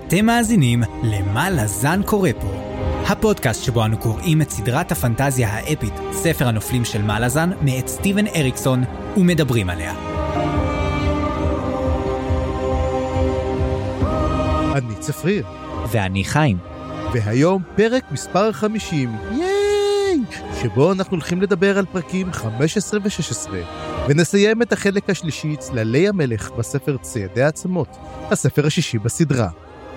אתם מאזינים למה לזן קורא פה, הפודקאסט שבו אנו קוראים את סדרת הפנטזיה האפית, ספר הנופלים של מה לזן, מאת סטיבן אריקסון, ומדברים עליה. אני צפריר. ואני חיים. והיום פרק מספר 50, ייי! שבו אנחנו הולכים לדבר על פרקים 15 ו-16, ונסיים את החלק השלישי, צללי המלך, בספר ציידי העצמות, הספר השישי בסדרה.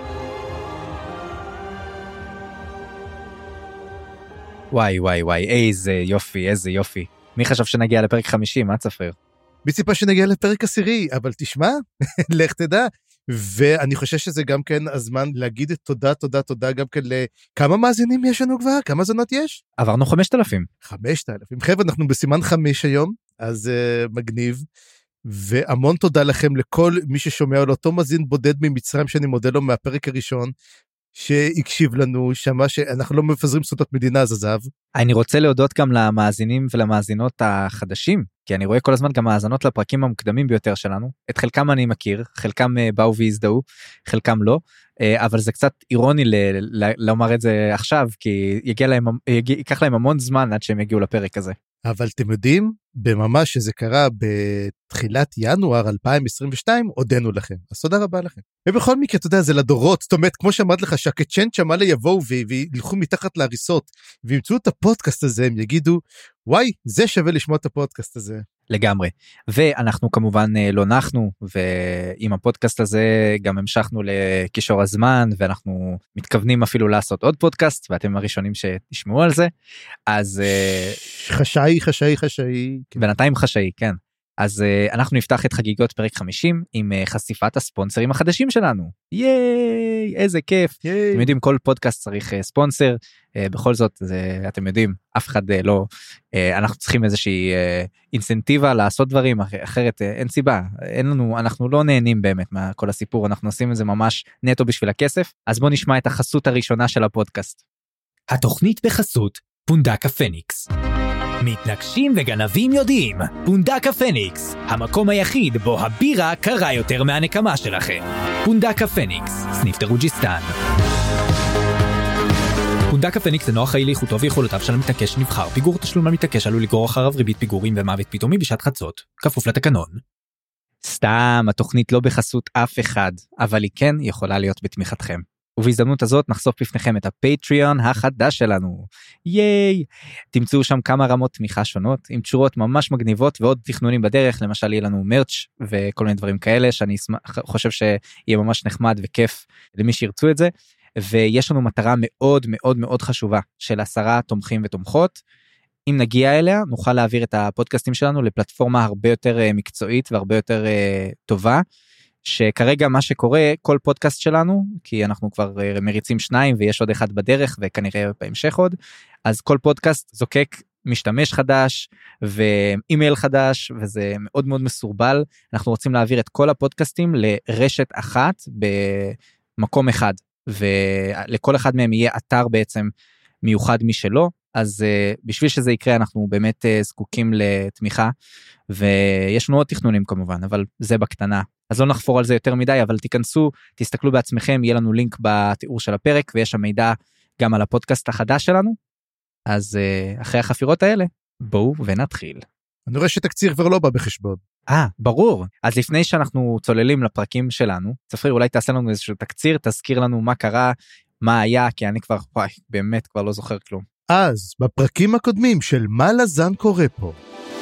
וואי וואי וואי, איזה יופי, איזה יופי. מי חשב שנגיע לפרק 50, מה צפריר? מי ציפה שנגיע לפרק 10, אבל תשמע, לך תדע. ואני חושב שזה גם כן הזמן להגיד תודה גם כן לכמה מאזינים יש לנו כבר? כמה זונות יש? עברנו 5,000. 5,000. חבר'ה, אנחנו בסימן 5 היום, אז מגניב. והמון תודה לכם לכל מי ששומע על אותו מאזין בודד ממצרים שאני מודה לו מהפרק הראשון, שהקשיב לנו, שמה שאנחנו לא מפזרים סודות מדינה, אז עזב. אני רוצה להודות גם למאזינים ולמאזינות החדשים, כי אני רואה כל הזמן גם מאזינות לפרקים המוקדמים ביותר שלנו. את חלקם אני מכיר, חלקם באו והזדהו, חלקם לא, אבל זה קצת אירוני לומר את זה עכשיו, כי ייקח להם המון זמן עד שהם יגיעו לפרק הזה. אבל אתם יודעים, בממש שזה קרה בתחילת ינואר 2022, הודנו לכם. אז תודה רבה לכם. ובכל מקרה, אתה יודע, זה לדורות, זאת אומרת, כמו שאמרת לך, שהקצ'נט שמאלה יבואו וילכו מתחת להריסות, וימצאו את הפודקאסט הזה, הם יגידו, וואי, זה שווה לשמוע את הפודקאסט הזה. לגמרי. ואנחנו כמובן לא נחנו, ועם הפודקאסט הזה גם המשכנו לקישור הזמן, ואנחנו מתכוונים אפילו לעשות עוד פודקאסט, ואתם הראשונים שתשמעו על זה. אז חשאי. בינתיים חשאי, כן. אז אנחנו נפתח את חגיגות פרק 50 עם חשיפת הספונסרים החדשים שלנו. ייי, איזה כיף. אתם יודעים, כל פודקאסט צריך ספונסר, בכל זאת, אתם יודעים, אף אחד לא, אנחנו צריכים איזושהי אינסנטיבה לעשות דברים, אחרת אין סיבה, אנחנו לא נהנים באמת מכל הסיפור, אנחנו עושים את זה ממש נטו בשביל הכסף, אז בואו נשמע את החסות הראשונה של הפודקאסט. התוכנית בחסות פונדק הפניקס. מתנגשים וגנבים יודעים, פונדק הפניקס, המקום היחיד בו הבירה קרה יותר מהנקמה שלכם. פונדק הפניקס, סניף תרוג'יסטן. פונדק הפניקס אינו אחראי לאיכותו ויכולותיו של המתעקש שנבחר. פיגור תשלום למתעקש עלול לגרור אחריו ריבית פיגורים ומוות פתאומי בשעת חצות, כפוף לתקנון. סתם, התוכנית לא בחסות אף אחד, אבל היא כן יכולה להיות בתמיכתכם. ובהזדמנות הזאת נחשוף בפניכם את הפטריון החדש שלנו. ייי! תמצאו שם כמה רמות תמיכה שונות, עם תשורות ממש מגניבות ועוד תכנונים בדרך, למשל יהיה לנו מרץ' וכל מיני דברים כאלה, שאני חושב שיהיה ממש נחמד וכיף למי שירצו את זה, ויש לנו מטרה מאוד מאוד מאוד חשובה, של 10 תומכים ותומכות. אם נגיע אליה, נוכל להעביר את הפודקאסטים שלנו לפלטפורמה הרבה יותר מקצועית והרבה יותר טובה, שכרגע מה שקורה, כל פודקאסט שלנו, כי אנחנו כבר מריצים 2 ויש עוד אחד בדרך וכנראה בהמשך עוד, אז כל פודקאסט זוקק משתמש חדש ואימייל חדש, וזה מאוד מאוד מסורבל. אנחנו רוצים להעביר את כל הפודקאסטים לרשת אחת במקום אחד, ולכל אחד מהם יהיה אתר בעצם מיוחד משלו. אז בשביל שזה יקרה אנחנו באמת זקוקים לתמיכה, ויש לנו עוד תכנונים כמובן, אבל זה בקטנה. אז לא נחפור על זה יותר מדי, אבל תיכנסו, תסתכלו בעצמכם, יהיה לנו לינק בתיאור של הפרק, ויש שם מידע גם על הפודקאסט החדש שלנו. אז אחרי החפירות האלה, בואו ונתחיל. אני רואה שתקציר כבר לא בא בחשבון. ברור. אז לפני שאנחנו צוללים לפרקים שלנו, צפריר, אולי תעשה לנו איזשהו תקציר, תזכיר לנו מה קרה, מה היה, כי אני כבר, באמת כבר לא זוכר כלום. אז, בפרקים הקודמים של מה לזן קורא פה.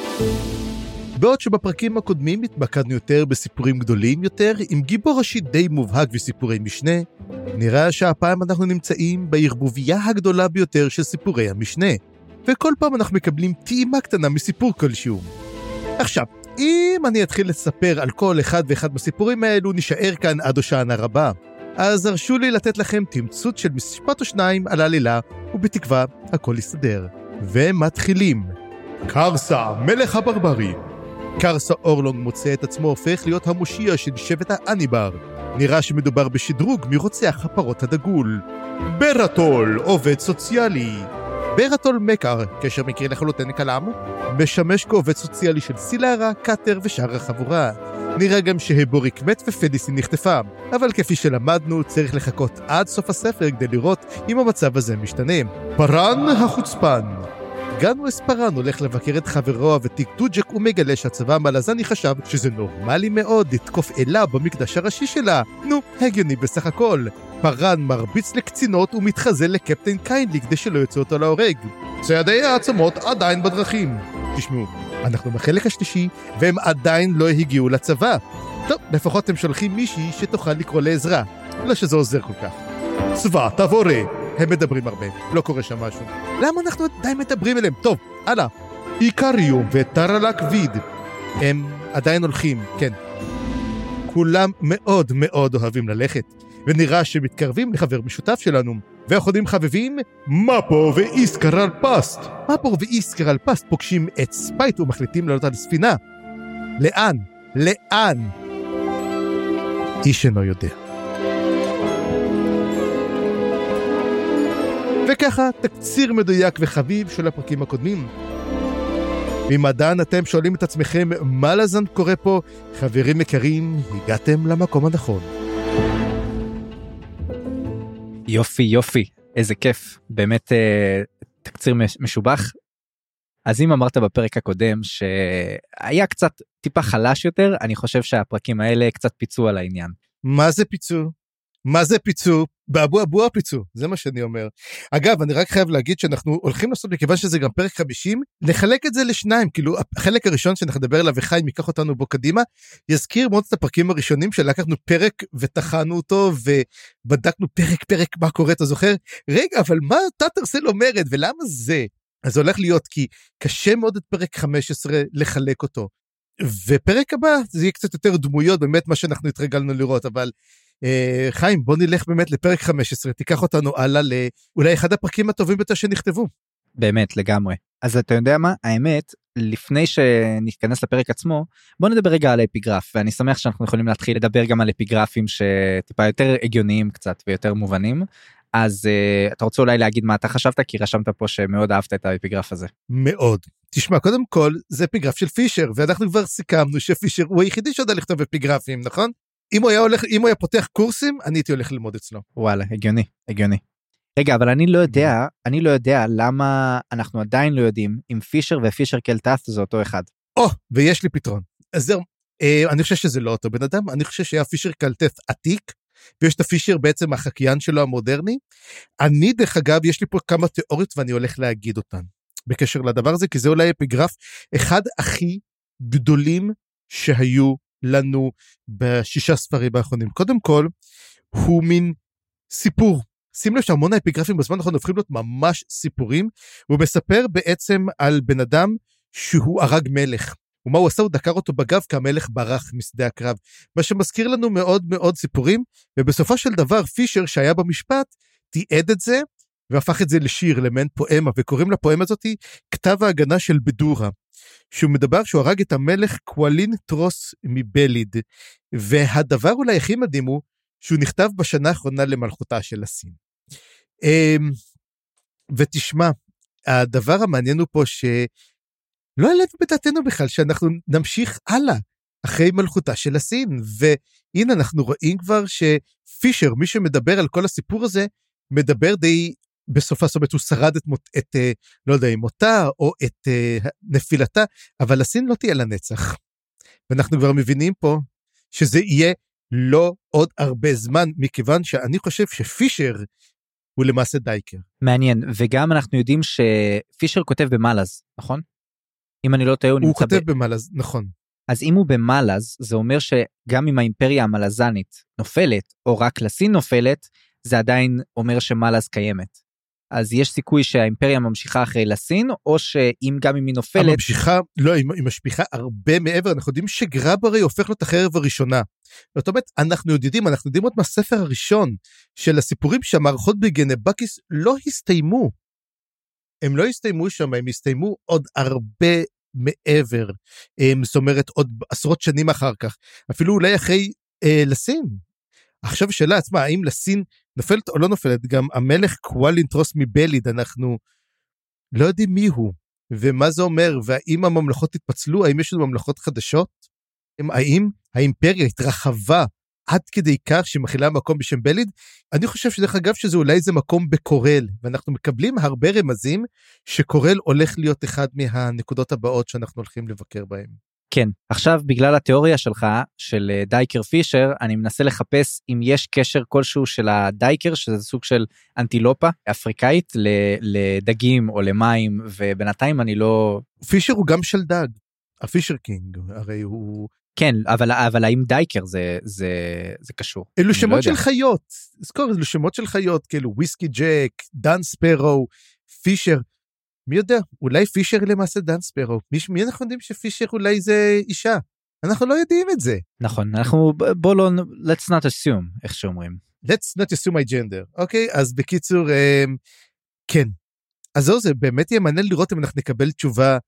בעוד שבפרקים הקודמים התמקדנו יותר בסיפורים גדולים יותר, עם גיבור ראשי די מובהק וסיפורי משנה, נראה שהפעם אנחנו נמצאים בערבוביה הגדולה ביותר של סיפורי המשנה, וכל פעם אנחנו מקבלים טעימה קטנה מסיפור כלשהו. עכשיו, אם אני אתחיל לספר על כל אחד ואחד מהסיפורים האלו, נשאר כאן עד הושענא רבה. אז הרשו לי לתת לכם תמצות של משפט או 2 על העלילה, ובתקווה הכל יסתדר. ומתחילים. קרסה, מלך הברברים. קרסה אורלונג מוצא את עצמו הופך להיות המושיע של שבט האניבר. נראה שמדובר בשדרוג מרוצח הפרות הדגול. ברטול, עובד סוציאלי. ברטול מקר, קשר מקרי לחלוטין קלאם, משמש כעובד סוציאלי של סילרה, קאטר ושאר החבורה. נראה גם שהבוריק מת ופדיסין נחטפה, אבל כפי שלמדנו צריך לחכות עד סוף הספר כדי לראות אם המצב הזה משתנה. פרן החוצפן. גנו אספרן הולך לבקר את חברו הוותיק דוג'ק ומגלה שהצבא המלזני חשב שזה נורמלי מאוד לתקוף אלה במקדש הראשי שלה. נו, הגיוני בסך הכל. פרן מרביץ לקצינות ומתחזה לקפטן קיינלי כדי שלא יוצא אותו להורג. צעדי העצמות עדיין בדרכים. תשמעו, אנחנו בחלק השלישי והם עדיין לא הגיעו לצבא. טוב, לפחות הם שולחים מישהי שתוכל לקרוא לעזרה. לא שזה עוזר כל כך. צבא, תבורא. הם מדברים הרבה, לא קורה שם משהו. למה אנחנו עדיין מדברים אליהם? טוב, הלאה. איקריום וטרלק ויד. הם עדיין הולכים, כן. כולם מאוד מאוד אוהבים ללכת, ונראה שמתקרבים לחבר משותף שלנו. והחודים חבבים, מפו ואיסקרל פסט. מפו ואיסקרל פסט פוגשים את ספייט ומחליטים לעלות על ספינה. לאן? לאן? איש אינו יודע. וככה תקציר מדויק וחביב של הפרקים הקודמים. ממדען אתם שואלים את עצמכם מה לזן קורה פה? חברים יקרים, הגעתם למקום הנכון. יופי יופי, איזה כיף, באמת תקציר משובח. אז אם אמרת בפרק הקודם שהיה קצת טיפה חלש יותר, אני חושב שהפרקים האלה קצת פיצו על העניין. מה זה פיצו? מה זה פיצו? באבו אבו הפיצו, זה מה שאני אומר. אגב, אני רק חייב להגיד שאנחנו הולכים לעשות, מכיוון שזה גם פרק 50, לחלק את זה לשניים, כאילו החלק הראשון שנחדבר עליו וחיים ייקח אותנו בו קדימה, יזכיר מאוד את הפרקים הראשונים שלקחנו פרק ותחנו אותו, ובדקנו פרק מה קורה, אתה זוכר? רגע, אבל מה טאטרסל אומרת, ולמה זה? אז זה הולך להיות, כי קשה מאוד את פרק 15 לחלק אותו, ופרק הבא זה יהיה קצת יותר דמויות, באמת מה שאנחנו התרגלנו לראות, אבל חיים, בוא נלך באמת לפרק 15, תיקח אותנו הלאה לאולי אחד הפרקים הטובים ביותר שנכתבו. באמת, לגמרי. אז אתה יודע מה? האמת, לפני שנתכנס לפרק עצמו, בוא נדבר רגע על האפיגרף, ואני שמח שאנחנו יכולים להתחיל לדבר גם על אפיגרפים שטיפה יותר הגיוניים קצת ויותר מובנים, אז אתה רוצה אולי להגיד מה אתה חשבת, כי רשמת פה שמאוד אהבת את האפיגרף הזה. מאוד. תשמע, קודם כל, זה אפיגרף של פישר, ואנחנו כבר סיכמנו שפישר הוא היחידי שיודע לכתוב אפיגרפים, נכון? אם הוא היה פותח קורסים, אני הייתי הולך ללמוד אצלו. וואלה, הגיוני. רגע, אבל אני לא יודע למה אנחנו עדיין לא יודעים אם פישר ופישר קלטף זה אותו אחד. ויש לי פתרון. אז זהו, אני חושב שזה לא אותו בן אדם, אני חושב שהיה פישר קלטף עתיק, ויש את הפישר בעצם החקיין שלו המודרני. אני דרך אגב, יש לי פה כמה תיאוריות ואני הולך להגיד אותן, בקשר לדבר הזה, כי זה אולי אפיגרף אחד הכי גדולים שהיו לנו בשישה ספרים האחרונים. קודם כל, הוא מין סיפור. שים לב שהמון האפיגרפים בזמן האחרון הופכים להיות ממש סיפורים, הוא מספר בעצם על בן אדם שהוא הרג מלך. ומה הוא עשה? הוא דקר אותו בגב כהמלך ברח משדה הקרב. מה שמזכיר לנו מאוד מאוד סיפורים, ובסופו של דבר פישר שהיה במשפט, תיעד את זה, והפך את זה לשיר, למעין פואמה, וקוראים לפואמה הזאת כתב ההגנה של בדורה. שהוא מדבר שהוא הרג את המלך קואלין טרוס מבליד, והדבר אולי הכי מדהים הוא, שהוא נכתב בשנה האחרונה למלכותה של הסין. ותשמע, הדבר המעניין הוא פה שלא העלינו בדעתנו בכלל, שאנחנו נמשיך הלאה, אחרי מלכותה של הסין, והנה אנחנו רואים כבר שפישר, מי שמדבר על כל הסיפור הזה, מדבר די בסופה, זאת אומרת, הוא שרד את לא יודע, מותה, או את נפילתה, אבל הסין לא תהיה לנצח. ואנחנו כבר מבינים פה, שזה יהיה לא עוד הרבה זמן, מכיוון שאני חושב שפישר, הוא למעשה דייקר. מעניין, וגם אנחנו יודעים שפישר כותב במלז, נכון? אם אני לא טועה, הוא כותב במלז, נכון. אז אם הוא במלז, זה אומר שגם אם האימפריה המלזנית נופלת, או רק לסין נופלת, זה עדיין אומר שמלז קיימת. אז יש סיכוי שהאימפריה ממשיכה אחרי לסין, או שאם גם אם היא נופלת... הממשיכה, לא, היא משפיחה הרבה מעבר, אנחנו יודעים שגרברי הופך לו את החרב הראשונה. זאת אומרת, אנחנו יודעים עוד מהספר הראשון, של הסיפורים שהמערכות בגנבקיס לא הסתיימו. הם לא הסתיימו שם, הם הסתיימו עוד הרבה מעבר. זאת אומרת, עוד עשרות שנים אחר כך. אפילו אולי אחרי לסין. עכשיו שאלה עצמה, האם לסין נופלת או לא נופלת? גם המלך קואלין טרוס מבליד, אנחנו לא יודעים מי הוא, ומה זה אומר, והאם הממלכות התפצלו, האם יש לנו ממלכות חדשות? האם האימפריה התרחבה עד כדי כך שמכילה מקום בשם בליד? אני חושב שדרך אגב שזה אולי זה מקום בקורל, ואנחנו מקבלים הרבה רמזים שקורל הולך להיות אחד מהנקודות הבאות שאנחנו הולכים לבקר בהם. כן, עכשיו בגלל התיאוריה שלך, של דייקר פישר, אני מנסה לחפש אם יש קשר כלשהו של הדייקר, שזה סוג של אנטילופה אפריקאית, לדגים או למים, ובינתיים אני לא... פישר הוא גם של דג, הפישר קינג, הרי הוא... כן, אבל האם דייקר זה קשור? אלו שמות של חיות, זכור, אלו שמות של חיות, כאילו וויסקי ג'ק, דן ספרו, פישר, מי יודע, אולי פישר למעשה דן ספרו, מי אנחנו יודעים שפישר אולי זה אישה? אנחנו לא יודעים את זה. נכון, בוא לא, let's not assume, איך שאומרים. Let's not assume my gender, אוקיי? אז בקיצור, כן. אז זהו, זה באמת יהיה מעניין לראות אם אנחנו נקבל תשובה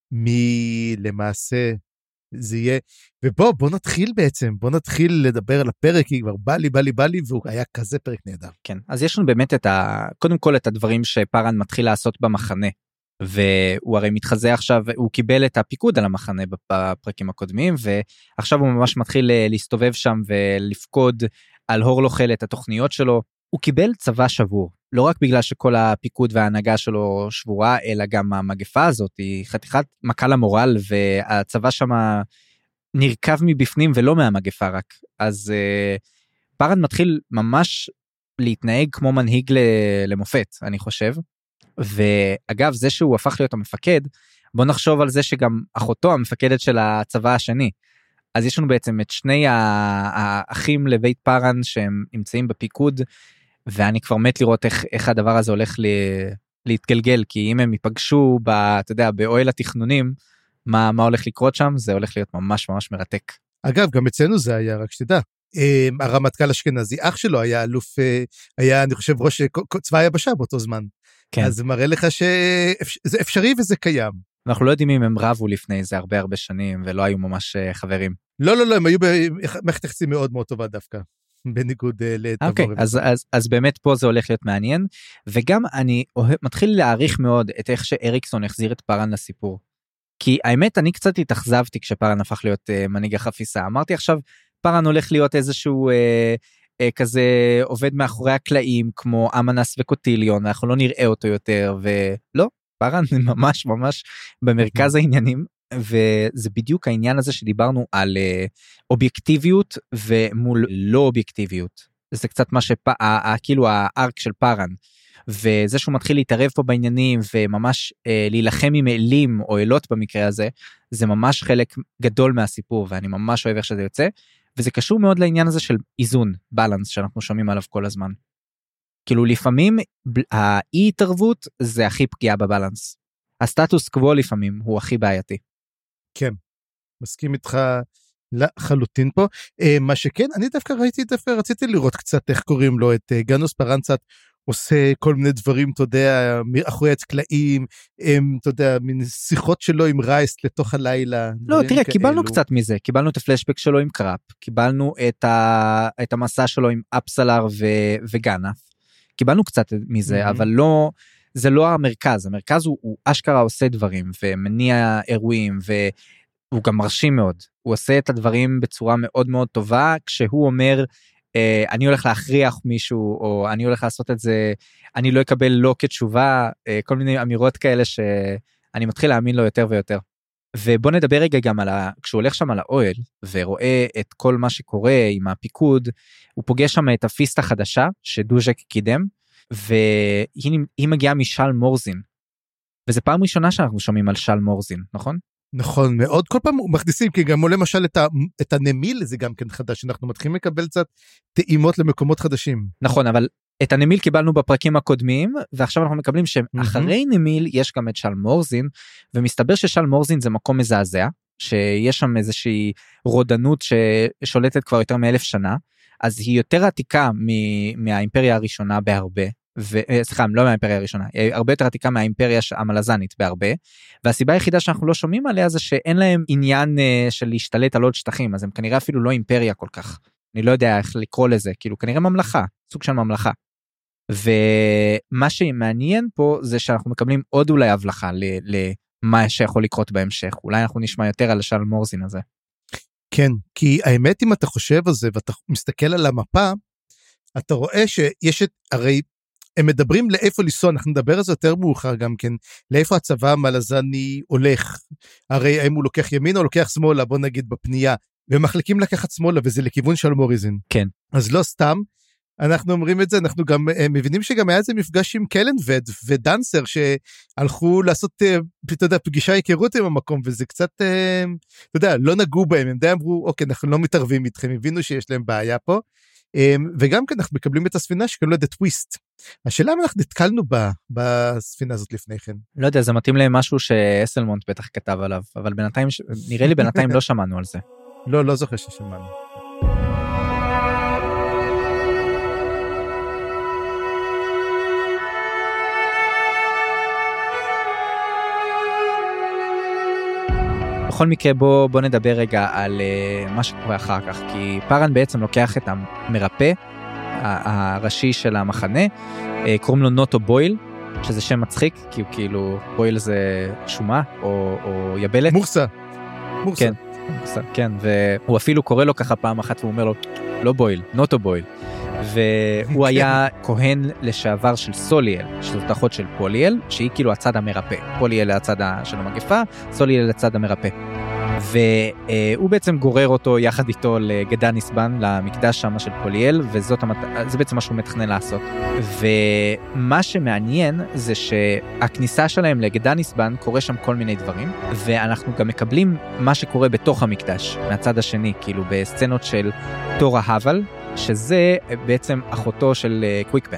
מי למעשה זה יהיה, ובוא נתחיל בעצם, בוא נתחיל לדבר על הפרק, כי כבר בא לי, והוא היה כזה פרק נהדר. כן, אז יש לנו באמת קודם כל את הדברים שפארן מתחיל לעשות במחנה, והוא הרי מתחזה עכשיו, הוא קיבל את הפיקוד על המחנה בפרקים הקודמים, ועכשיו הוא ממש מתחיל להסתובב שם ולפקוד על הורלוכל את התוכניות שלו. הוא קיבל צבא שבור, לא רק בגלל שכל הפיקוד וההנהגה שלו שבורה, אלא גם המגפה הזאת היא חתיכת מכה למורל, והצבא שם נרכב מבפנים ולא מהמגפה רק. אז פארן מתחיל ממש להתנהג כמו מנהיג למופת, אני חושב. ואגב, זה שהוא הפך להיות המפקד, בוא נחשוב על זה שגם אחותו המפקדת של הצבא השני. אז יש לנו בעצם את שני האחים לבית פארן שהם נמצאים בפיקוד, ואני כבר מת לראות איך הדבר הזה הולך להתגלגל, כי אם הם ייפגשו, אתה יודע, באוהל התכנונים, מה הולך לקרות שם, זה הולך להיות ממש ממש מרתק. אגב, גם אצלנו זה היה, רק שתדע, הרמטכ"ל אשכנזי, אח שלו היה אלוף, היה אני חושב ראש צבא היבשה באותו זמן. כן. אז זה מראה לך שזה אפשרי וזה קיים. אנחנו לא יודעים אם הם רבו לפני זה הרבה שנים, ולא היו ממש חברים. לא, הם היו במערכת יחסים מאוד מאוד טובה דווקא, בניגוד לתבור. אוקיי, אז באמת פה זה הולך להיות מעניין, וגם אני מתחיל להעריך מאוד את איך שאריקסון החזיר את פארן לסיפור. כי האמת, אני קצת התאכזבתי כשפארן הפך להיות מנהיג החפיסה. אמרתי עכשיו, פארן הולך להיות איזשהו כזה עובד מאחורי הקלעים, כמו אמנס וקוטיליון, אנחנו לא נראה אותו יותר, ולא, פארן ממש ממש במרכז העניינים, וזה בדיוק העניין הזה שדיברנו על אובייקטיביות ומול לא אובייקטיביות. זה קצת מה כאילו הארק של פארן, וזה שהוא מתחיל להתערב פה בעניינים, וממש להילחם עם אלים או אלות במקרה הזה, זה ממש חלק גדול מהסיפור, ואני ממש אוהב איך שזה יוצא, וזה קשור מאוד לעניין הזה של איזון, בלנס, שאנחנו שומעים עליו כל הזמן. כאילו לפעמים האי-התערבות זה הכי פגיעה בבלנס. הסטטוס קוו לפעמים הוא הכי בעייתי. כן, מסכים איתך לחלוטין פה. מה שכן, אני דווקא רציתי לראות קצת איך קוראים לו, את גנוס פרנצת, עושה כל מיני דברים, אתה יודע, אחרי הקלעים, אתה יודע, מין שיחות שלו עם רייס לתוך הלילה. לא, תראה, קיבלנו קצת מזה, קיבלנו את הפלשבק שלו עם קראפ, קיבלנו את המסע שלו עם אפסלר וגנף, קיבלנו קצת מזה, אבל לא, זה לא המרכז, המרכז הוא אשכרה עושה דברים, ומניע אירועים, והוא גם מרשים מאוד, הוא עושה את הדברים בצורה מאוד מאוד טובה, כשהוא אומר, אני הולך להכריח מישהו, או אני הולך לעשות את זה, אני לא אקבל לא כתשובה, כל מיני אמירות כאלה שאני מתחיל להאמין לו יותר ויותר. ובוא נדבר רגע גם כשהוא הולך שם על האוהל, ורואה את כל מה שקורה עם הפיקוד, הוא פוגש שם את הפיסט החדשה, שדוז'ק קידם, והיא מגיעה משל מורזין, וזה פעם ראשונה שאנחנו שומעים על של מורזין, נכון? נכון מאוד, כל פעם מכניסים, כי גם עולה למשל את הנמיל, זה גם כן חדש, אנחנו מתחילים לקבל קצת טעימות למקומות חדשים. נכון, אבל את הנמיל קיבלנו בפרקים הקודמים, ועכשיו אנחנו מקבלים שאחרי נמיל יש גם את של מורזין, ומסתבר ששל מורזין זה מקום מזעזע, שיש שם איזושהי רודנות ששולטת כבר יותר מ1000 שנה, אז היא יותר עתיקה מהאימפריה הראשונה בהרבה, סליחה, לא מהאימפריה הראשונה, היא הרבה יותר עתיקה מהאימפריה המלזנית בהרבה, והסיבה היחידה שאנחנו לא שומעים עליה זה שאין להם עניין של להשתלט על עוד שטחים, אז הם כנראה אפילו לא אימפריה כל כך, אני לא יודע איך לקרוא לזה, כאילו כנראה ממלכה, סוג של ממלכה, ומה שמעניין פה זה שאנחנו מקבלים עוד אולי הבלחה למה שיכול לקרות בהמשך, אולי אנחנו נשמע יותר על של מורזין הזה. כן, כי האמת אם אתה חושב על זה ואתה מסתכל על המפה, אתה רואה שיש הרי הם מדברים לאיפה לנסוע, אנחנו נדבר על זה יותר מאוחר גם כן, לאיפה הצבא המלזני הולך, הרי האם הוא לוקח ימין או לוקח שמאלה, בוא נגיד בפנייה, ומחליקים לקחת שמאלה וזה לכיוון של מוריזין. כן. אז לא סתם, אנחנו אומרים את זה, אנחנו גם מבינים שגם היה איזה מפגש עם קלנבד ודנסר, שהלכו לעשות, אתה יודע, פגישה היכרות עם המקום, וזה קצת, אתה יודע, לא נגעו בהם, הם די אמרו, אוקיי, אנחנו לא מתערבים איתכם, הבינו שיש להם בעיה פה, וגם כן אנחנו מקבלים את הספינה שקוראים לה The Twist. השאלה אם אנחנו נתקלנו בספינה הזאת לפני כן. לא יודע, זה מתאים למשהו שאסלמונט בטח כתב עליו, אבל בינתיים, נראה לי בינתיים לא שמענו על זה. לא זוכר ששמענו. בכל מקרה בוא נדבר רגע על מה שקורה אחר כך, כי פארן בעצם לוקח את המרפא הראשי של המחנה, קוראים לו נוטו בויל, שזה שם מצחיק, כי הוא כאילו, בויל זה שומה או יבלת. מורסה. כן, כן, והוא אפילו קורא לו ככה פעם אחת, והוא אומר לו, לא בויל, נוטו בויל. והוא היה כהן לשעבר של סוליאל, שזאת אחות של פוליאל, שהיא כאילו הצד המרפא. פוליאל הצד של המגפה, סוליאל הצד המרפא. והוא בעצם גורר אותו יחד איתו לגדניסבן, למקדש שם של פוליאל, וזה בעצם מה שהוא מתכנן לעשות. ומה שמעניין זה שהכניסה שלהם לגדניסבן קורה שם כל מיני דברים, ואנחנו גם מקבלים מה שקורה בתוך המקדש, מהצד השני, כאילו בסצנות של תורה הבל, שזה בעצם אחותו של קוויקפן.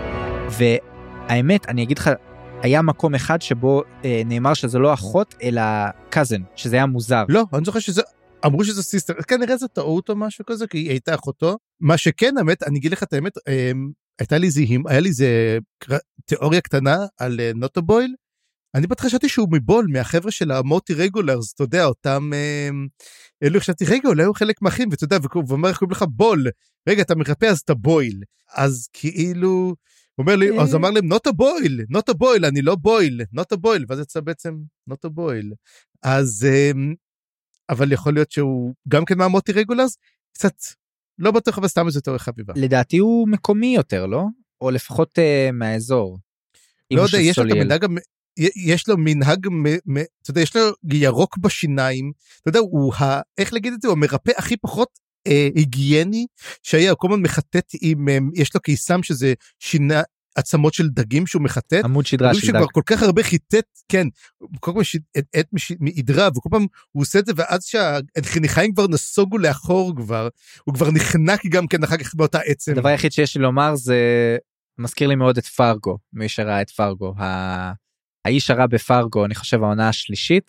והאמת, אני אגיד לך, היה מקום אחד שבו נאמר שזה לא אחות, אלא קזן, שזה היה מוזר. לא, אני זוכר שזה, אמרו שזה סיסטר, כנראה זה טעות או משהו כזה, כי היא הייתה אחותו. מה שכן, האמת, אני אגיד לך את האמת, היה לי איזה תיאוריה קטנה על נוטו בויל, אני חשבתי שהוא מבול, מהחבר'ה של המוטי רגולרס, אתה יודע, אותם, אלו חשבתי, רגע, אולי הוא חלק מהחים, ואתה יודע, והוא אומר, איך קוראים לך בול, רגע, אתה מרפא, אז אתה בויל, אז כאילו, הוא אומר לי, אז אמר להם, נוטו בויל, אני לא בויל, נוטו בויל, ואז יצא בעצם, נוטו בויל, אז, אבל יכול להיות שהוא גם כן מהמוטי רגולרס, קצת, לא בטוח, אבל סתם איזה תיאוריה חביבה. לדעתי הוא מקומי יותר, לא? או לפחות מהאזור. לא יודע, יש לו את המנהג, יש לו מנהג, אתה יודע, יש לו ירוק בשיניים, אתה יודע, איך להגיד את זה, הוא המרפא הכי פחות היגייני, שהיה כל הזמן מחטט יש לו קיסם שזה שינה, עצמות של דגים שהוא מחטט, עמוד שדרה של דג. שכבר כל כך הרבה חיטט, כן, כל פעם מעדרה, וכל פעם הוא עושה את זה, ואז שהחניכיים כבר נסוגו לאחור כבר, הוא כבר נחנק גם כן אחר כך באותה עצם. הדבר היחיד שיש לי לומר זה, מזכיר לי מאוד את פארגו, מי שראה את פארגו, האיש הרע בפארגו, אני חושב העונה השלישית,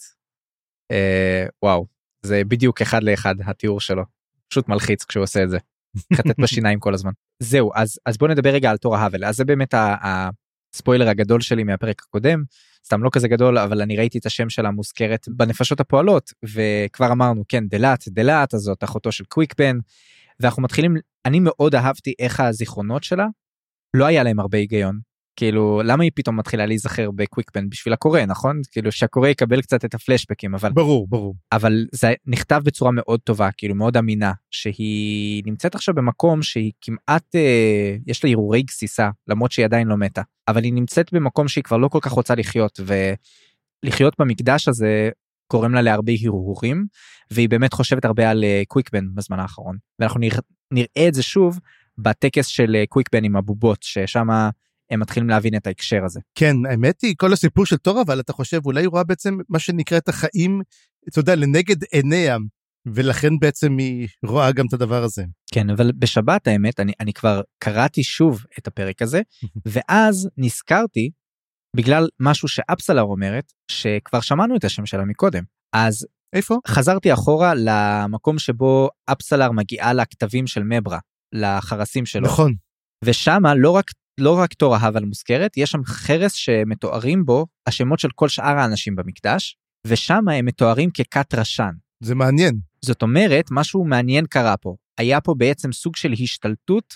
וואו, זה בדיוק אחד לאחד התיאור שלו, פשוט מלחיץ כשהוא עושה את זה, חטט בשיניים כל הזמן. זהו, אז בוא נדבר רגע על תור ההבל, אז זה באמת הספוילר הגדול שלי מהפרק הקודם, סתם לא כזה גדול, אבל אני ראיתי את השם שלה מוזכרת בנפשות הפועלות, וכבר אמרנו, כן, דלת, אז זאת אחותו של קוויקפן, ואנחנו מתחילים, אני מאוד אהבתי איך הזיכרונות שלה, לא היה להם הרבה היגיון, כאילו, למה היא פתאום מתחילה להיזכר בקוויקפן בשביל הקורא, נכון? כאילו, שהקורא יקבל קצת את הפלשבקים, אבל... ברור. אבל זה נכתב בצורה מאוד טובה, כאילו, מאוד אמינה, שהיא נמצאת עכשיו במקום שהיא כמעט, יש לה הרהורי גסיסה, למרות שהיא עדיין לא מתה, אבל היא נמצאת במקום שהיא כבר לא כל כך רוצה לחיות, ולחיות במקדש הזה קוראים לה להרבה הרהורים, והיא באמת חושבת הרבה על קוויקפן בזמן האחרון, ואנחנו נראה את זה שוב בטקס של קוויקפן עם הבובות, ששם הם מתחילים להבין את ההקשר הזה. כן, האמת היא, כל הסיפור של תורה, אבל אתה חושב, אולי היא רואה בעצם מה שנקרא את החיים, אתה יודע, לנגד עיניה, ולכן בעצם היא רואה גם את הדבר הזה. כן, אבל בשבת האמת, אני כבר קראתי שוב את הפרק הזה, ואז נזכרתי, בגלל משהו שאפסלר אומרת, שכבר שמענו את השם שלה מקודם. אז איפה? חזרתי אחורה למקום שבו אפסלר מגיעה לכתבים של מברה, לחרסים שלו. נכון. ושמה לא רק תור ההבל מוזכרת, יש שם חרס שמתוארים בו השמות של כל שאר האנשים במקדש, ושם הם מתוארים ככת רשן. זה מעניין. זאת אומרת, משהו מעניין קרה פה. היה פה בעצם סוג של השתלטות,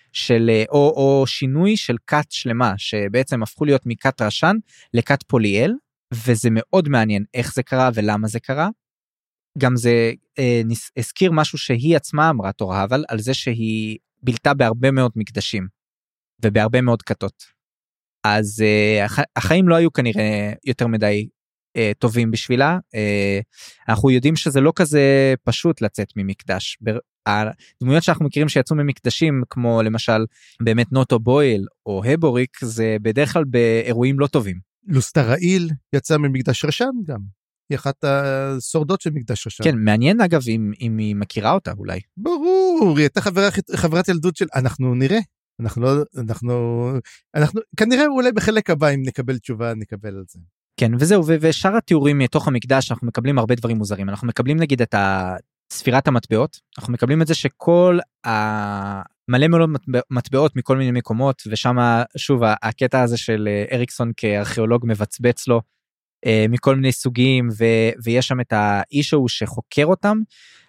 או שינוי של כת שלמה, שבעצם הפכו להיות מכת רשן לכת פוליאל, וזה מאוד מעניין איך זה קרה ולמה זה קרה, גם זה הזכיר משהו שהיא עצמה אמרה תורה, אבל על זה שהיא בילתה בהרבה מאוד מקדשים, ובהרבה מאוד כתות. אז החיים לא היו כנראה יותר מדי טובים בשבילה, אנחנו יודעים שזה לא כזה פשוט לצאת ממקדש, הדמויות שאנחנו מכירים שיצאו ממקדשים, כמו למשל באמת נוטו בויל או הבוריק, זה בדרך כלל באירועים לא טובים. לוסטראיל יצא ממקדש רשן גם, היא אחת השורדות של מקדש רשן. כן, מעניין אגב אם היא מכירה אותה אולי. ברור, היא הייתה חברת ילדות של, אנחנו נראה, אנחנו כנראה אולי בחלק הבא אם נקבל תשובה נקבל על זה. כן, וזהו, ושאר התיאורים מתוך המקדש, אנחנו מקבלים הרבה דברים מוזרים, אנחנו מקבלים נגיד את ספירת המטבעות, אנחנו מקבלים את זה שכל מלא מאוד מטבעות מכל מיני מקומות, ושם שוב הקטע הזה של אריקסון כארכיאולוג מבצבץ לו, מכל מיני סוגים, ויש שם את האיש ההוא שחוקר אותם,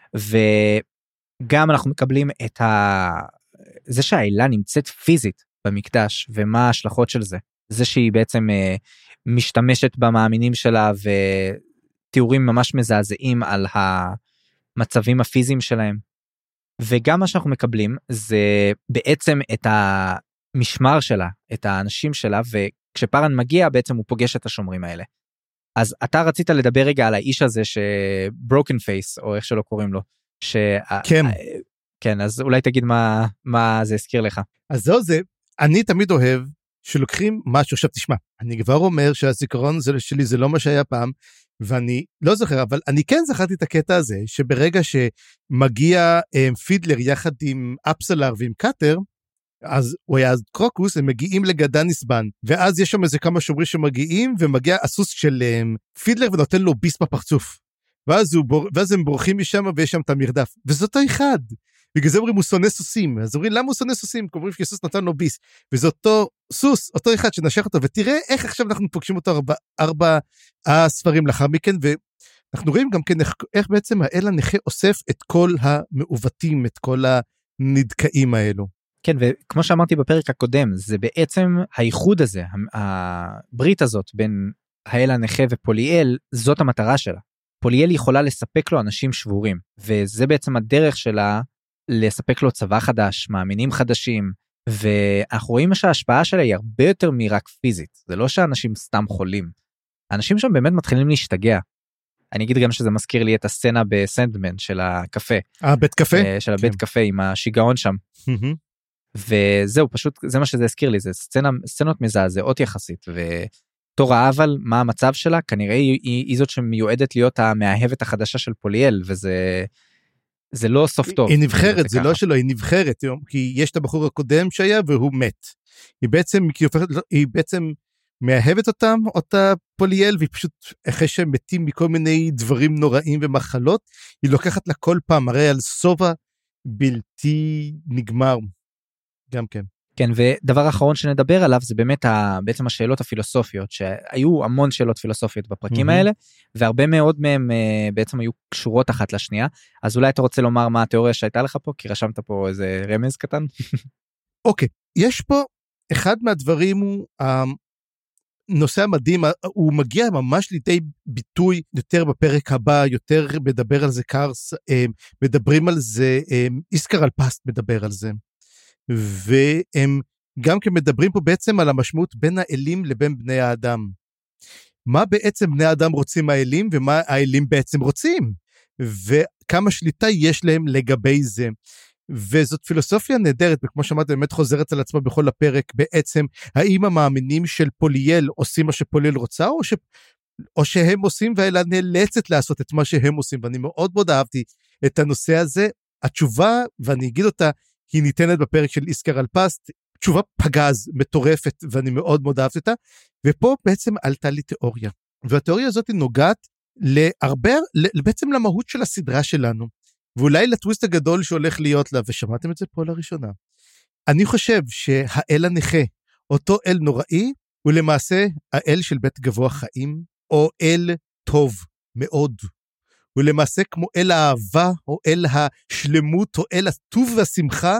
וגם אנחנו מקבלים את זה שהאלה נמצאת פיזית במקדש, ומה ההשלכות של זה, זה שהיא בעצם משתמשת במאמינים שלה, ותיאורים ממש מזעזעים על המצבים הפיזיים שלהם, וגם מה שאנחנו מקבלים, זה בעצם את המשמר שלה, את האנשים שלה, וכשפרן מגיע, בעצם הוא פוגש את השומרים האלה. אז אתה רצית לדבר רגע על האיש הזה, שברוקן פייס, או איך שלא קוראים לו, כן. כן, אז אולי תגיד מה זה הזכיר לך. אז זהו זה, אני תמיד אוהב שלוקחים משהו, עכשיו תשמע, אני כבר אומר שהזיכרון שלי זה לא מה שהיה פעם, ואני לא זוכר, אבל אני כן זכרתי את הקטע הזה, שברגע שמגיע פידלר יחד עם אפסלר ועם קאטר, אז הוא היה קרוקוס, הם מגיעים לגדן נסבן, ואז יש שם איזה כמה שומרים שמגיעים, ומגיע הסוס של פידלר ונותן לו ביס בפרצוף, ואז הם בורחים משם ויש שם את המרדף, וזה אותו אחד, בגלל זה אומרים הוא שונא סוסים, אז אומרים למה הוא שונא סוסים? כי אומרים שסוס נתן לו ביס, וזה אותו סוס, אותו אחד שנשך אותו, ותראה איך עכשיו אנחנו פוגשים אותו ארבע ספרים לאחר מכן, ואנחנו רואים גם כן איך בעצם האל הנכה אוסף את כל המעוותים, את כל הנדכאים האלו. כן, וכמו שאמרתי בפרק הקודם, זה בעצם הייחוד הזה, הברית הזאת בין האל הנכה ופוליאל, זאת המטרה שלה. פוליאל יכולה לספק לו אנשים שבורים, וזה בעצם הדרך שלה לספק לו צבא חדש, מאמינים חדשים, ואנחנו רואים שההשפעה שלה היא הרבה יותר מרק פיזית, זה לא שאנשים סתם חולים, האנשים שם באמת מתחילים להשתגע. אני אגיד גם שזה מזכיר לי את הסצנה בסנדמן של הקפה. בית קפה? של הבית קפה עם השיגעון שם. וזהו, פשוט זה מה שזה הזכיר לי, זה סצנות מזעזעות יחסית, ותורה אבל מה המצב שלה? כנראה היא זאת שמיועדת להיות המאהבת החדשה של פוליאל, זה לא סוף טוב. היא נבחרת, זה לא שלא, היא נבחרת, כי יש את הבחור הקודם שהיה והוא מת. היא בעצם מאהבת אותה פוליאל, והיא פשוט, אחרי שהם מתים מכל מיני דברים נוראים ומחלות, היא לוקחת לה כל פעם, הרי על סובה בלתי נגמר. גם כן. כן, ודבר אחרון שנדבר עליו, זה באמת בעצם השאלות הפילוסופיות, שהיו המון שאלות פילוסופיות בפרקים האלה, והרבה מאוד מהם בעצם היו קשורות אחת לשנייה, אז אולי אתה רוצה לומר מה התיאוריה שהייתה לך פה, כי רשמת פה איזה רמז קטן? אוקיי, יש פה, אחד מהדברים הוא, הנושא המדהים, הוא מגיע ממש לידי ביטוי יותר בפרק הבא, יותר מדבר על זה קארס, מדברים על זה, איסקר אלפסט מדבר על זה, והם גם כן מדברים פה בעצם על המשמעות בין האלים לבין בני האדם. מה בעצם בני האדם רוצים מהאלים, ומה האלים בעצם רוצים, וכמה שליטה יש להם לגבי זה. וזאת פילוסופיה נהדרת, וכמו שאמרתי, באמת חוזרת על עצמה בכל הפרק, בעצם, האם המאמינים של פוליאל עושים מה שפוליאל רוצה, או שהם עושים, והאלה נאלצת לעשות את מה שהם עושים, ואני מאוד מאוד אהבתי את הנושא הזה. התשובה, ואני אגיד אותה, היא ניתנת בפרק של איסקר אלפסט, תשובה פגז, מטורפת, ואני מאוד מאוד אהבתי אותה, ופה בעצם עלתה לי תיאוריה, והתיאוריה הזאת נוגעת בעצם למהות של הסדרה שלנו, ואולי לטוויסט הגדול שהולך להיות לה, ושמעתם את זה פה לראשונה. אני חושב שהאל הנכה, אותו אל נוראי, הוא למעשה האל של בית גבוה חיים, או אל טוב מאוד. הוא למעשה כמו אל האהבה, או אל השלמות, או אל הטוב והשמחה,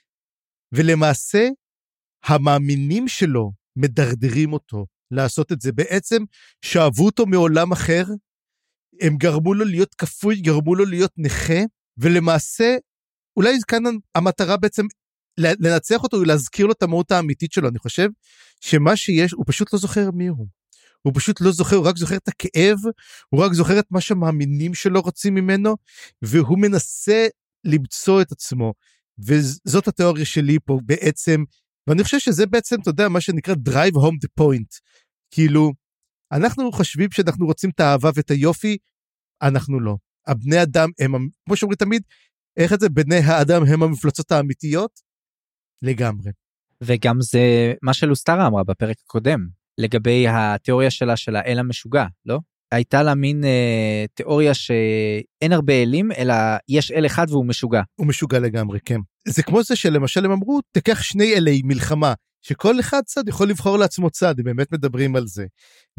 ולמעשה המאמינים שלו מדרדרים אותו לעשות את זה. בעצם שאבו אותו מעולם אחר, הם גרמו לו להיות כפוי, גרמו לו להיות נכה, ולמעשה, אולי כאן המטרה בעצם לנצח אותו, ולהזכיר לו את המהות האמיתית שלו. אני חושב שמה שיש, הוא פשוט לא זוכר מי הוא. הוא פשוט לא זוכר, הוא רק זוכר את הכאב, הוא רק זוכר את מה שהמאמינים שלו רוצים ממנו, והוא מנסה למצוא את עצמו. וזאת התיאוריה שלי פה בעצם, ואני חושב שזה בעצם, אתה יודע, מה שנקרא drive home the point. כאילו, אנחנו חושבים שאנחנו רוצים את האהבה ואת היופי, אנחנו לא. הבני אדם הם, כמו שאומרים תמיד, איך את זה? בני האדם הם המפלצות האמיתיות? לגמרי. וגם זה מה שלוסטרה אמרה בפרק הקודם, לגבי התיאוריה שלה של האל המשוגע, לא? הייתה לה מין תיאוריה שאין הרבה אלים, אלא יש אל אחד והוא משוגע. הוא משוגע לגמרי, כן. זה כמו זה שלמשל הם אמרו, תקח שני אלי מלחמה, שכל אחד צד יכול לבחור לעצמו צד, הם באמת מדברים על זה.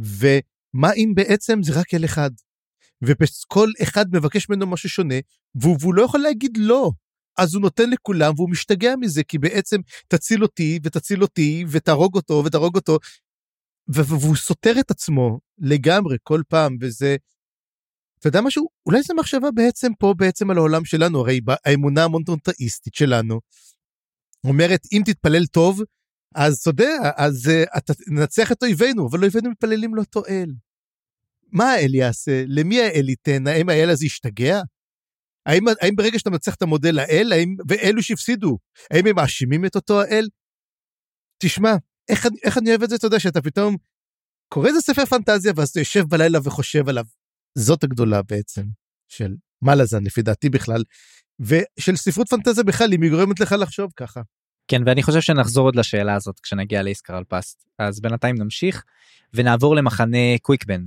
ומה אם בעצם זה רק אל אחד? וכל אחד מבקש ממנו משהו שונה, והוא לא יכול להגיד לא. אז הוא נותן לכולם, והוא משתגע מזה, כי בעצם תציל אותי, ותציל אותי, ותרוג אותו, ותרוג אותו, והוא סותר את עצמו לגמרי כל פעם, וזה, אתה יודע משהו? אולי זה מחשבה בעצם פה, בעצם על העולם שלנו, הרי האמונה המונותאיסטית שלנו, אומרת, אם תתפלל טוב, אז אתה יודע, אז אתה ננצח את אויבינו, אבל אויבינו מתפללים לאותו אל. מה האל יעשה? למי האל ייתן? האם האל הזה ישתגע? האם ברגע שאתה מצליח את המודל האל, ואלו שהפסידו, האם הם מאשימים את אותו האל? תשמע, איך אני אוהב את זה? אתה יודע שאתה פתאום קורא איזה ספר פנטזיה, ואז אתה יושב בלילה וחושב עליו. זאת הגדולה בעצם, של מלאזן, לפי דעתי בכלל, ושל ספרות פנטזיה בכלל, אם היא גורמת לך לחשוב ככה. כן, ואני חושב שנחזור עוד לשאלה הזאת, כשנגיע לאיסקר על פסט. אז בינתיים נמשיך, ונעבור למחנה קוויקבן,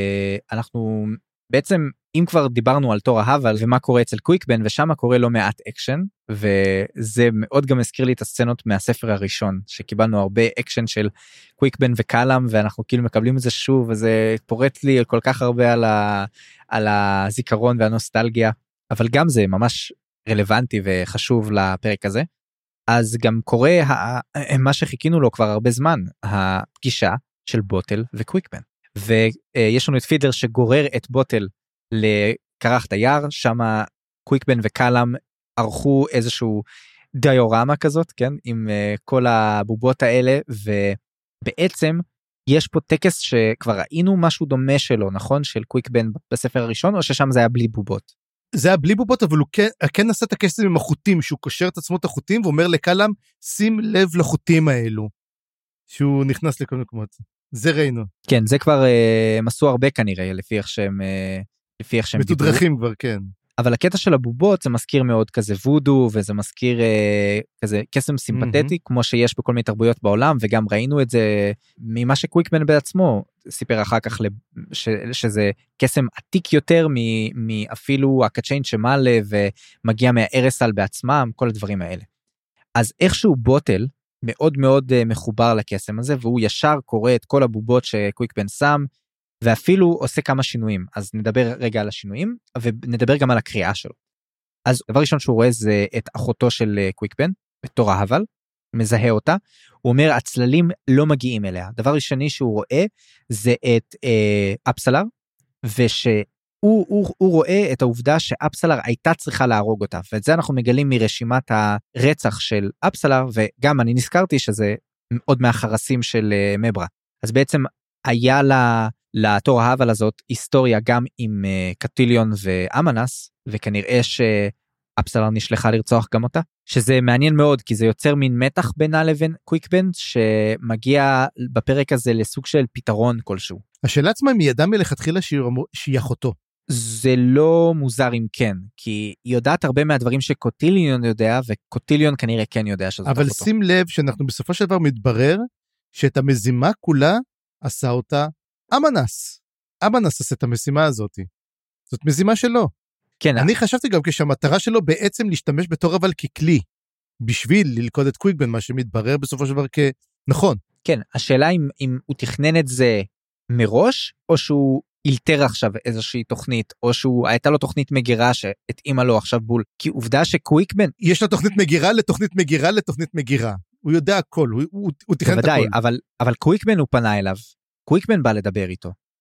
ואנחנו בעצם, אם כבר דיברנו על תור ההבל, ומה קורה אצל קוויקבן, ושם קורה לא מעט אקשן, וזה מאוד גם הזכיר לי את הסצנות מהספר הראשון, שקיבלנו הרבה אקשן של קוויקבן וקלאם, ואנחנו כאילו מקבלים את זה שוב, וזה פורט לי כל כך הרבה על הזיכרון והנוסטלגיה, אבל גם זה ממש רלוונטי וחשוב לפרק הזה. אז גם קורה מה שחיכינו לו כבר הרבה זמן, הפגישה של בוטל וקוויקבן. ויש לנו את פידלר שגורר את בוטל לקרחת היער, שם קוויקבן וקלאם ערכו איזשהו דיורמה כזאת, כן, עם כל הבובות האלה, ובעצם יש פה טקס שכבר ראינו משהו דומה שלו, נכון? של קוויקבן בספר הראשון, או ששם זה היה בלי בובות? זה היה בלי בובות, אבל הוא כן עשה את הקסם עם החוטים, שהוא קושר את עצמו את החוטים, ואומר לקלאם, שים לב לחוטים האלו, שהוא נכנס לכל מקומות. זה ראינו. כן, זה כבר הם עשו הרבה כנראה, לפי איך שהם מתודרכים כבר, כן. אבל הקטע של הבובות זה מזכיר מאוד כזה וודו, וזה מזכיר כזה קסם סימפתטי, כמו שיש בכל מיני תרבויות בעולם, וגם ראינו את זה ממה שקוויקבן בעצמו סיפר אחר כך, שזה קסם עתיק יותר מאפילו הקצ'יין שמעלה, ומגיע מהארסל בעצמם, כל הדברים האלה. אז איכשהו בוטל מאוד מאוד מחובר לקסם הזה, והוא ישר קורא את כל הבובות שקוויקבן שם, ואפילו עושה כמה שינויים. אז נדבר רגע על השינויים, ונדבר גם על הקריאה שלו. אז דבר ראשון שהוא רואה זה את אחותו של קוויקבן, בתור ההבל, מזהה אותה, הוא אומר הצללים לא מגיעים אליה. דבר ראשני שהוא רואה זה את אפסלר, ושהוא רואה את העובדה שאפסלר הייתה צריכה להרוג אותה, ואת זה אנחנו מגלים מרשימת הרצח של אפסלר, וגם אני נזכרתי שזה עוד מהחרסים של מברה. אז בעצם היה לתור ההבל הזאת היסטוריה גם עם קטיליון ואמנס, וכנראה שאפסלר נשלחה לרצוח גם אותה, שזה מעניין מאוד, כי זה יוצר מין מתח בינה לבין קוויקבן, שמגיע בפרק הזה לסוג של פתרון כלשהו. השאלה עצמה אם היא ידעה מלכתחילה שהיא אחותו. זה לא מוזר אם כן, כי היא יודעת הרבה מהדברים שקוטיליון יודע, וקוטיליון כנראה כן יודע שזאת אחותו. אבל שים לב שאנחנו בסופו של דבר מתברר, שאת המזימה כולה עשה אותה אמנס עשה את המשימה הזאת. זאת מזימה שלו. כן. אני חשבתי גם כשהמטרה שלו בעצם להשתמש בתור אבל ככלי, בשביל ללכוד את קוויקבן, מה שמתברר בסופו של דבר כנכון. כן, השאלה אם הוא תכנן את זה מראש, או שהוא ילתר עכשיו איזושהי תוכנית, או שהוא הייתה לו תוכנית מגירה שהתאימה לו עכשיו בול, כי עובדה שקוויקבן... יש לו תוכנית מגירה לתוכנית מגירה לתוכנית מגירה. הוא יודע הכל, הוא תכנן את הכל. אבל קוויקבן הוא פנה אליו. קוויקבן בא לדבר איתו.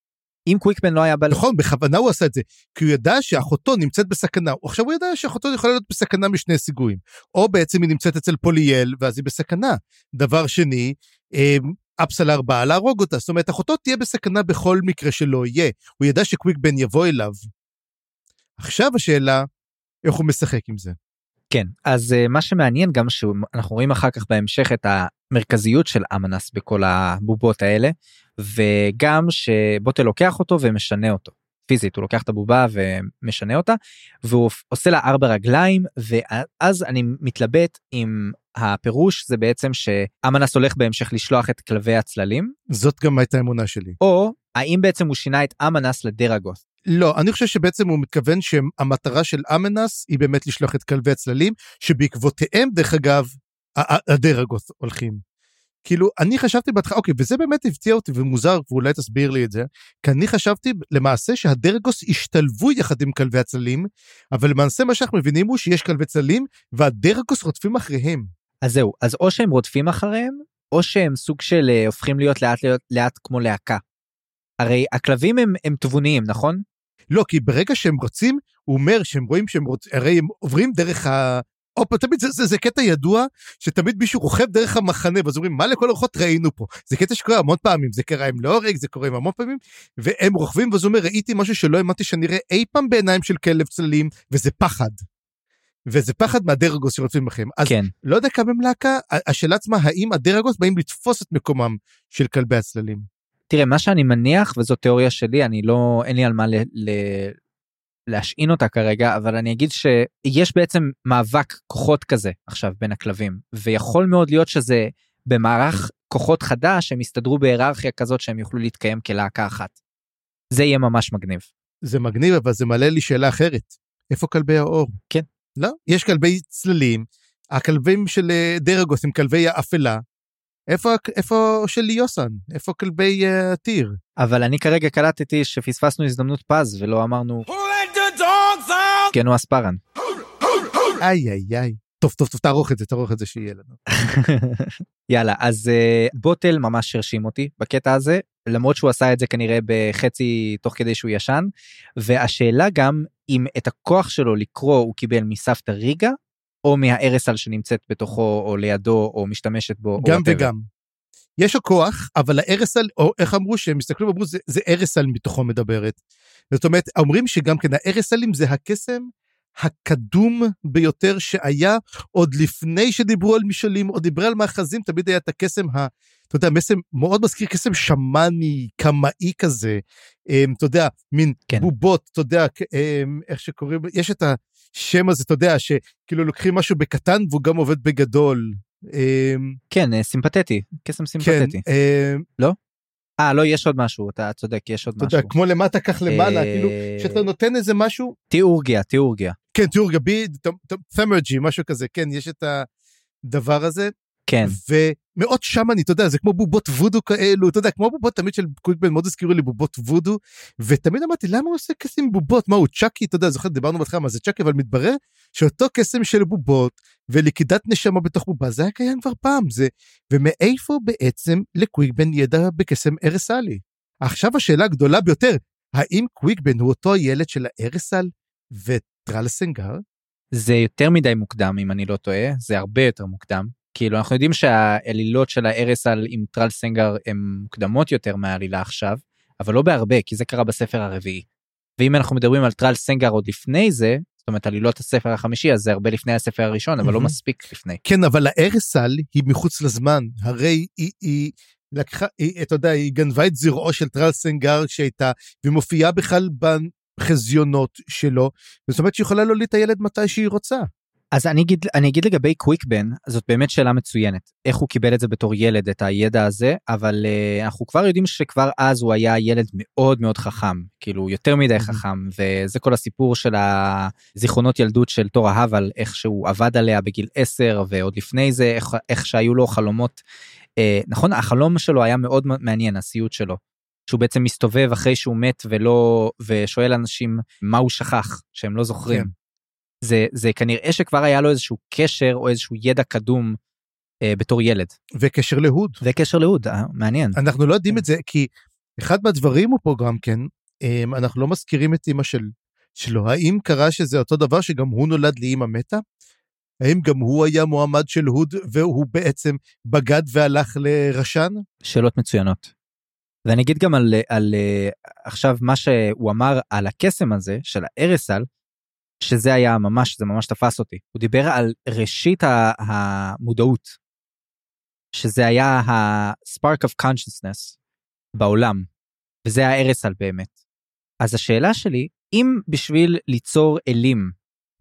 אם קוויקבן לא היה נכון, בכוונה הוא עשה את זה, כי הוא ידע שאחותו נמצאת בסכנה, עכשיו הוא ידע שאחותו יכולה להיות בסכנה משני סיגויים, או בעצם היא נמצאת אצל פוליאל, ואז היא בסכנה. דבר שני, אפסלר באה להרוג אותה, זאת אומרת, אחותו תהיה בסכנה בכל מקרה שלא יהיה, הוא ידע שקוויקבן יבוא אליו. עכשיו השאלה, איך הוא משחק עם זה? כן, אז מה שמעניין גם שאנחנו רואים אחר כך בהמשך את המרכזיות של אמנס בכל הבובות האלה, וגם שבוטל לוקח אותו ומשנה אותו. פיזית, הוא לוקח את הבובה ומשנה אותה, והוא עושה לה 4 רגליים, ואז אני מתלבט עם הפירוש, זה בעצם שאמנס הולך בהמשך לשלוח את כלבי הצללים. זאת גם הייתה האמונה שלי. או האם בעצם הוא שינה את אמנס לדרגות? לא, אני חושב שבעצם הוא מתכוון שהמטרה של אמנס היא באמת לשלוח את כלבי הצללים, שבעקבותיהם דרך אגב, הדרגות הולכים. כאילו, אני חשבתי בהתחלה, אוקיי, וזה באמת הפתיע אותי ומוזר, ואולי תסביר לי את זה, כי אני חשבתי למעשה שהדרגוס השתלבו יחד עם כלבי הצללים, אבל למעשה מה שאנחנו מבינים הוא שיש כלבי צללים, והדרגוס רודפים אחריהם. אז זהו, אז או שהם רודפים אחריהם, או שהם סוג של הופכים להיות לאט כמו להקה. הרי הכלבים הם תבוניים, נכון? לא, כי ברגע שהם רוצים, הוא אומר שהם רואים שהם רוצים, הרי הם עוברים דרך תמיד זה קטע ידוע, שתמיד מישהו רוכב דרך המחנה, ואז אומרים, מה לכל אורחות ראינו פה? זה קטע שקורה המון פעמים, זה קרה עם להורג, זה קורה עם המון פעמים, והם רוכבים, ואז הוא אומר, ראיתי משהו שלא האמנתי שאני אראה אי פעם בעיניים של כלב צללים, וזה פחד. וזה פחד מהדרגוס שרודפים לכם. אז כן. לא יודע כמה הם להקה, השאלה עצמה, האם הדרגוס באים לתפוס את מקומם של כלבי הצללים? תראה, מה שאני מניח, וזו תיאוריה שלי, אין לי על מה להשעין אותה כרגע, אבל אני אגיד שיש בעצם מאבק כוחות כזה עכשיו בין הכלבים, ויכול מאוד להיות שזה במערך כוחות חדש, הם יסתדרו בהיררכיה כזאת שהם יוכלו להתקיים כלהקה אחת. זה יהיה ממש מגניב. זה מגניב, אבל זה מעלה לי שאלה אחרת. איפה כלבי האור? כן. לא, יש כלבי צללים, הכלבים של דרגוס הם כלבי האפלה, איפה של ליוסן? איפה כלבי טיר? אבל אני כרגע קלטתי שפספסנו הזדמנות פז, ולא אמרנו כן הוא אספרן. איי. טוב, תערוך את זה שיהיה לנו. יאללה, אז בוטל ממש הרשים אותי בקטע הזה, למרות שהוא עשה את זה כנראה בחצי תוך כדי שהוא ישן, והשאלה גם אם את הכוח שלו לקרוא הוא קיבל מסבתא ריגה, או מהארסל שנמצאת בתוכו, או לידו, או משתמשת בו. גם וגם. יש לו כוח, אבל הארסל, או איך אמרו שהם מסתכלו ואמרו, זה ארסל מתוכו מדברת. זאת אומרת, אומרים שגם כן הארסלים זה הקסם הקדום ביותר שהיה, עוד לפני שדיברו על משלים, או דיברו על מאחזים, תמיד היה את הקסם, אתה יודע, מאוד מזכיר קסם שמני, קמאי כזה, אתה יודע, מין כן. בובות, אתה יודע, איך שקוראים, יש את השם הזה, אתה יודע, שכאילו לוקחים משהו בקטן, והוא גם עובד בגדול. כן, סימפתטי, קסם סימפתטי. לא? לא, יש עוד משהו, אתה צודק, יש עוד משהו. אתה יודע, כמו למטה כך למעלה, כאילו, שאתה נותן איזה משהו. תיאורגיה. כן, תיאורגיה, תמרג'י, משהו כזה, כן, יש את הדבר הזה. כן. ומאוד שמני, אתה יודע, זה כמו בובות וודו כאלו, אתה יודע, כמו בובות תמיד של קוויקבן, מאוד הזכירו לי בובות וודו, ותמיד אמרתי, למה הוא עושה קסם בובות? מה הוא, צ'קי, אתה יודע, זוכר, דיברנו בהתחלה מה זה צ'קי, אבל מתברר שאותו קסם של בובות, וליקידת נשמה בתוך בובה, זה היה קיים כבר פעם, ומאיפה בעצם לקוויקבן ידע בקסם ארסלי? עכשיו השאלה הגדולה ביותר, האם קוויקבן הוא אותו הילד של הארסל וטרלסנגר? זה יותר מדי מוקדם, אם אני לא טועה, זה הרבה יותר מוקדם. כאילו אנחנו יודעים שהעלילות של הארסל עם טרלסנגר הן מוקדמות יותר מהעלילה עכשיו, אבל לא בהרבה, כי זה קרה בספר הרביעי. ואם אנחנו מדברים על טרלסנגר עוד לפני זה, זאת אומרת עלילות הספר החמישי, אז זה הרבה לפני הספר הראשון, אבל לא מספיק לפני. כן, אבל הארסל היא מחוץ לזמן, הרי היא לקחה, אתה יודע, היא גנבה את זרעו של טרלסנגר שהייתה, ומופיעה בכלל בחזיונות שלו, זאת אומרת שהיא יכולה להוליד את הילד מתי שהיא רוצה. אז אני אגיד לגבי קוויקבן, זאת באמת שאלה מצוינת, איך הוא קיבל את זה בתור ילד, את הידע הזה, אבל אנחנו כבר יודעים שכבר אז הוא היה ילד מאוד מאוד חכם, כאילו יותר מדי חכם, וזה כל הסיפור של הזיכרונות ילדות של תור ההבל, איך שהוא עבד עליה בגיל 10, ועוד לפני זה, איך שהיו לו חלומות, נכון, החלום שלו היה מאוד מעניין, הסיוט שלו, שהוא בעצם מסתובב אחרי שהוא מת ושואל אנשים מה הוא שכח, שהם לא זוכרים. כן. זה כנראה שכבר היה לו איזשהו קשר או איזשהו ידע קדום בתור ילד. וקשר להוד. מעניין. אנחנו לא יודעים את זה, כי אחד מהדברים הוא פה גם כן, אנחנו לא מזכירים את אמא שלו. האם קרה שזה אותו דבר שגם הוא נולד לאמא מתה? האם גם הוא היה מועמד של הוד, והוא בעצם בגד והלך לרשן? שאלות מצוינות. ואני אגיד גם על עכשיו מה שהוא אמר על הקסם הזה, של הארסל, שזה היה ממש, זה ממש תפס אותי. הוא דיבר על ראשית המודעות, שזה היה ה-spark of consciousness בעולם, וזה הארסל באמת. אז השאלה שלי, אם בשביל ליצור אלים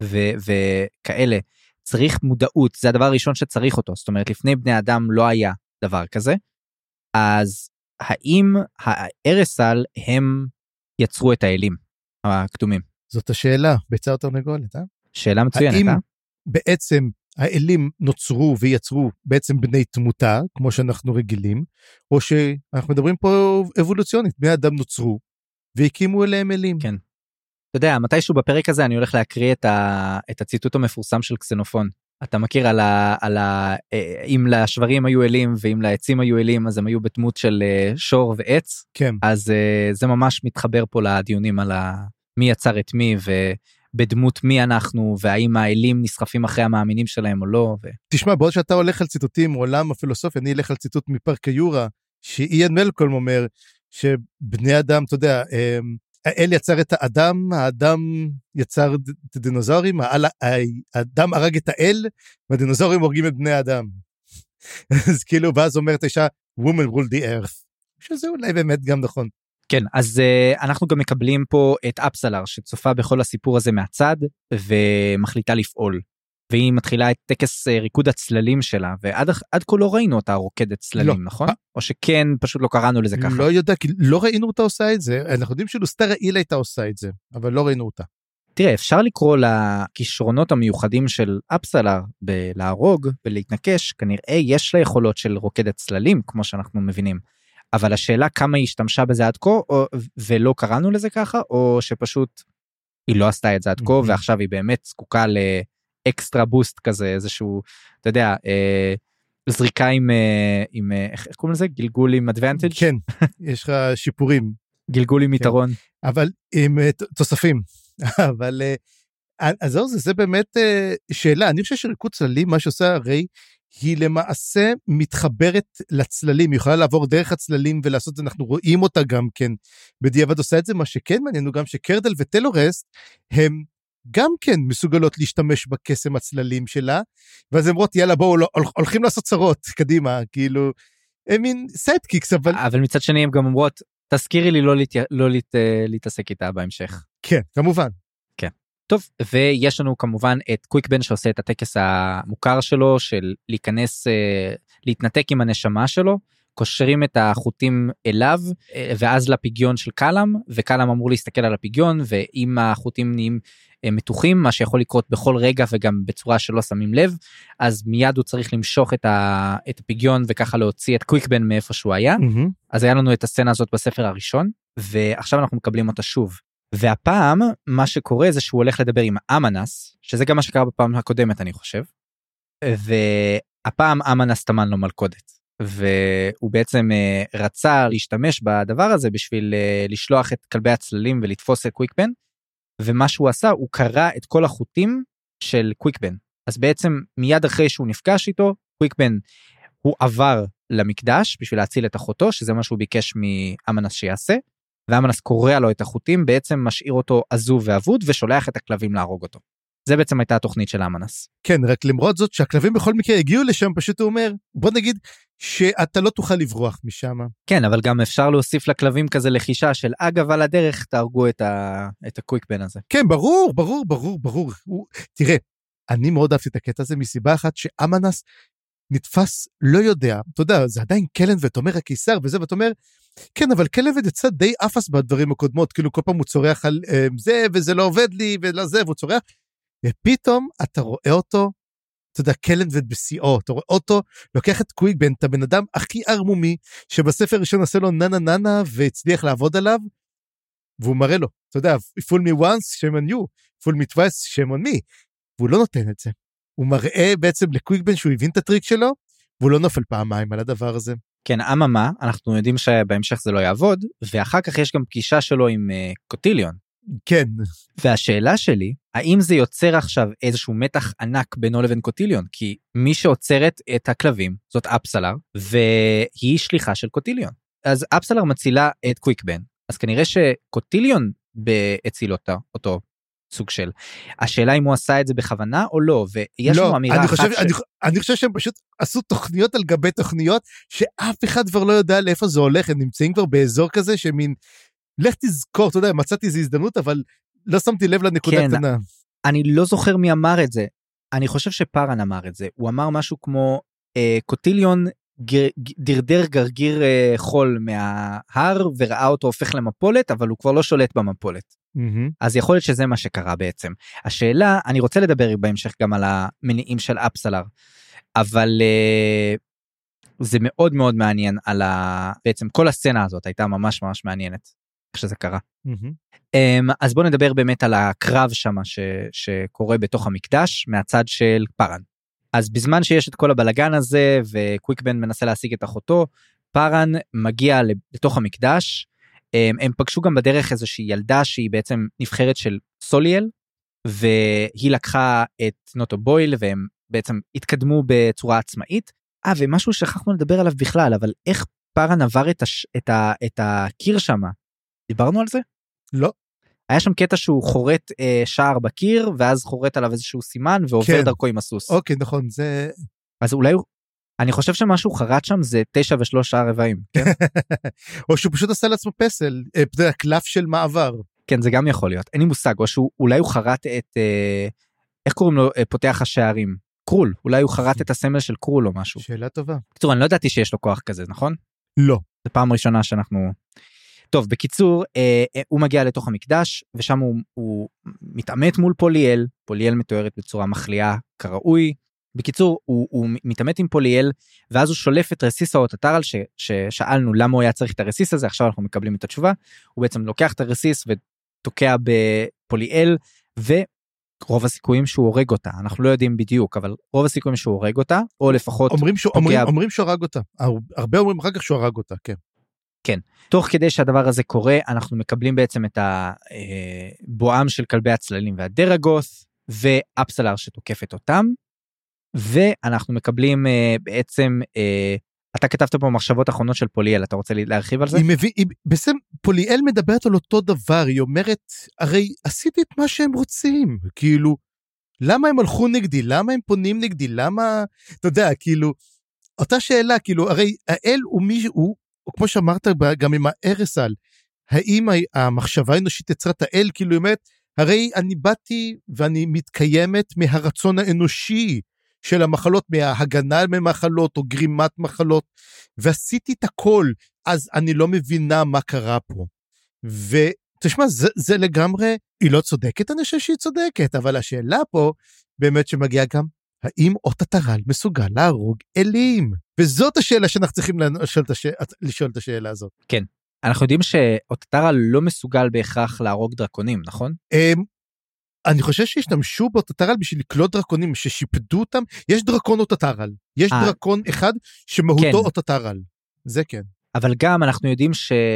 וכאלה, צריך מודעות, זה הדבר הראשון שצריך אותו, זאת אומרת, לפני בני אדם לא היה דבר כזה, אז האם הארסל הם יצרו את האלים הקדומים? זאת השאלה, ביצה או תרנגולת, שאלה מצוינת, האם בעצם האלים נוצרו ויצרו בעצם בני תמותה, כמו שאנחנו רגילים, או שאנחנו מדברים פה אבולוציונית, בני אדם נוצרו והקימו אליהם אלים. כן. אתה יודע, מתישהו בפרק הזה אני הולך להקריא את הציטוט המפורסם של קסנופון. אתה מכיר אם לשברים היו אלים ואם לעצים היו אלים, אז הם היו בדמות של שור ועץ. כן. אז זה ממש מתחבר פה לדיונים על מי יצר את מי ובדמות מי אנחנו, והאם האלים נסחפים אחרי המאמינים שלהם או לא. תשמע, בעוד שאתה הולך על ציטוטים מעולם הפילוסופיה, אני אלך על ציטוט מפרקיורה, שאיין מלקולם אומר שבני אדם, אתה יודע, האל יצר את האדם, האדם יצר את הדינוזאורים, האדם הרג את האל, והדינוזאורים הורגים את בני האדם. אז כאילו, ואז אומרת האישה, woman rule the earth, שזה אולי באמת גם נכון. כן, אז אנחנו גם מקבלים פה את אפסלר, שצופה בכל הסיפור הזה מהצד, ומחליטה לפעול. והיא מתחילה את טקס ריקוד הצללים שלה, ועד כה לא ראינו אותה רוקדת צללים, לא. נכון? או שכן, פשוט לא קראנו לזה ככה. לא יודע, כי לא ראינו אותה עושה את זה, אנחנו יודעים שלוסטרה אילה הייתה עושה את זה, אבל לא ראינו אותה. תראה, אפשר לקרוא לכישרונות המיוחדים של אפסלר, בלהרוג ולהתנקש, כנראה יש לה יכולות של רוקדת צללים, כמו שאנחנו מבינים, אבל השאלה כמה היא השתמשה בזה עד כה, ולא קראנו לזה ככה, או שפשוט היא לא עשתה את זה עד כה, ועכשיו היא באמת זקוקה אקסטרה בוסט כזה, איזשהו, אתה יודע, זריקה עם איך קוראים לזה? גלגול עם אדוונטג'? כן, יש לך שיפורים. גלגול עם יתרון. אבל עם תוספים. אבל, אז זה באמת שאלה, אני חושב שריקוד צללים, מה שעושה הרי, היא למעשה מתחברת לצללים, היא יכולה לעבור דרך הצללים ולעשות את זה, אנחנו רואים אותה גם כן, בדיעבד עושה את זה, מה שכן מעניין הוא גם שקרדל וטלורסט, הם גם כן מסוגלות להשתמש בקסם הצללים שלה, ואז הם אומרות, יאללה בואו, הולכים לעשות צרות, קדימה, כאילו, הם מין סיידקיקס, אבל מצד שני הם גם אומרות, תזכירי לי לא להתעסק איתה בהמשך. כן, כמובן. כן. טוב, ויש לנו כמובן את קוויקבן שעושה את הטקס המוכר שלו, של להיכנס, להתנתק עם הנשמה שלו, קושרים את החוטים אליו, ואז לפיגיון של קלם, וקלם אמור להסתכל על הפיגיון, ואם החוטים נהיים מתוחים, מה שיכול לקרות בכל רגע, וגם בצורה שלא שמים לב, אז מיד הוא צריך למשוך את הפיגיון, וככה להוציא את קוויקבן מאיפה שהוא היה, אז היה לנו את הסצנה הזאת בספר הראשון, ועכשיו אנחנו מקבלים אותה שוב, והפעם מה שקורה זה שהוא הולך לדבר עם אמנס, שזה גם מה שקרה בפעם הקודמת אני חושב, והפעם אמנס תמן לו מלכודת, והוא בעצם רצה להשתמש בדבר הזה בשביל לשלוח את כלבי הצללים ולתפוס את קוויקבן, ומה שהוא עשה, הוא קרא את כל החוטים של קוויקבן. אז בעצם מיד אחרי שהוא נפגש איתו, קוויקבן הוא עבר למקדש בשביל להציל את אחותו, שזה מה שהוא ביקש מאמנס שיעשה, ואמנס קורא לו את החוטים, בעצם משאיר אותו עזוב ועבוד, ושולח את הכלבים להרוג אותו. זה בעצם הייתה התוכנית של אמנס. כן, רק למרות זאת שהכלבים בכל מקרה הגיעו לשם, פשוט הוא אומר, בוא נגיד שאתה לא תוכל לברוח משם. כן, אבל גם אפשר להוסיף לכלבים כזה לחישה של אגב על הדרך תהרגו את הקוויקבן הזה. כן, ברור. תראה, אני מאוד אהבתי את הקטע הזה מסיבה אחת שאמנס נתפס לא יודע, אתה יודע, זה עדיין קלנבט, אומר הקיסר וזה, ואתה אומר, כן, אבל קלנבט יצא די אפס בדברים הקודמות, כאילו כל פעם הוא צורח על זה, וזה לא עובד לי, ולזה, והוא צורח, ופתאום אתה רואה אותו, אתה יודע, קלנבט בשיאו, אתה רואה אותו, לוקח את קוויקבן, את הבן אדם הכי ערמומי, שבספר הראשון עושה לו ננה, והצליח לעבוד עליו, והוא מראה לו, אתה יודע, fool me once, shame on you, fool me twice, shame on me, והוא לא נותן את זה. הוא מראה בעצם לקוויקבן שהוא הבין את הטריק שלו, והוא לא נופל פעמיים על הדבר הזה. כן, אממה, אנחנו יודעים שבהמשך זה לא יעבוד, ואחר כך יש גם פגישה שלו עם קוטיליון. כן. והשאלה שלי, האם זה יוצר עכשיו איזשהו מתח ענק בינו לבין קוטיליון? כי מי שעוצרת את הכלבים זאת אפסלר, והיא שליחה של קוטיליון. אז אפסלר מצילה את קוויקבן, אז כנראה שקוטיליון הציל אותו סוג של. השאלה אם הוא עשה את זה בכוונה או לא, ויש לנו אמירה אחת אני חושב שהם פשוט עשו תוכניות על גבי תוכניות, שאף אחד כבר לא יודע לאיפה זה הולך, הם נמצאים כבר באזור כזה, שמין, לך תזכור, אתה יודע, מצאתי איזו הזדמנות, אבל לא שמתי לב לנקודה קטנה. אני לא זוכר מי אמר את זה, אני חושב שפארן אמר את זה, הוא אמר משהו כמו, קוטיליון דרדר גרגיר חול מההר, וראה אותו הופך למפולת, אבל הוא כבר לא שולט במפולת. אז יכול להיות שזה מה שקרה בעצם. השאלה, אני רוצה לדבר בהמשך גם על המניעים של אפסלר, אבל זה מאוד מאוד מעניין על בעצם כל הסצנה הזאת הייתה ממש ממש מעניינת, איך שזה קרה. אז בואו נדבר באמת על הקרב שם שקורה בתוך המקדש, מהצד של פארן. אז בזמן שיש את כל הבלגן הזה, וקוויקבן מנסה להשיג את אחותו, פארן מגיע לתוך המקדש, הם פגשו גם בדרך איזושהי ילדה שהיא בעצם נבחרת של סוליאל, והיא לקחה את נוטו בויל, והם בעצם התקדמו בצורה עצמאית. ומשהו שכחנו לדבר עליו בכלל, אבל איך פארן עבר את הקיר שם? דיברנו על זה? לא. היה שם קטע שהוא חורט שער בקיר, ואז חורט עליו איזשהו סימן, ועובר דרכו עם הסוס. אוקיי, נכון, זה... אז אולי אני חושב שמשהו חרט שם זה 9.75, כן? או שהוא פשוט עשה לעצמו פסל, קלף של מעבר. כן, זה גם יכול להיות. אין לי מושג, או שאולי הוא חרט את, איך קוראים לו, פותח השערים? קרול, אולי הוא חרט את הסמל של קרול או משהו. שאלה טובה. בקיצור, אני לא ידעתי שיש לו כוח כזה, נכון? לא. זו פעם ראשונה שאנחנו... טוב, בקיצור, הוא מגיע לתוך המקדש, ושם הוא מתעמת מול פוליאל, פוליאל מתוארת בצורה מחליאה כראוי, בקיצור, הוא מתעמת עם פוליאל, ואז הוא שולף את רסיס האוטטרל, ששאלנו למה הוא היה צריך את הרסיס הזה, עכשיו אנחנו מקבלים את התשובה, הוא בעצם לוקח את הרסיס ותוקע בפוליאל, ורוב הסיכויים שהוא הורג אותה, אנחנו לא יודעים בדיוק, אבל רוב הסיכויים שהוא הורג אותה, או לפחות... אומרים שהוא הרג אותה, הרבה אומרים אחר כך שהוא הרג אותה, כן. כן, תוך כדי שהדבר הזה קורה, אנחנו מקבלים בעצם את הבואם של כלבי הצללים והדרגוס, ואפסלר שתוקפת אותם, ואנחנו מקבלים בעצם, אתה כתבת פה מחשבות אחרונות של פוליאל, אתה רוצה להרחיב על זה? בעצם פוליאל מדברת על אותו דבר, היא אומרת, הרי עשיתי את מה שהם רוצים, כאילו, למה הם הלכו נגדי, למה הם פונים נגדי, למה, אתה יודע, כאילו, אותה שאלה, כאילו, הרי האל הוא מישהו, או כמו שאמרת גם עם הארסל, האם המחשבה האנושית יצרת האל, כאילו, באמת, הרי אני באתי ואני מתקיימת מהרצון האנושי, של המחלות, מההגנה ממחלות או גרימת מחלות, ועשיתי את הכל, אז אני לא מבינה מה קרה פה. ותשמע, זה לגמרי, היא לא צודקת, אני חושב שהיא צודקת, אבל השאלה פה, באמת שמגיעה גם, האם אוטטרל מסוגל להרוג אלים? וזאת השאלה שאנחנו צריכים לשאול את השאלה הזאת. כן, אנחנו יודעים שאוטטרל לא מסוגל בהכרח להרוג דרקונים, נכון? אני חושב שהשתמשו באוטטרל בשביל לקלוט דרקונים ששיפדו אותם, יש דרקון אוטטרל, יש דרקון אחד שמהותו אוטטרל, זה כן. אבל גם אנחנו יודעים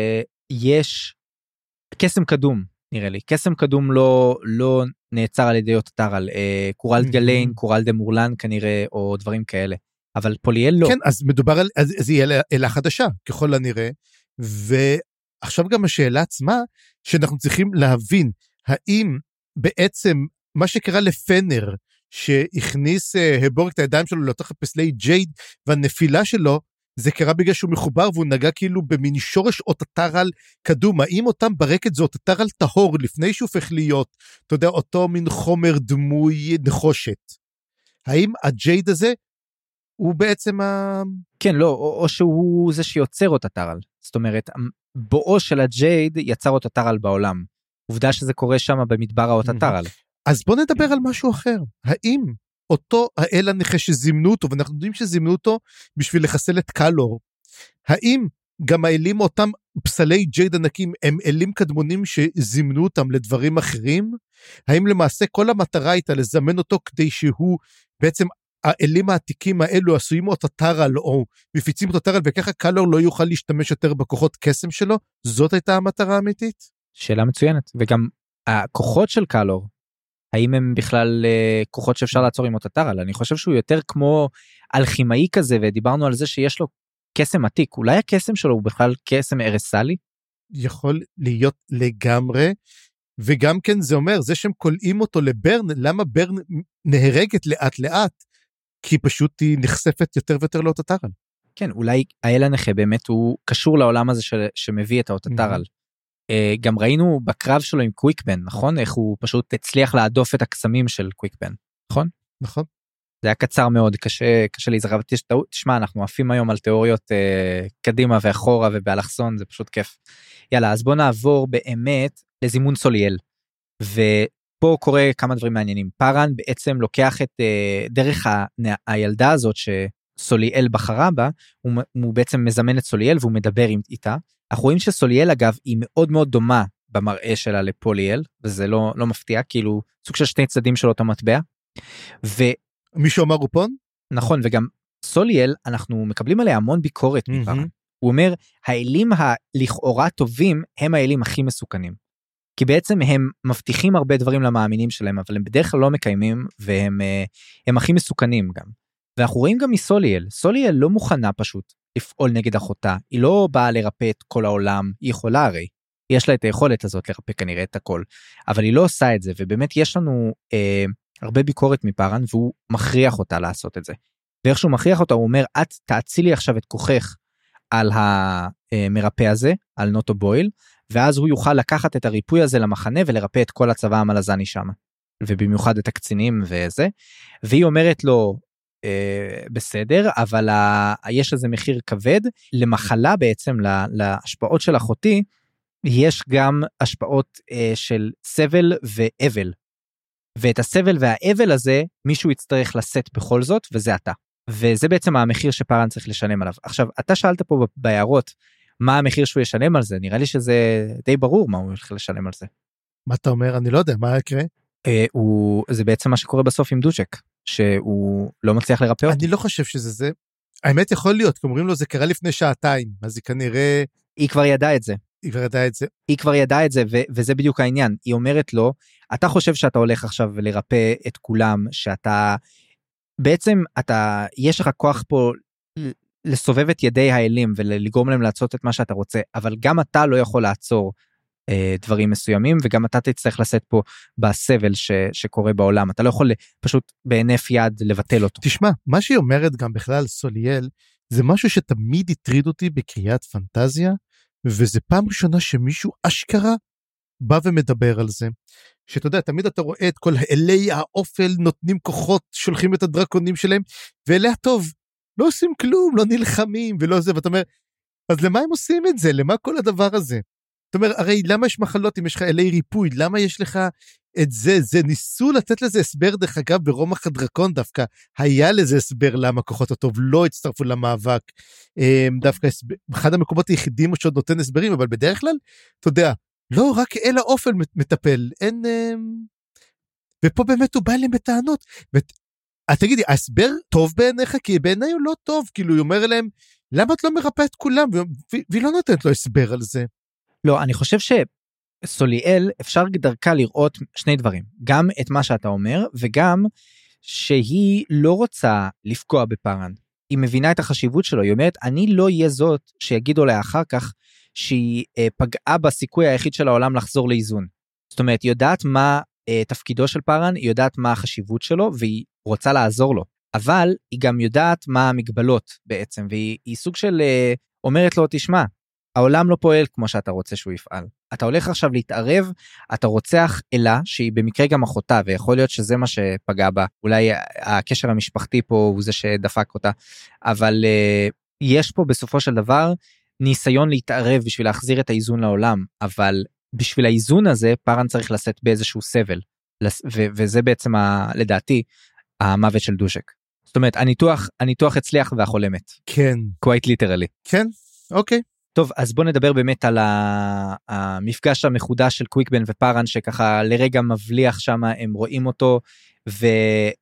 שיש קסם קדום, נראה לי, קסם קדום לא נעצר על ידי אוטטרל, קורל גליין, קורל דה מורלן כנראה, או דברים כאלה, אבל פוליאל לא. כן, אז מדובר על, אז היא אלה חדשה, ככל הנראה, ועכשיו גם השאלה עצמה, שאנחנו צריכים להבין, האם בעצם מה שקרה לפנר, שהכניס הבורג את הידיים שלו לתוך הפסלי ג'ייד, והנפילה שלו, זה קרה בגלל שהוא מחובר, והוא נגע כאילו במין שורש אוטטרל קדום, האם אותם ברקת זה אוטטרל טהור, לפני שהוא הופך להיות, אתה יודע, אותו מין חומר דמוי נחושת, האם הג'ייד הזה, הוא בעצם כן, לא, או שהוא זה שיוצר אוטטרל, זאת אומרת, בואו של הג'ייד יצר אוטטרל בעולם, עובדה שזה קורה שם במדבר האוטטרל. אז בוא נדבר על משהו אחר. האם אותו האל הנחש שזימנו אותו, ואנחנו יודעים שזימנו אותו בשביל לחסל את קלור, האם גם האלים אותם פסלי ג'ייד ענקים הם אלים קדמונים שזימנו אותם לדברים אחרים? האם למעשה כל המטרה הייתה לזמן אותו כדי שהוא בעצם האלים העתיקים האלו עשויים אותה טרל, או מפיצים אותה טרל, וככה קלור לא יוכל להשתמש יותר בכוחות קסם שלו? זאת הייתה המטרה האמיתית? שאלה מצוינת, וגם הכוחות של קלור, האם הם בכלל כוחות שאפשר לעצור עם אותה טרל? אני חושב שהוא יותר כמו אלכימאי כזה, ודיברנו על זה שיש לו קסם עתיק, אולי הקסם שלו הוא בכלל קסם ארסלי? יכול להיות לגמרי, וגם כן זה אומר, זה שהם קולעים אותו לברן, למה ברן נהרגת לאט לאט? כי פשוט היא נחשפת יותר ויותר לאותה טרל. כן, אולי האל הנכה באמת הוא קשור לעולם הזה שמביא את האותה טרל. גם ראינו בקרב שלו עם קוויקבן, נכון? איך הוא פשוט הצליח להדוף את הקסמים של קוויקבן, נכון? נכון. זה היה קצר מאוד, קשה להיזכר, תשמע, אנחנו עפים היום על תיאוריות קדימה ואחורה ובאלכסון, זה פשוט כיף. יאללה, אז בוא נעבור באמת לזימון סוליאל, ופה קורה כמה דברים מעניינים. פארן בעצם לוקח את דרך הילדה הזאת שסוליאל בחרה בה, הוא בעצם מזמן את סוליאל והוא מדבר איתה. אנחנו רואים שסוליאל אגב היא מאוד מאוד דומה במראה שלה לפוליאל, וזה לא מפתיע, כאילו סוג של שני צדדים של אותו מטבע. מישהו אמר רופון? נכון, וגם סוליאל, אנחנו מקבלים עליה המון ביקורת מפארן. הוא אומר, האלים הלכאורה טובים, הם האלים הכי מסוכנים. כי בעצם הם מבטיחים הרבה דברים למאמינים שלהם, אבל הם בדרך כלל לא מקיימים, והם הכי מסוכנים גם. ואנחנו רואים גם מסוליאל, סוליאל לא מוכנה פשוט לפעול נגד אחותה, היא לא באה לרפא את כל העולם, היא יכולה הרי, יש לה את היכולת הזאת לרפא כנראה את הכל, אבל היא לא עושה את זה, ובאמת יש לנו הרבה ביקורת מפארן, והוא מכריח אותה לעשות את זה. ואיך שהוא מכריח אותה, הוא אומר, את תאצילי עכשיו את כוחך על המרפא הזה, על נוטו בויל, ואז הוא יוכל לקחת את הריפוי הזה למחנה, ולרפא את כל הצבא המלזני שם, ובמיוחד את הקצינים וזה, והיא אומרת לו, בסדר, אבל יש לזה מחיר כבד, למחלה בעצם, להשפעות של אחותי, יש גם השפעות של סבל ואבל, ואת הסבל והאבל הזה, מישהו יצטרך לשאת בכל זאת, וזה אתה. וזה בעצם המחיר שפארן צריך לשלם עליו. עכשיו, אתה שאלת פה בהערות, מה המחיר שהוא ישלם על זה? נראה לי שזה די ברור מה הוא הולך לשלם על זה. מה אתה אומר? אני לא יודע, מה יקרה? זה בעצם מה שקורה בסוף עם דוז'ק, שהוא לא מצליח לרפא אותו. אני לא חושב שזה זה. האמת יכול להיות, כי אומרים לו, זה קרה לפני שעתיים, אז היא כנראה... היא כבר ידעה את זה. היא כבר ידעה את זה, וזה בדיוק העניין. היא אומרת לו, אתה חושב שאתה הולך עכשיו לרפא את כולם, שאתה, בעצם יש לך כוח פה לסובב את ידי האלים, ולגרום להם לעשות את מה שאתה רוצה, אבל גם אתה לא יכול לעצור דברים מסוימים, וגם אתה תצטרך לשאת פה בסבל שקורה בעולם, אתה לא יכול פשוט בהינף יד לבטל אותו. תשמע, מה שהיא אומרת גם בכלל סוליאל, זה משהו שתמיד הטריד אותי בקריאת פנטזיה, וזה פעם ראשונה שמישהו אשכרה בא ומדבר על זה. שאתה יודע, תמיד אתה רואה את כל אלי האופל נותנים כוחות, שולחים את הדרקונים שלהם, ואלי הטוב, לא עושים כלום, לא נלחמים ולא זה, ואתה אומר, אז למה הם עושים את זה? למה כל הדבר הזה? זאת אומרת, הרי למה יש מחלות אם יש לך אלי ריפוי? למה יש לך את זה? זה ניסו לתת לזה הסבר, דרך אגב, ברומח הדרקון דווקא, היה לזה הסבר למה כוחות הטוב לא הצטרפו למאבק, דווקא אחד המקומות היחידים שעוד נותן הסברים, אבל בדרך כלל, אתה יודע, לא רק אל האופל מטפל, אין... ופה באמת הוא בא אליהם בטענות, תגידי, ההסבר טוב בעיניך? כי בעיניי הוא לא טוב, כאילו הוא אומר להם, למה את לא מרפא את כולם? והיא לא נותנת לו הסבר על זה. לא, אני חושב שסוליאל אפשר דרכה לראות שני דברים, גם את מה שאתה אומר, וגם שהיא לא רוצה לפגוע בפארן, היא מבינה את החשיבות שלו, היא אומרת, אני לא אהיה זאת שיגידו לה אחר כך, שהיא פגעה בסיכוי היחיד של העולם לחזור לאיזון. זאת אומרת, היא יודעת מה תפקידו של פארן, היא יודעת מה החשיבות שלו, והיא רוצה לעזור לו, אבל היא גם יודעת מה המגבלות בעצם, והיא סוג של אומרת לו, תשמע, העולם לא פועל כמו שאתה רוצה שהוא יפעל. אתה הולך עכשיו להתערב, אתה רוצח אלה, שהיא במקרה גם אחותה, ויכול להיות שזה מה שפגע בה, אולי הקשר המשפחתי פה הוא זה שדפק אותה, אבל יש פה בסופו של דבר, ניסיון להתערב בשביל להחזיר את האיזון לעולם, אבל בשביל האיזון הזה, פארן צריך לשאת באיזשהו סבל, וזה בעצם לדעתי, המוות של דוז'ק. זאת אומרת, הניתוח הצליח והחולה מת. כן. quite literally. כן, אוקיי. טוב, אז בוא נדבר באמת על המפגש המחודש של קוויקבן ופארן, שככה לרגע מבליח שם, הם רואים אותו,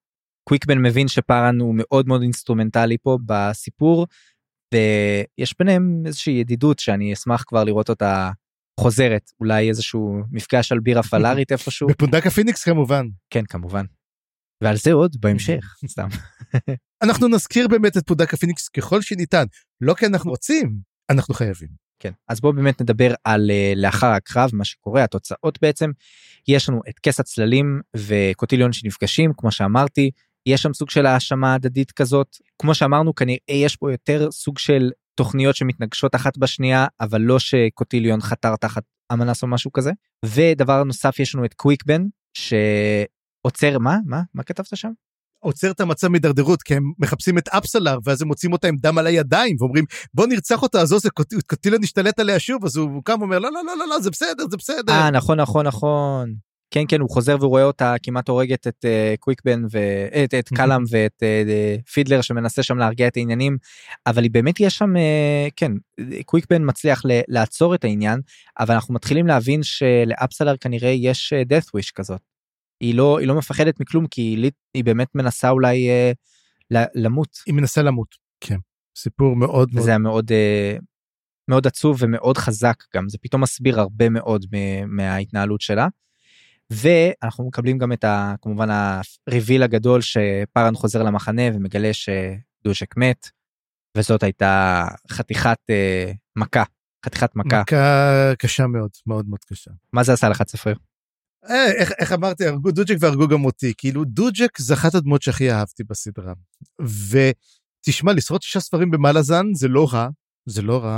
קוויקבן מבין שפארן הוא מאוד מאוד אינסטרומנטלי פה בסיפור, ויש ביניהם איזושהי ידידות שאני אשמח כבר לראות אותה חוזרת, אולי איזשהו מפגש על בירה פלארית איפשהו. בפונדק הפיניקס כמובן. כן, כמובן. ועל זה עוד בהמשך, סתם. אנחנו נזכיר באמת את פונדק הפיניקס ככל שניתן, לא כי אנחנו רוצים, אנחנו חייבים. כן, אז בואו באמת נדבר על לאחר הקרב, מה שקורה, התוצאות בעצם. יש לנו את כס הצללים וקוטיליון שנפגשים, כמו שאמרתי, יש שם סוג של האשמה הדדית כזאת, כמו שאמרנו, כנראה יש פה יותר סוג של תוכניות שמתנגשות אחת בשנייה, אבל לא שקוטיליון חתר תחת אמנס או משהו כזה. ודבר נוסף, יש לנו את קוויקבן, שעוצר, מה כתבת שם? עוצר את המצב מדרדרות, כי הם מחפשים את אפסלר, ואז הם מוצאים אותה עם דם על הידיים, ואומרים, בוא נרצח אותה, אז קוטיליון נשתלט עליה שוב, אז הוא קם ואומר, לא, זה בסדר, זה בסדר. נכון. כן, הוא חוזר ורואה אותה, כמעט הורגת את קוויקבן, את קלאם ואת פידלר, שמנסה שם להרגיע את העניינים, אבל היא באמת יש שם, כן, קוויקבן מצליח לעצור את העניין, אבל אנחנו מתחילים להבין שלאפסלר כנראה יש death wish כזאת. היא לא מפחדת מכלום, כי היא באמת מנסה אולי למות. היא מנסה למות, כן. סיפור מאוד מאוד. וזה היה מאוד עצוב ומאוד חזק גם, זה פתאום מסביר הרבה מאוד מההתנהלות שלה, ואנחנו מקבלים גם את כמובן הריביל הגדול, שפארן חוזר למחנה ומגלה שדוז'ק מת, וזאת הייתה חתיכת מכה. מכה קשה מאוד, מאוד מאוד קשה. מה זה עשה לך צפריר? איך אמרתי, הרגו דוג'ק והרגו גם אותי, כאילו דוג'ק זה אחת הדמות שהכי אהבתי בסדרה, ותשמע, לשרוד 6 ספרים במלאזן, זה לא רע,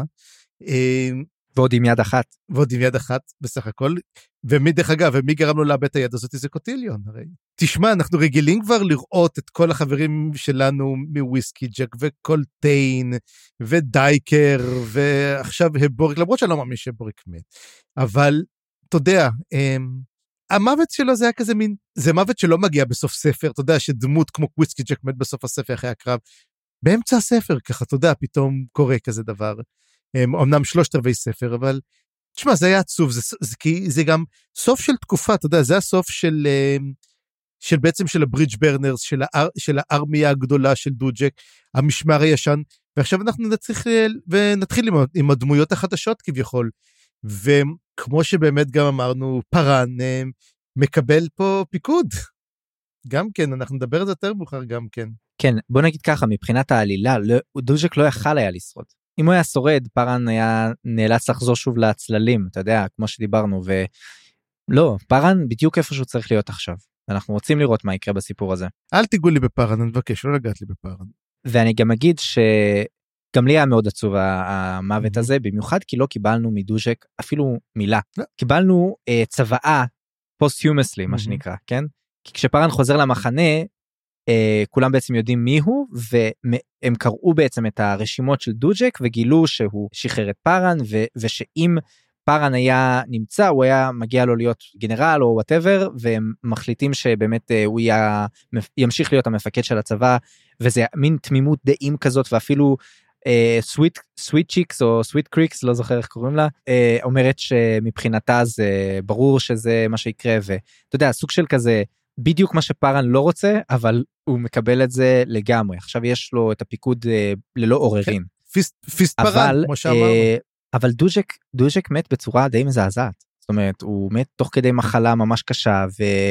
ועוד עם יד אחת, בסך הכל, דרך אגב, ומי גרם לו לאבד את היד הזאת, זה קוטיליון, הרי. תשמע, אנחנו רגילים כבר לראות את כל החברים שלנו, מוויסקי ג'ק, וקולטיין, ודייקר, ועכשיו הבוריק, למרות שאני לא מאמין שהבוריק מת, אבל, אתה יודע, המוות שלו זה היה כזה מין, זה מוות שלא מגיע בסוף ספר, אתה יודע שדמות כמו וויסקי ג'ק מת בסוף הספר אחרי הקרב, באמצע הספר ככה, אתה יודע, פתאום קורה כזה דבר, אמנם 3/4 ספר, אבל תשמע, זה היה עצוב, זה גם סוף של תקופה, אתה יודע, זה הסוף של בעצם של הברידג' ברנרס, של הארמיה הגדולה של דוג'ק, המשמר הישן, ועכשיו אנחנו נתחיל עם הדמויות החדשות כביכול, וכמו שבאמת גם אמרנו, פארן מקבל פה פיקוד, גם כן, אנחנו נדבר על זה יותר מאוחר גם כן. כן, בוא נגיד ככה, מבחינת העלילה, דוג'ק לא יכל היה לשרוד. אם הוא היה שורד, פארן היה נאלץ לחזור שוב לצללים, אתה יודע, כמו שדיברנו, ולא, פארן בדיוק איפה שהוא צריך להיות עכשיו. אנחנו רוצים לראות מה יקרה בסיפור הזה. אל תיגעו לי בפארן, אני מבקש, לא לגעת לי בפארן. ואני גם אגיד שגם לי היה מאוד עצוב המוות הזה, במיוחד כי לא קיבלנו מדוז'ק אפילו מילה. קיבלנו צוואה פוסט-הומסלי, מה שנקרא, כן? כי כשפארן חוזר למחנה, כולם בעצם יודעים מי הוא, והם קראו בעצם את הרשימות של דוג'ק, וגילו שהוא שחרר את פארן, ושאם פארן היה נמצא, הוא היה מגיע לו להיות גנרל או whatever, והם מחליטים שבאמת הוא ימשיך להיות המפקד של הצבא, וזה מין תמימות דעים כזאת, ואפילו סוויט צ'יקס או סוויט קריקס, לא זוכר איך קוראים לה, אומרת שמבחינתה זה ברור שזה מה שיקרה, ואתה יודע, סוג של כזה, בדיוק מה שפארן לא רוצה, אבל הוא מקבל את זה לגמרי. עכשיו יש לו את הפיקוד ללא עוררין. פיסט פארן, כמו שאמרנו. אבל דוז'ק מת בצורה די מזעזעת. זאת אומרת, הוא מת תוך כדי מחלה ממש קשה,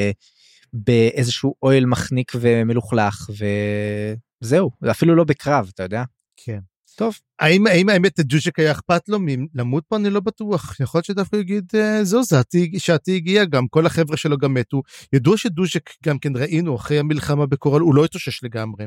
ובאיזשהו אוהל מחניק ומלוכלך, וזהו, אפילו לא בקרב, אתה יודע? כן. טוב. האם האמת דוז'ק היה אכפת לו למות פה? אני לא בטוח. יכול להיות שדווקא יגיד, זו שעתי הגיע גם, כל החבר'ה שלו גם מתו. ידוע שדוז'ק גם כן ראינו, אחרי המלחמה בקורל, הוא לא התאושש לגמרי.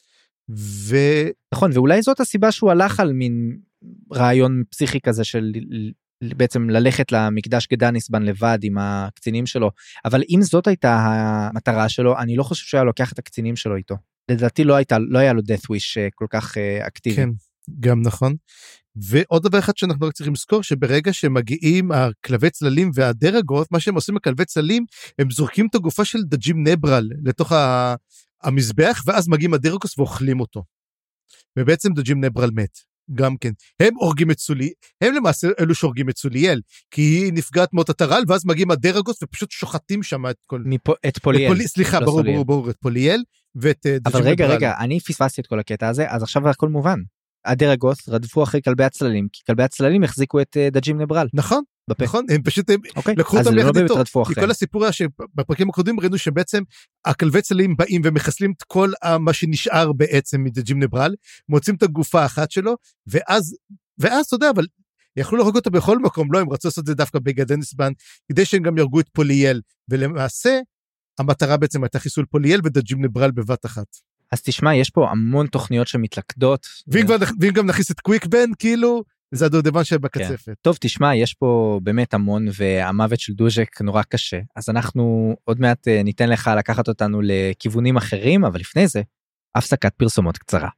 נכון, ואולי זאת הסיבה שהוא הלך על מין רעיון פסיכי כזה של בעצם ללכת למקדש גדניסבן לבד עם הקצינים שלו, אבל אם זאת הייתה המטרה שלו, אני לא חושב שהיה לוקח את הקצינים שלו איתו. לדעתי לא היה לו death wish כל כך אקטיבי. כן, גם נכון. ועוד דבר אחד שאנחנו רק צריכים לזכור, שברגע שמגיעים הכלבי צללים והדרגות, מה שהם עושים בכלבי צללים, הם זורקים את הגופה של דג'ים נברל לתוך המזבח, ואז מגיעים הדרגוס ואוכלים אותו. ובעצם דג'ים נברל מת. גם כן. הם הורגים את סוליאל, הם למעשה אלו שהורגים את סוליאל, כי היא נפגעת מות הטרל, ואז מגיעים הדרגוס ופשוט שוחטים שם את כל... את פוליאל. סליחה, ברור, את פוליאל, ואת אבל רגע, אני פספסתי את כל הקטע הזה, אז עכשיו הכל מובן. הדרגות רדפו אחרי כלבי הצללים, כי כלבי הצללים החזיקו את דג'ים נברל. נכון, נכון, הם פשוט לקחו אותם יחד איתו. כי כל הסיפור היה שבפרקים הקודמים ראינו שבעצם הכלבי צללים באים ומחסלים את כל מה שנשאר בעצם מדג'ים נברל, מוצאים את הגופה האחת שלו, ואז אתה יודע, אבל יכלו להרוג אותו בכל מקום, לא, הם רצו לעשות את זה דווקא בגדנסבן, כדי שהם גם ירגו את פוליאל, ולמעשה המטרה בעצם הייתה חיסול פוליאל ודג'ים נברל בבת אחת. אז תשמע, יש פה המון תוכניות שמתלכדות. ואם גם נכניס את קוויקבן, כאילו, זה הדובדבן שבקצפת. כן. טוב, תשמע, יש פה באמת המון, והמוות של דוז'ק נורא קשה. אז אנחנו עוד מעט ניתן לך לקחת אותנו לכיוונים אחרים, אבל לפני זה, הפסקת פרסומות קצרה.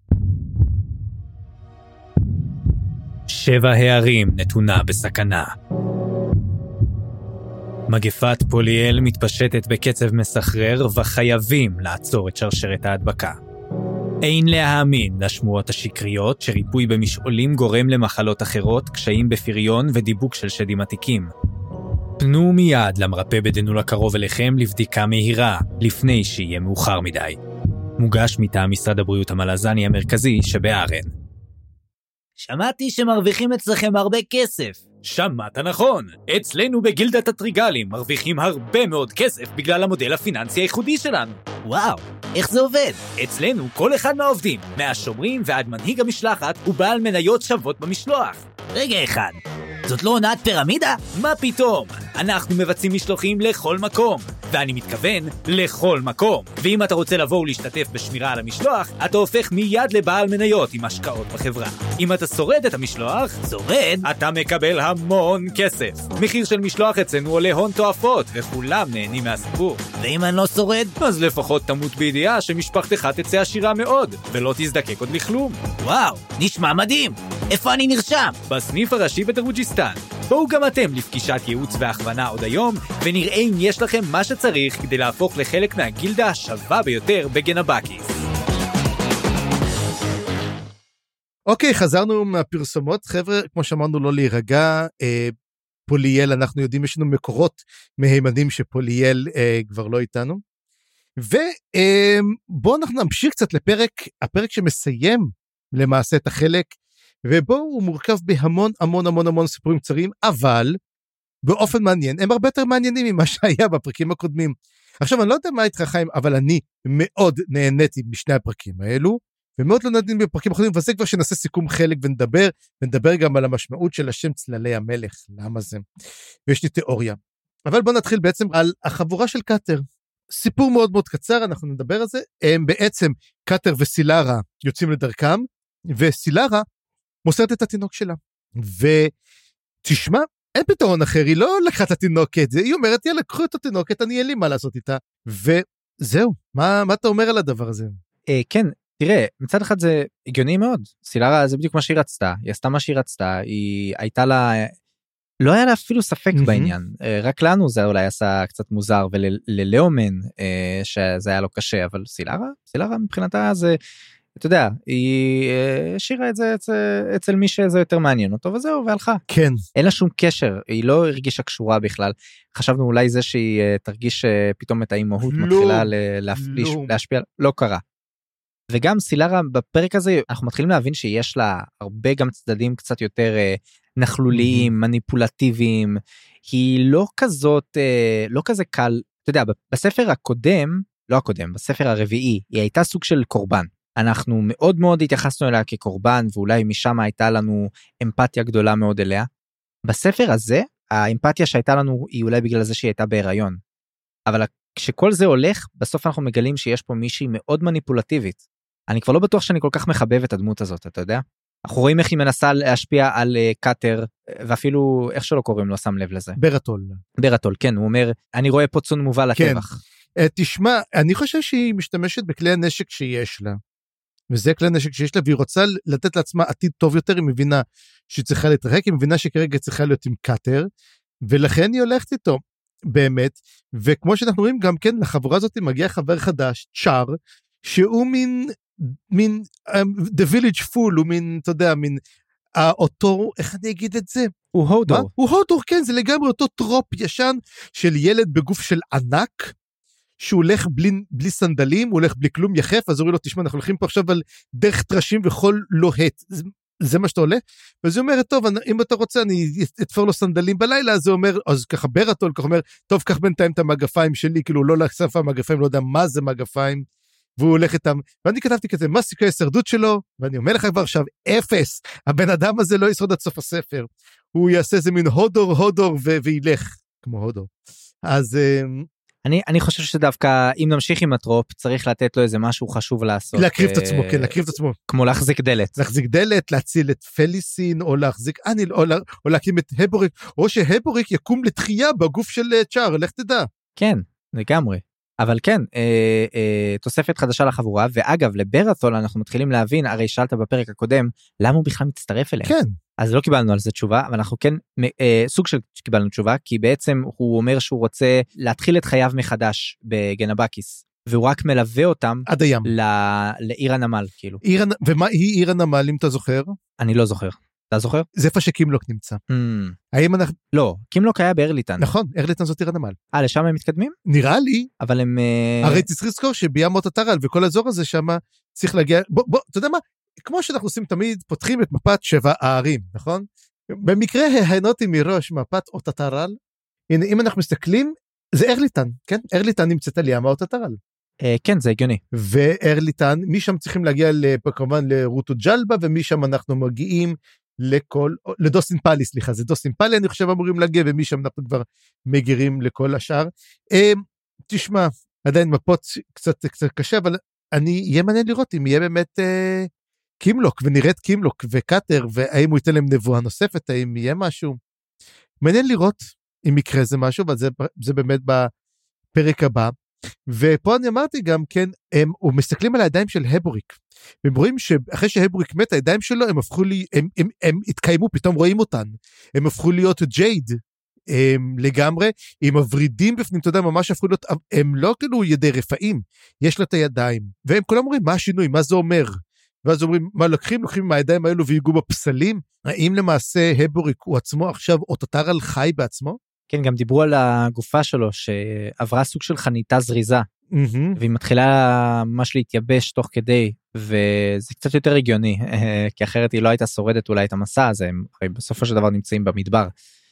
7 הערים נתונה בסכנה. מגפת פוליאל מתפשטת בקצב מסחרר וחייבים לעצור את שרשרת ההדבקה. אין להאמין לשמועות השקריות שריפוי במשעולים גורם למחלות אחרות, קשיים בפריון ודיבוק של שדים עתיקים. פנו מיד למרפא בדנול הקרוב אליכם לבדיקה מהירה, לפני שיהיה מאוחר מדי. מוגש מטעם משרד הבריאות המלזני המרכזי שבארן. שמעתי שמרוויחים אצלכם הרבה כסף. שמעת נכון. אצלנו בגילדת הטריגלים מרוויחים הרבה מאוד כסף בגלל המודל הפיננסי הייחודי שלנו. וואו, איך זה עובד? אצלנו כל אחד מהעובדים, מהשומרים ועד מנהיג המשלחת, הוא בעל מניות שוות במשלוח. רגע אחד, זאת לא הונאת פירמידה? מה פתאום? אנחנו מבצעים משלוחים לכל מקום, ואני מתכוון לכל מקום. ואם אתה רוצה לבוא ולהשתתף בשמירה על המשלוח, אתה הופך מיד לבעל מניות עם השקעות בחברה. אם אתה שורד את המשלוח, אתה מקבל המון כסף. מחיר של משלוח אצלנו עולה הון תועפות, וכולם נהנים מהסיפור. ואם אני לא שורד? אז לפחות תמות בידיעה שמשפחתך תצא עשירה מאוד, ולא תזדקק עוד לכלום. וואו, נשמע מדהים. איפה אני נרשם? בסניף הראשי בדרוג'יסטן. בואו גם אתם לפגישת ייעוץ והכוונה עוד היום, ונראה אם יש לכם מה שצריך כדי להפוך לחלק מהגילדה השווה ביותר בגנבקיס. אוקיי, חזרנו מהפרסומות. חבר'ה, כמו שאמרנו, לא להירגע. פוליאל, אנחנו יודעים, יש לנו מקורות מהימנים שפוליאל כבר לא איתנו. ובואו אנחנו נמשיך קצת הפרק שמסיים למעשה את החלק, ובו הוא מורכב בהמון המון המון המון סיפורים קצרים, אבל באופן מעניין, הם הרבה יותר מעניינים ממה שהיה בפרקים הקודמים. עכשיו, אני לא יודע מה איתך חיים, אבל אני מאוד נהניתי משני הפרקים האלו, ומאוד לא נהניתי בפרקים הקודמים, וזה כבר שנעשה סיכום חלק ונדבר גם על המשמעות של השם צללי המלך, למה זה, ויש לי תיאוריה. אבל בואו נתחיל בעצם על החבורה של קאטר. סיפור מאוד מאוד קצר, אנחנו נדבר על זה. הם בעצם, קאטר וסילרה יוצאים לדרכם, וסילרה מוסרת את התינוק שלה. ותשמע, אין פתרון אחר, היא לא לקחה את התינוקת, היא אומרת, יאללה, קחו את התינוקת, אני אין לי מה לעשות איתה. וזהו, מה אתה אומר על הדבר הזה? כן, תראה, מצד אחד זה הגיוני מאוד. סילרה זה בדיוק מה שהיא רצתה, היא עשתה מה שהיא רצתה, היא הייתה לה, לא היה לה אפילו ספק בעניין, רק לנו זה אולי עשה קצת מוזר, וללאומן שזה היה לו קשה, אבל סילרה מבחינתה זה, אתה יודע, היא השאירה את זה אצל מי שזה יותר מעניין אותו, וזהו, והלכה. כן. אין לה שום קשר, היא לא הרגישה קשורה בכלל. חשבנו אולי זה שהיא תרגיש פתאום את האימהות מתחילה להשפיע, לא קרה. וגם סילרה בפרק הזה, אנחנו מתחילים להבין שיש לה הרבה גם צדדים קצת יותר נחלוליים, מניפולטיביים, היא לא כזה קל, אתה יודע, בספר הקודם, בספר הרביעי, היא הייתה סוג של קורבן. אנחנו מאוד מאוד התייחסנו אליה כקורבן, ואולי משם הייתה לנו אמפתיה גדולה מאוד אליה. בספר הזה, האמפתיה שהייתה לנו היא אולי בגלל זה שהיא הייתה בהיריון. אבל כשכל זה הולך, בסוף אנחנו מגלים שיש פה מישהי מאוד מניפולטיבית. אני כבר לא בטוח שאני כל כך מחבב את הדמות הזאת, אתה יודע? אנחנו רואים איך היא מנסה להשפיע על קאטר, ואפילו איך שלא קוראים לו, שם לב לזה. ברטול, כן, הוא אומר, אני רואה פה צאן מובל לטבח. תשמע, אני חושב שהיא משתמשת בכלי הנשק שיש לה, וזה כלי הנשק שיש לה, והיא רוצה לתת לעצמה עתיד טוב יותר, היא מבינה שהיא צריכה להתרחק, היא מבינה שכרגע צריכה להיות עם קאטר, ולכן היא הולכת איתו, באמת, וכמו שאנחנו רואים גם כן, לחבורה הזאת מגיע חבר חדש, צ'אר, שהוא מין the village fool, הוא מין, אתה יודע, מין, אותו, איך אני אגיד את זה? הוא הודור. הוא הודור, כן, זה לגמרי אותו טרופ ישן, של ילד בגוף של ענק, שהוא הולך בלי סנדלים, הוא הולך בלי כלום יחף, אז אומרים לו, תשמע, אנחנו הולכים פה עכשיו על דרך טרשים וחול לוהט, זה מה שאתה הולך? ואז הוא אומר, טוב, אם אתה רוצה, אני אתפור לו סנדלים בלילה, אז הוא אומר, אז ככה ברטול, ככה אומר, טוב, קח בינתיים את המגפיים שלי, כאילו לא לחשף המגפיים, לא יודע מה זה מגפיים, והוא הולך איתם, ואני כתבתי כזה, מה סיכוי ההישרדות שלו? ואני אומר לך כבר עכשיו, 0, הבן אדם הזה לא ישרוד עד סוף הספר, הוא יעשה איזה מין הודור, וילך, כמו הודור. אז אני חושב שדווקא אם נמשיך עם הטרופ צריך לתת לו איזה משהו חשוב לעשות. להקריב את עצמו, כן, להקריב את עצמו. כמו להחזיק דלת. להחזיק דלת, להציל את פליסין, או להחזיק אניל, או להקים את הבוריק, או שהבוריק יקום לתחייה בגוף של צ'אר, לך תדע. כן, לגמרי. אבל כן, תוספת חדשה לחבורה, ואגב, לברתול אנחנו מתחילים להבין, הרי שאלת בפרק הקודם, למה הוא בכלל מצטרף אליהם? כן. אז לא קיבלנו על זה תשובה, אבל אנחנו כן, סוג של קיבלנו תשובה, כי בעצם הוא אומר שהוא רוצה להתחיל את חייו מחדש בגנבקיס, והוא רק מלווה אותם עד הים. לעיר הנמל, כאילו. ומה היא עיר הנמל, אם אתה זוכר? אני לא זוכר. אתה זוכר? זה איפה שקימלוק נמצא. האם אנחנו... לא, קימלוק היה בארליטן. נכון, ארליטן זאת עיר הנמל. לשם הם מתקדמים? נראה לי. אבל הם... הרי צריך לזכור שבים מוטטרל וכל האזור הזה שם צריך להגיע... בוא, אתה יודע מה? כמו שאנחנו עושים תמיד, פותחים את מפת 7 הערים, נכון? במקרה ההנותי מראש מפת אוטטרל, הנה, אם אנחנו מסתכלים, זה ארליטן, כן? ארליטן נמצאת על ים האוטטרל. כן, זה הגיוני. וארליטן, משם צריכים להגיע כמובן לרוטו ג'לבה, ומשם אנחנו מגיעים לדוסין פאלי, סליחה, זה דוסין פאלי, אני חושב אמורים להגיע, ומשם אנחנו כבר מגירים לכל השאר. תשמע, עדיין מפות קצת קשה, אבל יהיה מעניין לראות אם יהיה באמת קימלוק, ונראית קימלוק וקטר, והאם הוא ייתן להם נבואה נוספת, האם יהיה משהו. מעניין לראות אם יקרה זה משהו, אבל זה באמת בפרק הבא. ופה אני אמרתי גם, כן, הם מסתכלים על הידיים של הבוריק, והם רואים שאחרי שהבוריק מת, הידיים שלו, הם הפכו לי, הם התקיימו, פתאום רואים אותן, הם הפכו להיות ג'ייד, לגמרי, עם הורידים בפנים, אתה יודע, ממש הפכו להיות, הם לא כאילו ידי רפאים, יש לה את הידיים, והם כולם אומרים, מה השינוי, מה זה אומר? ואז אומרים, מה לוקחים מהידיים האלו ויגעו בפסלים? האם למעשה הבוריק הוא עצמו עכשיו אוטטרל חי בעצמו? כן, גם דיברו על הגופה שלו, שעברה סוג של חניתה זריזה, והיא מתחילה ממש להתייבש תוך כדי, וזה קצת יותר הגיוני, כי אחרת היא לא הייתה שורדת אולי את המסע הזה, הם בסופו של דבר נמצאים במדבר,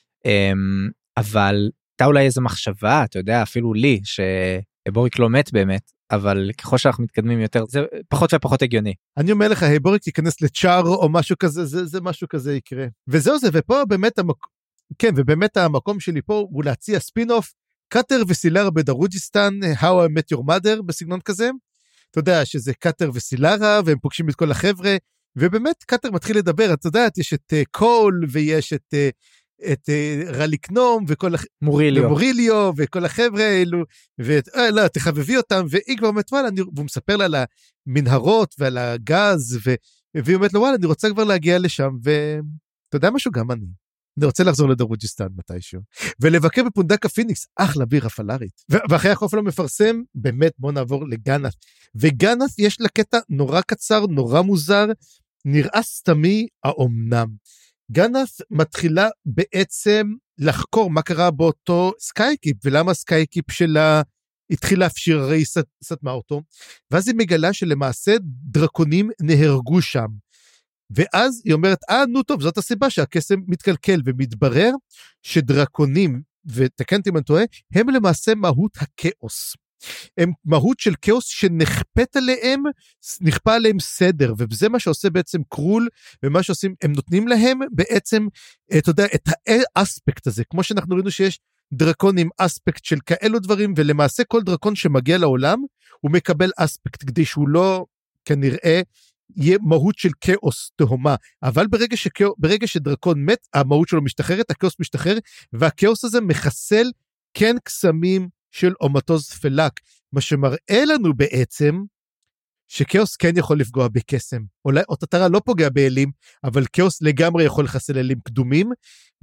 אבל הייתה אולי איזו מחשבה, אתה יודע, אפילו לי, שהבוריק לא מת באמת, אבל ככל שאנחנו מתקדמים יותר, זה פחות ופחות הגיוני. אני אומר לך, הבוריק ייכנס לצ'אר או משהו כזה, זה משהו כזה יקרה. וזהו זה, ופה באמת כן, ובאמת המקום שלי פה הוא להציע ספין-אוף, קטר וסילרה בדרוג'יסטן, How I Met Your Mother, בסגנון כזה. אתה יודע שזה קטר וסילרה, והם פוגשים את כל החבר'ה, ובאמת קטר מתחיל לדבר, אתה יודעת, יש את קול, ויש את רליקנום, מוריליו, וכל החבר'ה האלו, ולא, תחבבי אותם, והיא כבר אומרת, וואלה, והוא מספר לה על המנהרות, ועל הגז, והיא אומרת לו, וואלה, אני רוצה כבר להגיע לשם, ואתה יודע משהו, גם אני רוצה לחזור לדרוג'יסטן מתישהו, ולבקר בפונדקה פיניקס, אחלה בירה פלארית. ואחרי החוף לא מפרסם, באמת בוא נעבור לגנף. וגנף יש לה קטע נורא קצר, נורא מוזר, נראה סתמי האומנם. גנף מתחילה בעצם לחקור מה קרה באותו סקייקיפ, ולמה הסקייקיפ שלה התחיל להפשיר, הרי סתמה אותו, ואז היא מגלה שלמעשה דרקונים נהרגו שם. ואז היא אומרת, נו טוב, זאת הסיבה שהקסם מתקלקל, ומתברר שדרקונים, ותקנתי אם אני טועה, הם למעשה מהות הכאוס. הם מהות של כאוס שנכפת עליהם, נכפה עליהם סדר, וזה מה שעושה בעצם קרול, ומה שעושים, הם נותנים להם בעצם, אתה יודע, את האספקט הזה, כמו שאנחנו ראינו שיש דרקון עם אספקט של כאלו דברים, ולמעשה כל דרקון שמגיע לעולם, הוא מקבל אספקט, כדי שהוא לא, כנראה, יהיה מהות של כאוס תהומה, אבל ברגע שדרקון מת, המהות שלו משתחררת, הכאוס משתחרר, והכאוס הזה מחסל כן קסמים של אומתוז פלק, מה שמראה לנו בעצם, שכאוס כן יכול לפגוע בקסם, אולי אוטטרה לא פוגע באלים, אבל כאוס לגמרי יכול לחסל אלים קדומים,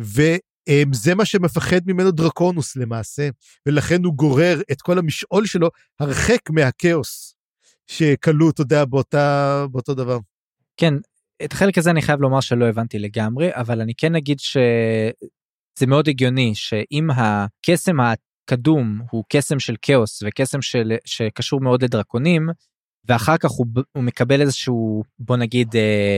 וזה מה שמפחד ממנו דרקונוס למעשה, ולכן הוא גורר את כל המשעול שלו, הרחק מהכאוס, שקלו, אתה יודע, באותו דבר. כן, את החלק הזה אני חייב לומר שלא הבנתי לגמרי, אבל אני כן אגיד שזה מאוד הגיוני, שאם הקסם קדום הוא קסם של כאוס וקסם שקשור מאוד לדרקונים, ואחר כך הוא מקבל איזשהו, בוא נגיד,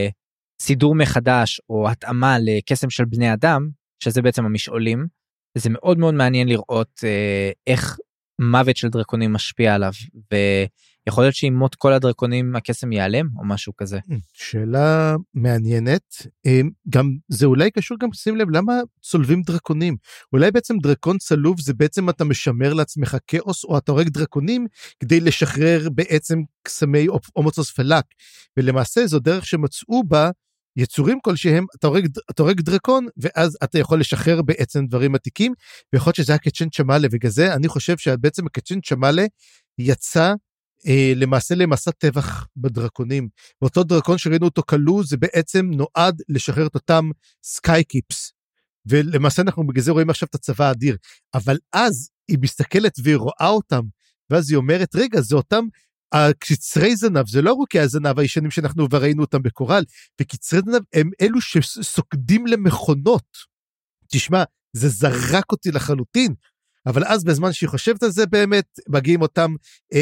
סידור מחדש או התאמה לקסם של בני אדם, שזה בעצם המשעולים. זה מאוד מאוד מעניין לראות איך מוות של דרקונים משפיע עליו, ויכול להיות שעם מות כל הדרקונים הקסם ייעלם או משהו כזה. שאלה מעניינת, גם זה אולי קשור גם, שים לב, למה צולבים דרקונים? אולי בעצם דרקון צלוב זה בעצם אתה משמר לעצמך כאוס, או אתה הורג דרקונים כדי לשחרר בעצם קסמי אומוצוס פלק, ולמעשה זו דרך שמצאו בה יצורים כלשהם, אתה הורג דרקון, ואז אתה יכול לשחרר בעצם דברים עתיקים, ויכול להיות שזה הקצ'ן צ'מאלה, ובגלל זה אני חושב שבעצם הקצ'ן צ'מאלה יצא למעשה למסע טבח בדרקונים, ואותו דרקון שראינו אותו כלוא, זה בעצם נועד לשחרר את אותם סקייקיפס, ולמעשה אנחנו בגלל זה רואים עכשיו את הצבא האדיר, אבל אז היא מסתכלת והיא רואה אותם, ואז היא אומרת, רגע, זה אותם הקצרי זנב, זה לא רוקי הזנב הישנים שאנחנו ראינו אותם בקורל, וקצרי זנב הם אלו שסוקדים למכונות. תשמע, זה זרק אותי לחלוטין, אבל אז בזמן שהיא חושבת על זה באמת, מגיעים אותם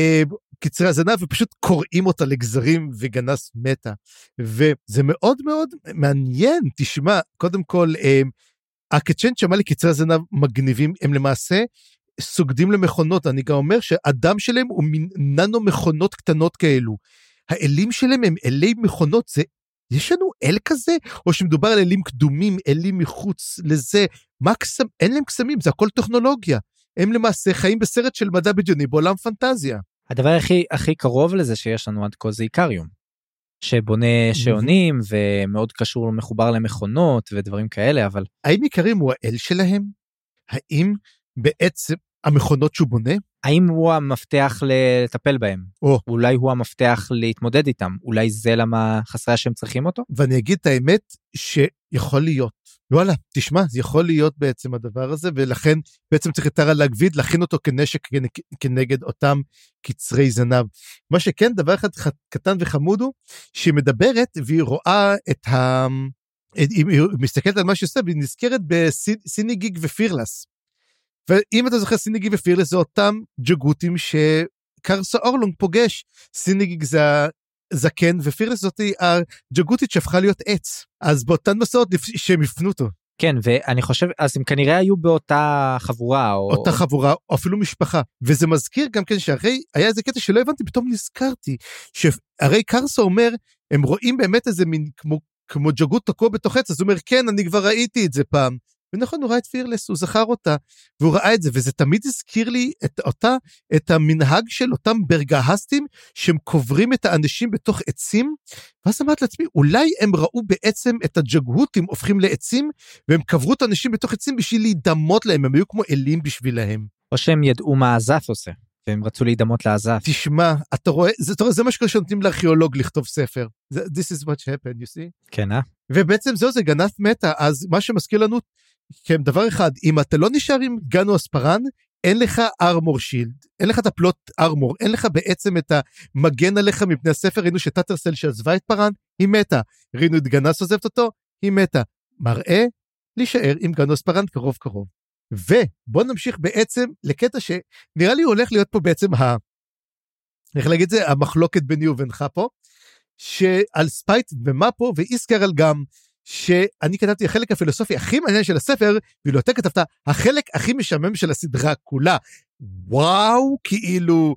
קצרי הזנב, ופשוט קוראים אותה לגזרים, וגנס מתה. וזה מאוד מאוד מעניין, תשמע, קודם כל, הקצ'ן שמע לי קצרי הזנב מגניבים, הם למעשה סוגדים למכונות, אני גם אומר שהאדם שלהם הוא מין ננו מכונות קטנות כאלו, האלים שלהם הם אלי מכונות, זה, יש לנו אל כזה, או שמדובר על אלים קדומים, אלים מחוץ לזה, מה קסם, אין להם קסמים, זה הכל טכנולוגיה, הם למעשה חיים בסרט של מדע בדיוני, בעולם פנטזיה. הדבר הכי קרוב לזה שיש לנו עד כה זה איקריום, שבונה שעונים, ומאוד קשור מחובר למכונות, ודברים כאלה, אבל... האם איקריום הוא האל שלהם? האם בעצם המכונות שהוא בונה? האם הוא המפתח לטפל בהם? אולי הוא המפתח להתמודד איתם? אולי זה למה חסרי השם צריכים אותו? ואני אגיד את האמת שיכול להיות. וואלה, תשמע, זה יכול להיות בעצם הדבר הזה, ולכן בעצם צריך יותר להגביד, להכין אותו כנשק כנגד אותם קצרי זנב. מה שכן, דבר אחד קטן וחמוד הוא, שהיא מדברת והיא רואה את היא מסתכלת על מה שהיא עושה, והיא נזכרת בסיניגיג ופירלס. ואם אתה זוכר, סיניגיג ופירלס זה אותם ג'גותים שקרסה אורלונג פוגש. סיניגיג זה הזקן, ופירלס זאת הג'גותית שהפכה להיות עץ. אז באותן מסעות שהם יפנו אותו. כן, ואני חושב, אז הם כנראה היו באותה חבורה. אותה חבורה, או אפילו משפחה. וזה מזכיר גם כן שהרי היה איזה קטע שלא הבנתי, פתאום נזכרתי, שהרי קרסה אומר, הם רואים באמת איזה מין כמו ג'גות תקוע בתוך עץ, אז הוא אומר, כן, אני כבר ראיתי את זה פעם. ונכון, הוא ראה את פירלס, הוא זכר אותה, והוא ראה את זה, וזה תמיד הזכיר לי את המנהג של אותם ברגהסטים, שהם קוברים את האנשים בתוך עצים, ואז אמרתי לעצמי, אולי הם ראו בעצם את הג'גהותים הופכים לעצים, והם קברו את האנשים בתוך עצים בשביל להידמות להם, הם היו כמו אלים בשבילהם. או שהם ידעו מה עזת עושה, והם רצו להידמות לעזת. תשמע, אתה רואה, זה מה שקורה שנותנים לארכיאולוג לכתוב ספר. This is what happened, you see? כן, ובעצם זה גנף מתה, אז מה שמזכיר לנו, כן, דבר אחד, אם אתה לא נשאר עם גנו אספרן, אין לך ארמור שילד, אין לך את הפלוט ארמור, אין לך בעצם את המגן עליך מפני הספר, ראינו שטאטרסל שעזבה את פרן, היא מתה, ראינו את גנס עוזבת אותו, היא מתה, מראה להישאר עם גנו אספרן קרוב. ובוא נמשיך בעצם לקטע שנראה לי הולך להיות פה בעצם איך להגיד זה, המחלוקת ביני ובינך פה, שעל ספייט ומאפו ואיסקרל גם, שאני כתבתי החלק הפילוסופי הכי מעניין של הספר, ואילו אתה כתבת החלק הכי משעמם של הסדרה כולה. וואו, כאילו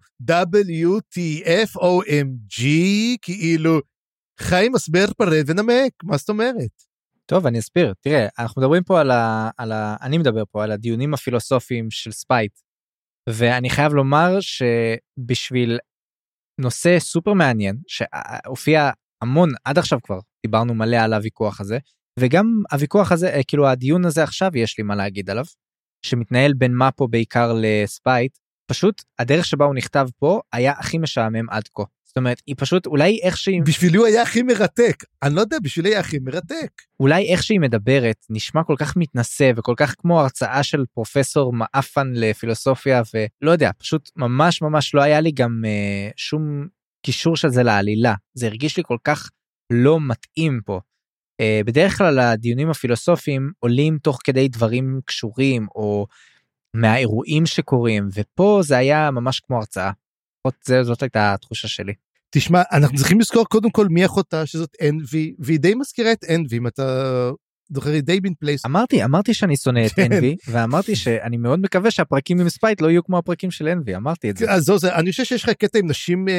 WTFOMG, כאילו חיים הסבר פרד ונמק, מה זאת אומרת? טוב, אני אסביר. תראה, אנחנו מדברים פה אני מדבר פה על הדיונים הפילוסופיים של ספייט, ואני חייב לומר שבשביל נושא סופר מעניין, שהופיע המון, עד עכשיו כבר דיברנו מלא על הוויכוח הזה, וגם הוויכוח הזה, כאילו הדיון הזה עכשיו יש לי מה להגיד עליו, שמתנהל בין מאפו בעיקר לספייט, פשוט הדרך שבה הוא נכתב פה, היה הכי משעמם עד כה. זאת אומרת, היא פשוט, אולי איך שהיא... בשבילי הוא היה הכי מרתק, אני לא יודע, בשבילי היה הכי מרתק. אולי איך שהיא מדברת, נשמע כל כך מתנשא, וכל כך כמו הרצאה של פרופסור מאפן לפילוסופיה, ולא יודע, פשוט ממש ממש לא היה לי גם שום קישור של זה לעלילה. זה הרגיש לי כל כך לא מתאים פה. בדרך כלל הדיונים הפילוסופיים עולים תוך כדי דברים קשורים, או מהאירועים שקורים, ופה זה היה ממש כמו הרצאה. זאת הייתה התחושה שלי. תשמע, אנחנו צריכים לזכור קודם כל מי אחותה שזאת אנבי, והיא די מזכירה את אנבי, אם אתה זוכר, היא די בין פלייס. אמרתי שאני שונא את אנבי, ואמרתי שאני מאוד מקווה שהפרקים עם ספייט לא יהיו כמו הפרקים של אנבי, אמרתי את זה. אז אני חושב שיש לך קטע עם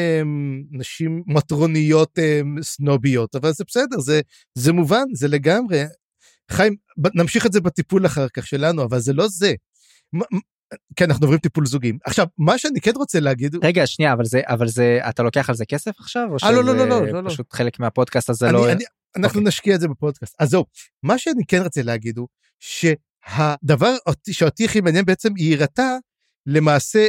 נשים מטרוניות סנוביות, אבל זה בסדר, זה מובן, זה לגמרי. חיים, נמשיך את זה בטיפול אחר כך שלנו, אבל זה לא זה. כן, אנחנו עוברים טיפול זוגים. עכשיו, מה שאני כן רוצה להגיד... רגע, שנייה, אבל זה, אתה לוקח על זה כסף עכשיו? או לא. פשוט חלק מהפודקאסט הזה לא... אנחנו נשקיע את זה בפודקאסט. אז זהו, מה שאני כן רוצה להגיד הוא, שהדבר שאותי הכי מעניין בעצם היא הראתה, למעשה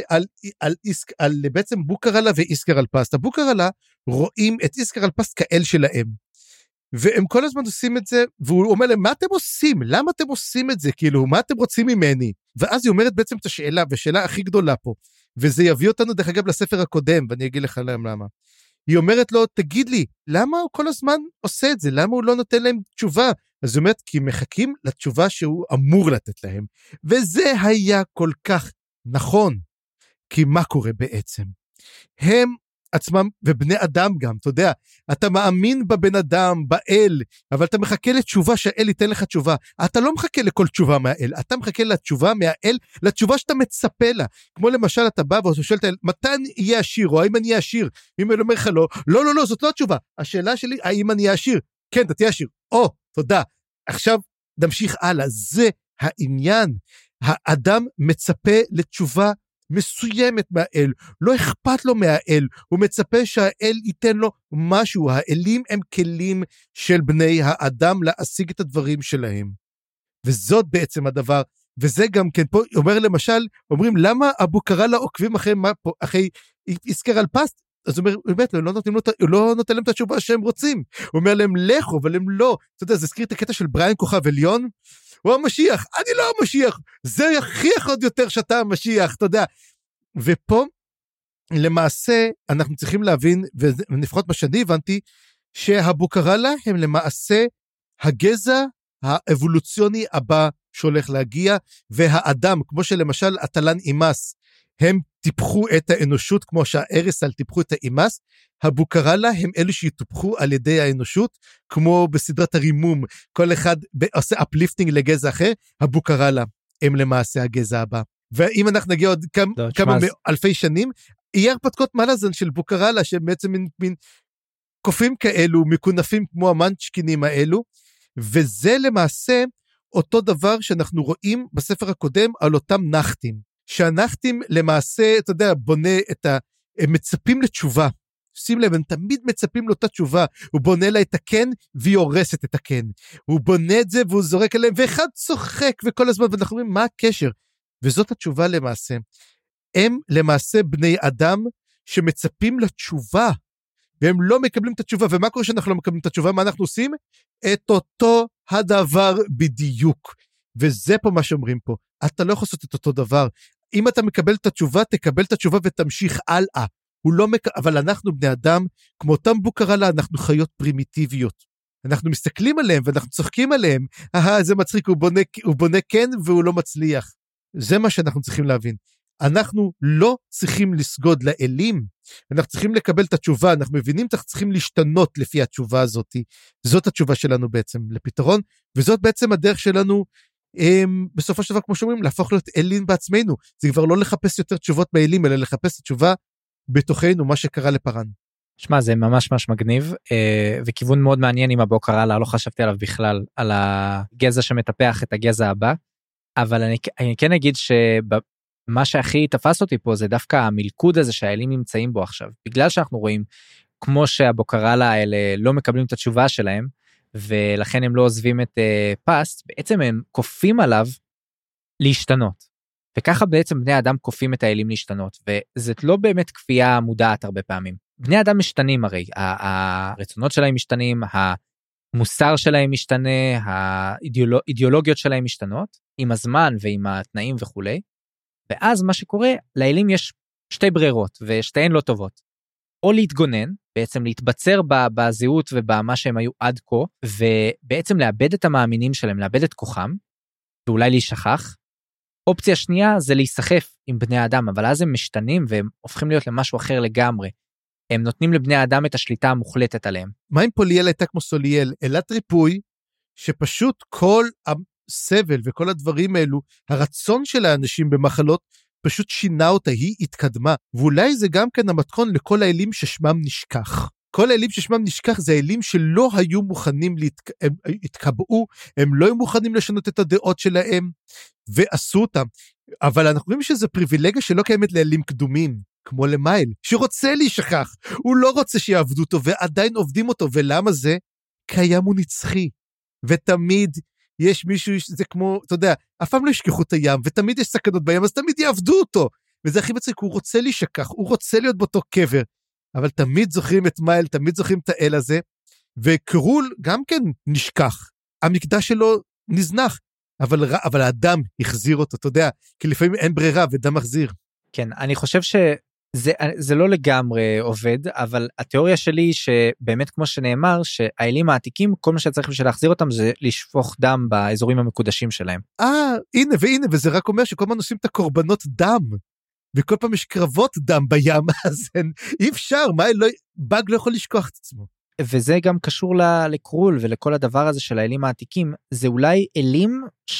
על בעצם בוקרלה ואיסקר על פסטה. בוקרלה רואים את איסקר על פסט כאל שלהם. והם כל הזמן עושים את זה, והוא אומר להם, מה אתם עושים? למה אתם עושים את זה? כאילו, מה אתם רוצים ממני? ואז היא אומרת בעצם את השאלה, והשאלה הכי גדולה פה, וזה יביא אותנו דרך אגב לספר הקודם, ואני אגיד לך למה. היא אומרת לו, תגיד לי, למה הוא כל הזמן עושה את זה? למה הוא לא נותן להם תשובה? אז היא אומרת, כי מחכים לתשובה שהוא אמור לתת להם. וזה היה כל כך נכון. כי מה קורה בעצם? הם עצמם, ובני אדם גם, אתה יודע, אתה מאמין בבן אדם, באל, אבל אתה מחכה לתשובה שהאל ייתן לך תשובה. אתה לא מחכה לכל תשובה מהאל, אתה מחכה לתשובה מהאל, לתשובה שאתה מצפה לה. כמו למשל, אתה בא ואתה שואל את האל, מתי יהיה עשיר, או האם אני אהיה עשיר? אם אני אומר לך לא, זאת לא התשובה. השאלה שלי, האם אני אהיה עשיר? כן, אתה תהיה עשיר. תודה. עכשיו, נמשיך הלאה. זה העניין. האדם מצפה לתשובה מסוימת מהאל, לא אכפת לו מהאל, הוא מצפה שהאל ייתן לו משהו, האלים הם כלים של בני האדם להשיג את הדברים שלהם, וזאת בעצם הדבר, וזה גם כן פה, אומר למשל, אומרים למה הבוקרלה עוקבים אחרי איסקר על פסט, אז הוא אומר, באמת, הוא לא נותן להם את התשובה שהם רוצים, הוא אומר להם לכו, אבל הם לא, אתה יודע, זה הזכיר את הקטע של בריין כוכב עליון, הוא המשיח, אני לא המשיח, זה יכריח עוד יותר שאתה המשיח, אתה יודע, ופה למעשה אנחנו צריכים להבין, ולפחות מה שאני הבנתי, שהבוקרלה הם למעשה הגזע האבולוציוני הבא שהולך להגיע, והאדם, כמו שלמשל הטלן אימס, הם טיפחו את האנושות, כמו שהארסל טיפחו את האימס, הבוקרלה הם אלו שיטופחו על ידי האנושות, כמו בסדרת הרימום, כל אחד עושה אפליפטינג לגזע אחר, הבוקרלה הם למעשה הגזע הבא. ואם אנחנו נגיע עוד כמה אלפי שנים, יהיה הרפתקות מלאזן של בוקרלה, שהם בעצם מין קופים כאלו, מקונפים כמו המנצ'קינים האלו, וזה למעשה אותו דבר שאנחנו רואים בספר הקודם על אותם נחתים. שהנחתים למעשה, אתה יודע, בונה הם מצפים לתשובה, שים לב, הם תמיד מצפים לאותה תשובה, הוא בונה לה את הכן, והיא הורסת את הכן, הוא בונה את זה, והוא זורק עליהם, ואחד צוחק, וכל הזמן, ואנחנו אומרים, מה הקשר? וזאת התשובה למעשה, הם למעשה בני אדם, שמצפים לתשובה, והם לא מקבלים את התשובה, ומה קורה שאנחנו לא מקבלים את התשובה, מה אנחנו עושים? את אותו הדבר בדיוק, וזה פה מה שאומרים פה, אתה לא יכול לעשות את אותו דבר, אם אתה מקבל את התשובה, תקבל את התשובה ותמשיך הלאה, אבל אנחנו בני אדם, כמו אותם בוקרלה, אנחנו חיות פרימיטיביות, אנחנו מסתכלים עליהם ואנחנו צוחקים עליהם, זה מצחיק, הוא בונה כן והוא לא מצליח, זה מה שאנחנו צריכים להבין, אנחנו לא צריכים לסגוד לאלים, אנחנו צריכים לקבל את התשובה, אנחנו מבינים שאנחנו צריכים להשתנות לפי התשובה הזאת, זאת התשובה שלנו בעצם לפתרון, וזאת בעצם הדרך שלנו, בסופו של דבר כמו שאומרים, להפוך להיות אלים בעצמנו, זה כבר לא לחפש יותר תשובות באלים, אלא לחפש את התשובה בתוכנו, מה שקרה לפרן. שמע, זה ממש ממש מגניב, וכיוון מאוד מעניין עם הבוקרלה, לא חשבתי עליו בכלל, על הגזע שמטפח את הגזע הבא, אבל אני כן אגיד שמה שהכי תפס אותי פה, זה דווקא המלכוד הזה שהאלים נמצאים בו עכשיו, בגלל שאנחנו רואים, כמו שהבוקרלה האלה לא מקבלים את התשובה שלהם, ולכן הם לא עוזבים את פסט, בעצם הם כופים עליו להשתנות, וככה בעצם בני אדם כופים את האלים להשתנות, וזאת לא באמת כפייה מודעת הרבה פעמים. בני אדם משתנים הרי, הרצונות שלהם משתנים, המוסר שלהם משתנה, האידיאולוגיות שלהם משתנות, עם הזמן ועם התנאים וכו'. ואז מה שקורה, לאלים יש שתי ברירות, ושתיהן לא טובות. או להתגונן, בעצם להתבצר בזהות ובמה שהם היו עד כה, ובעצם לאבד את המאמינים שלהם, לאבד את כוחם, ואולי להישכח, אופציה שנייה זה להיסחף עם בני האדם, אבל אז הם משתנים והם הופכים להיות למשהו אחר לגמרי. הם נותנים לבני האדם את השליטה המוחלטת עליהם. מה אם פוליאל הייתה כמו סוליאל? אלת ריפוי, שפשוט כל הסבל וכל הדברים האלו, הרצון של האנשים במחלות, פשוט שינה אותה, היא התקדמה. ואולי זה גם כן המתכון לכל האלים ששמם נשכח. כל האלים ששמם נשכח זה האלים שלא היו מוכנים, הם התקבעו, הם לא היו מוכנים לשנות את הדעות שלהם, ועשו אותם. אבל אנחנו רואים שזה פריבילגיה שלא קיימת לאלים קדומים, כמו למייל, שרוצה להישכח, הוא לא רוצה שיעבדו אותו, ועדיין עובדים אותו, ולמה זה? קיים הוא נצחי, ותמיד יש מישהו, זה כמו, אתה יודע, אף פעם לא ישכחו את הים, ותמיד יש סכנות בים, אז תמיד יעבדו אותו, וזה הכי מצחיק, הוא רוצה להישכח, הוא רוצה להיות באותו קבר, אבל תמיד זוכרים את מייל, תמיד זוכרים את האל הזה, וקרול גם כן נשכח, המקדש שלו נזנח, אבל האדם החזיר אותו, אתה יודע, כי לפעמים אין ברירה, ודם מחזיר. כן, אני חושב שזה לא לגמרי עובד, אבל התיאוריה שלי היא שבאמת כמו שנאמר, שהאלים העתיקים, כל מה שצריך בשביל להחזיר אותם זה לשפוך דם באזורים המקודשים שלהם. הנה, וזה רק אומר שכל הזמן עושים את הקורבנות דם, וכל פעם יש קרבות דם בים, אז אי אפשר, באג לא יכול לשכוח את עצמו. וזה גם קשור לקרול ולכל הדבר הזה של האלים העתיקים, זה אולי אלים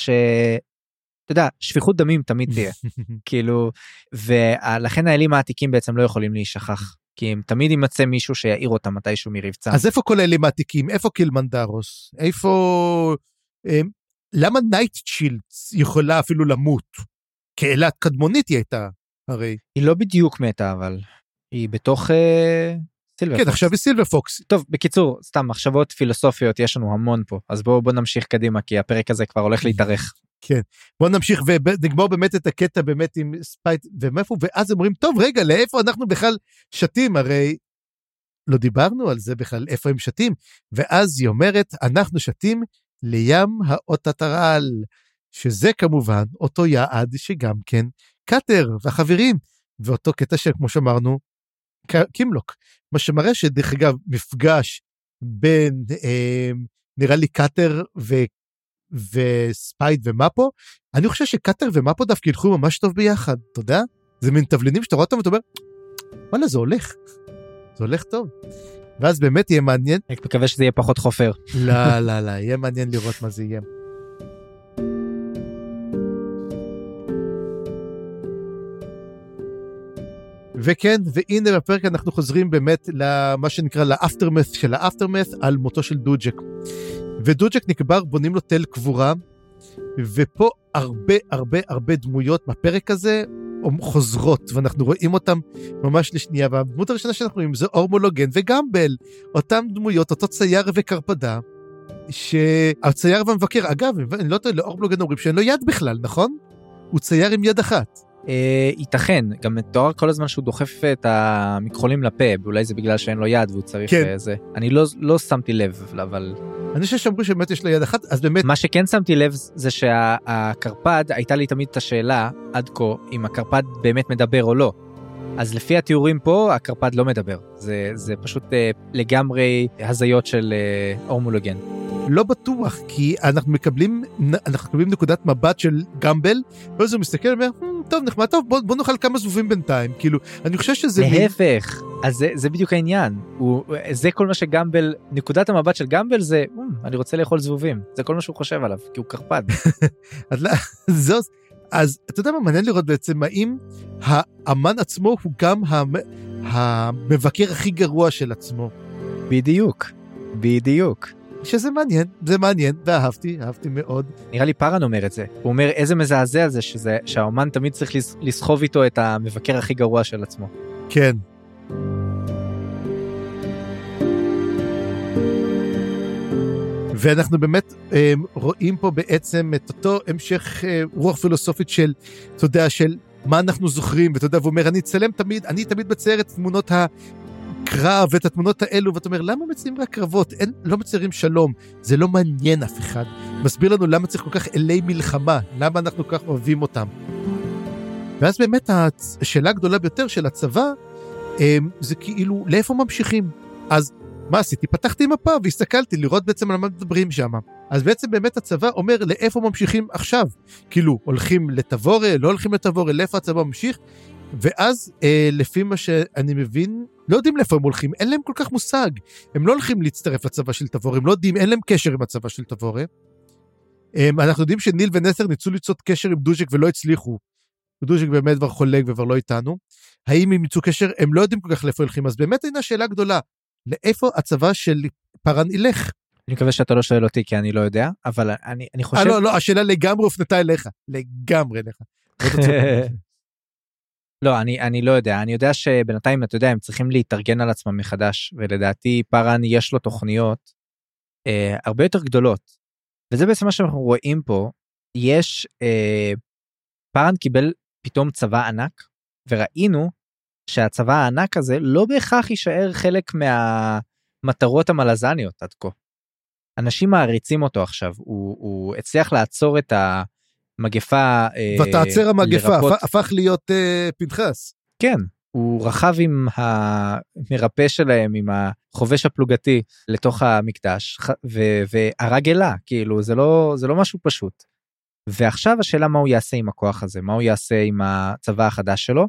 אתה יודע, שפיכות דמים תמיד תהיה, כאילו, ולכן האלים העתיקים בעצם לא יכולים להישכח, כי הם תמיד יימצא מישהו שיעיר אותם מתישהו מרבצם. אז איפה כל האלים העתיקים? איפה קילמנדרוס? איפה, למה נייטשילדס יכולה אפילו למות? כאלת קדמונית היא הייתה, הרי. היא לא בדיוק מתה, אבל היא בתוך סילבר פוקס. כן, עכשיו היא סילבר פוקס. טוב, בקיצור, סתם, מחשבות פילוסופיות יש לנו המון פה, אז בואו נמשיך קדימה, כי הפרק הזה כבר הולך להתארך. כן, בואו נמשיך ונגמור באמת את הקטע באמת עם ספייט ומאיפה, ואז הם אומרים, טוב רגע, לאיפה אנחנו בכלל שתים, הרי לא דיברנו על זה בכלל, איפה הם שתים, ואז היא אומרת, אנחנו שתים לים האוטטרל, שזה כמובן אותו יעד שגם כן קאטר והחברים, ואותו קטע שכמו שאמרנו, קימלוק, מה שמראה שדרך אגב מפגש בין, נראה לי קאטר וספייד ומאפו, אני חושב שקאטר ומאפו דווקא ילכו ממש טוב ביחד, אתה יודע? זה מין תבלינים שאתה רואה אותם ואתה אומר, וואלה זה הולך טוב. ואז באמת יהיה מעניין. אני מקווה שזה יהיה פחות חופר. לא, יהיה מעניין לראות מה זה יהיה. וכן, והנה בפרק אנחנו חוזרים באמת למה שנקרא לאפטרמת של האפטרמת על מותו של דוג'ק. ודוג'ק נקבר, בונים לו תל קבורה, ופה הרבה דמויות בפרק הזה חוזרות, ואנחנו רואים אותם ממש לשנייה, והדמות הראשונה שאנחנו רואים זה אורמולוגן וגמבל, אותם דמויות, אותו צייר וקרפדה, שהצייר והמבקר, אגב, אני לא טועה, לאורמולוגן אומרים שאין לו יד בכלל, נכון? הוא צייר עם יד אחת. ייתכן, גם מתואר כל הזמן שהוא דוחף את המכחולים לפה, ואולי זה בגלל שאין לו יד והוא צריך זה. אני לא שמתי לב, אבל... אני חושב שאמרו שבאמת יש לו יד אחת, אז באמת... מה שכן שמתי לב זה שהקרפד, הייתה לי תמיד את השאלה, עד כה, אם הקרפד באמת מדבר או לא. אז לפי התיאורים פה, הקרפד לא מדבר. זה פשוט לגמרי הזיות של אורמולוגן. לא בטוח, כי אנחנו מקבלים נקודת מבט של גמבל, ואז הוא מסתכל ואומר, טוב, נחמד, טוב, בוא נאכל כמה זבובים בינתיים, כאילו, אני חושב שזה... להפך, אז זה בדיוק העניין, זה כל מה שגמבל, נקודת המבט של גמבל זה, אני רוצה לאכול זבובים, זה כל מה שהוא חושב עליו, כי הוא קרפד. אז אתה יודע מה, מעניין לראות בעצם, האם האמן עצמו הוא גם המבקר הכי גרוע של עצמו. בדיוק. שזה מעניין, זה מעניין, ואהבתי מאוד. נראה לי פארן אומר את זה, הוא אומר איזה מזעזע זה שהאומן תמיד צריך לסחוב איתו את המבקר הכי גרוע של עצמו. כן. ואנחנו באמת רואים פה בעצם את אותו המשך רוח פילוסופית של, אתה יודע, של מה אנחנו זוכרים, ואתה יודע, והוא אומר, אני תמיד מצייר את תמונות הקרב ואת התמונות האלו, ואתה אומר, למה מציירים רק קרבות? לא מציירים שלום, זה לא מעניין אף אחד. מסביר לנו למה צריך כל כך אלי מלחמה, למה אנחנו כל כך אוהבים אותם. ואז באמת השאלה הגדולה ביותר של הצבא, זה כאילו, לאיפה ממשיכים? אז מה עשיתי? פתחתי מפה והסתכלתי לראות בעצם על מה מדברים שם. אז בעצם באמת הצבא אומר לאיפה ממשיכים עכשיו. כאילו, הולכים לתבורה, לא הולכים לתבורה, לאיפה הצבא ממשיך, ואז לפי מה שאני מבין, לא יודעים לאיפה הם הולכים, אין להם כל כך מושג. הם לא הולכים להצטרף לצבא של תבורה, הם לא יודעים, אין להם קשר עם הצבא של תבורה. אנחנו יודעים שניל ונסר ניסו ליצור קשר עם דוז'ק ולא הצליחו. דוז'ק באמת כבר חולק וכבר לא איתנו. האם הם ייצאו קשר? הם לא יודעים כל כך לאיפה הולכים, אז באמת הייתה שאלה גדולה. לאיפה הצבא של פארן ילך? אני מקווה שאתה לא שואל אותי, כי אני לא יודע, אבל אני חושב... לא, השאלה לגמרי הופנתה אליך. לגמרי אליך. לא, אני לא יודע. אני יודע שבינתיים, אתה יודע, הם צריכים להתארגן על עצמם מחדש, ולדעתי פארן יש לו תוכניות הרבה יותר גדולות. וזה בעצם מה שאנחנו רואים פה. יש... פארן קיבל פתאום צבא ענק, וראינו שהצבא הענק הזה לא בהכרח יישאר חלק מהמטרות המלזניות עד כה. אנשים מעריצים אותו עכשיו, הוא הצליח לעצור את המגפה. ותעצר המגפה, הפך להיות פנחס. כן, הוא רכב עם המרפא שלהם, עם החובש הפלוגתי לתוך המקדש, והרג אלה, כאילו זה לא משהו פשוט. ועכשיו השאלה מה הוא יעשה עם הכוח הזה, מה הוא יעשה עם הצבא החדש שלו.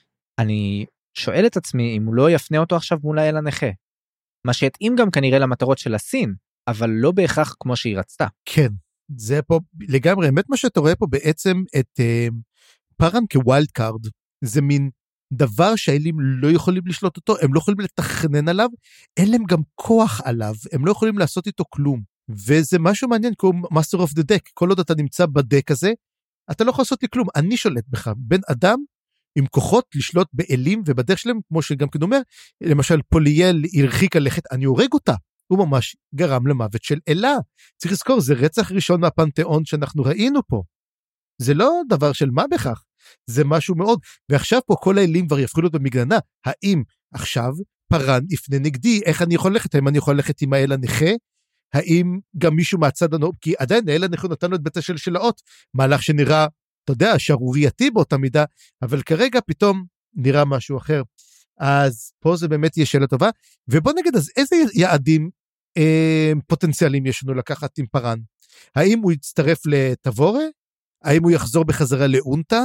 אני שואל את עצמי אם הוא לא יפנה אותו עכשיו מול האל הנכה. מה שיתאים גם כנראה למטרות של הסין, אבל לא בהכרח כמו שהיא רצתה. כן, זה פה לגמרי, האמת מה שאתה רואה פה בעצם את פארן כווילד קארד, זה מין דבר שהאלים לא יכולים לשלוט אותו, הם לא יכולים לתכנן עליו, אין להם גם כוח עליו, הם לא יכולים לעשות איתו כלום. וזה משהו מעניין, כמו Master of the Deck, כל עוד אתה נמצא בדק הזה, אתה לא יכול לעשות לי כלום, אני שולט בך, בן אדם עם כוחות לשלוט באלים ובדרך שלהם, כמו שגם כן אומר, למשל פוליאל הרחיק הלכת, אני הורג אותה, הוא ממש גרם למוות של אלה, צריך לזכור, זה רצח ראשון מהפנתיאון שאנחנו ראינו פה, זה לא דבר של מה בכך, זה משהו מאוד, ועכשיו פה כל האלים כבר יפכו להיות במגננה, האם עכשיו פארן יפנה נגדי, איך אני יכול ללכת, האם אני יכול ללכת עם האל הנכה, האם גם מישהו מהצד הנור, כי עדיין האל הנכה נתנו את בית השלשלאות, מהלך שנראה, אתה יודע, שערורייתי באותה מידה, אבל כרגע פתאום נראה משהו אחר, אז פה זה באמת יהיה שאלה טובה, ובוא נגיד, אז איזה יעדים פוטנציאליים יש לנו לקחת עם פארן? האם הוא יצטרף לתבורה? האם הוא יחזור בחזרה לאונטה?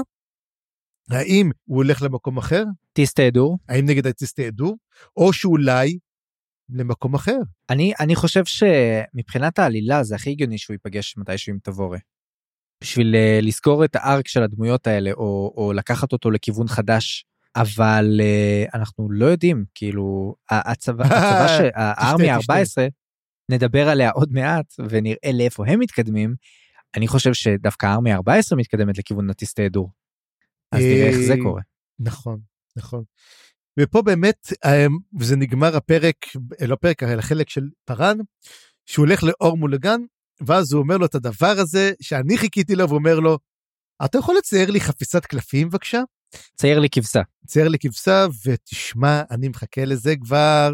האם הוא הולך למקום אחר? תסתעדו. האם נגד תסתעדו? או שאולי למקום אחר? אני חושב שמבחינת העלילה זה הכי הגיוני שהוא ייפגש מתישהו עם תבורה. בשביל לזכור את הארק של הדמויות האלה, או לקחת אותו לכיוון חדש, אבל אנחנו לא יודעים, כאילו, הצבא הארמיה 14, נדבר עליה עוד מעט, ונראה לאיפה הם מתקדמים, אני חושב שדווקא הארמיה 14 מתקדמת לכיוון התסתעדו. אז נראה איך זה קורה. נכון, נכון. ופה באמת, וזה נגמר הפרק, לא פרק, אלא חלק של פארן, שהוא הולך לאור מולגן, ואז הוא אומר לו את הדבר הזה, שאני חיכיתי לו, ואומר לו, אתה יכול לצייר לי חפיסת קלפים בבקשה? צייר לי כבשה. צייר לי כבשה, ותשמע, אני מחכה לזה כבר,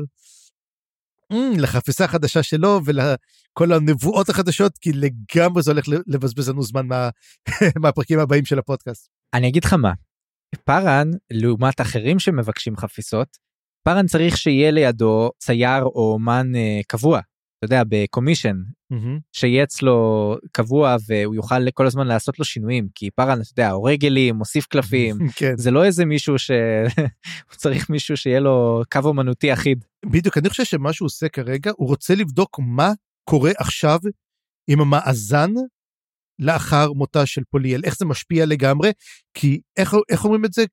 לחפיסה החדשה שלו, ולכל הנבואות החדשות, כי לגמרי זה הולך לבזבז לנו זמן מהפרקים הבאים של הפודקאסט. אני אגיד לך מה, פארן, לעומת אחרים שמבקשים חפיסות, פארן צריך שיהיה לידו צייר או אומן קבוע, אתה יודע, בקומישן, שיהיה אצלו קבוע, והוא יוכל כל הזמן לעשות לו שינויים, כי פארן, אתה יודע, הורג אלים, מוסיף קלפים, זה לא איזה מישהו הוא צריך מישהו שיהיה לו קו אומנותי אחיד. בדיוק, אני חושב שמה שהוא עושה כרגע, הוא רוצה לבדוק מה קורה עכשיו עם המאזן, לאחר מותה של פוליאל, איך זה משפיע לגמרי, כי איך אומרים את זה,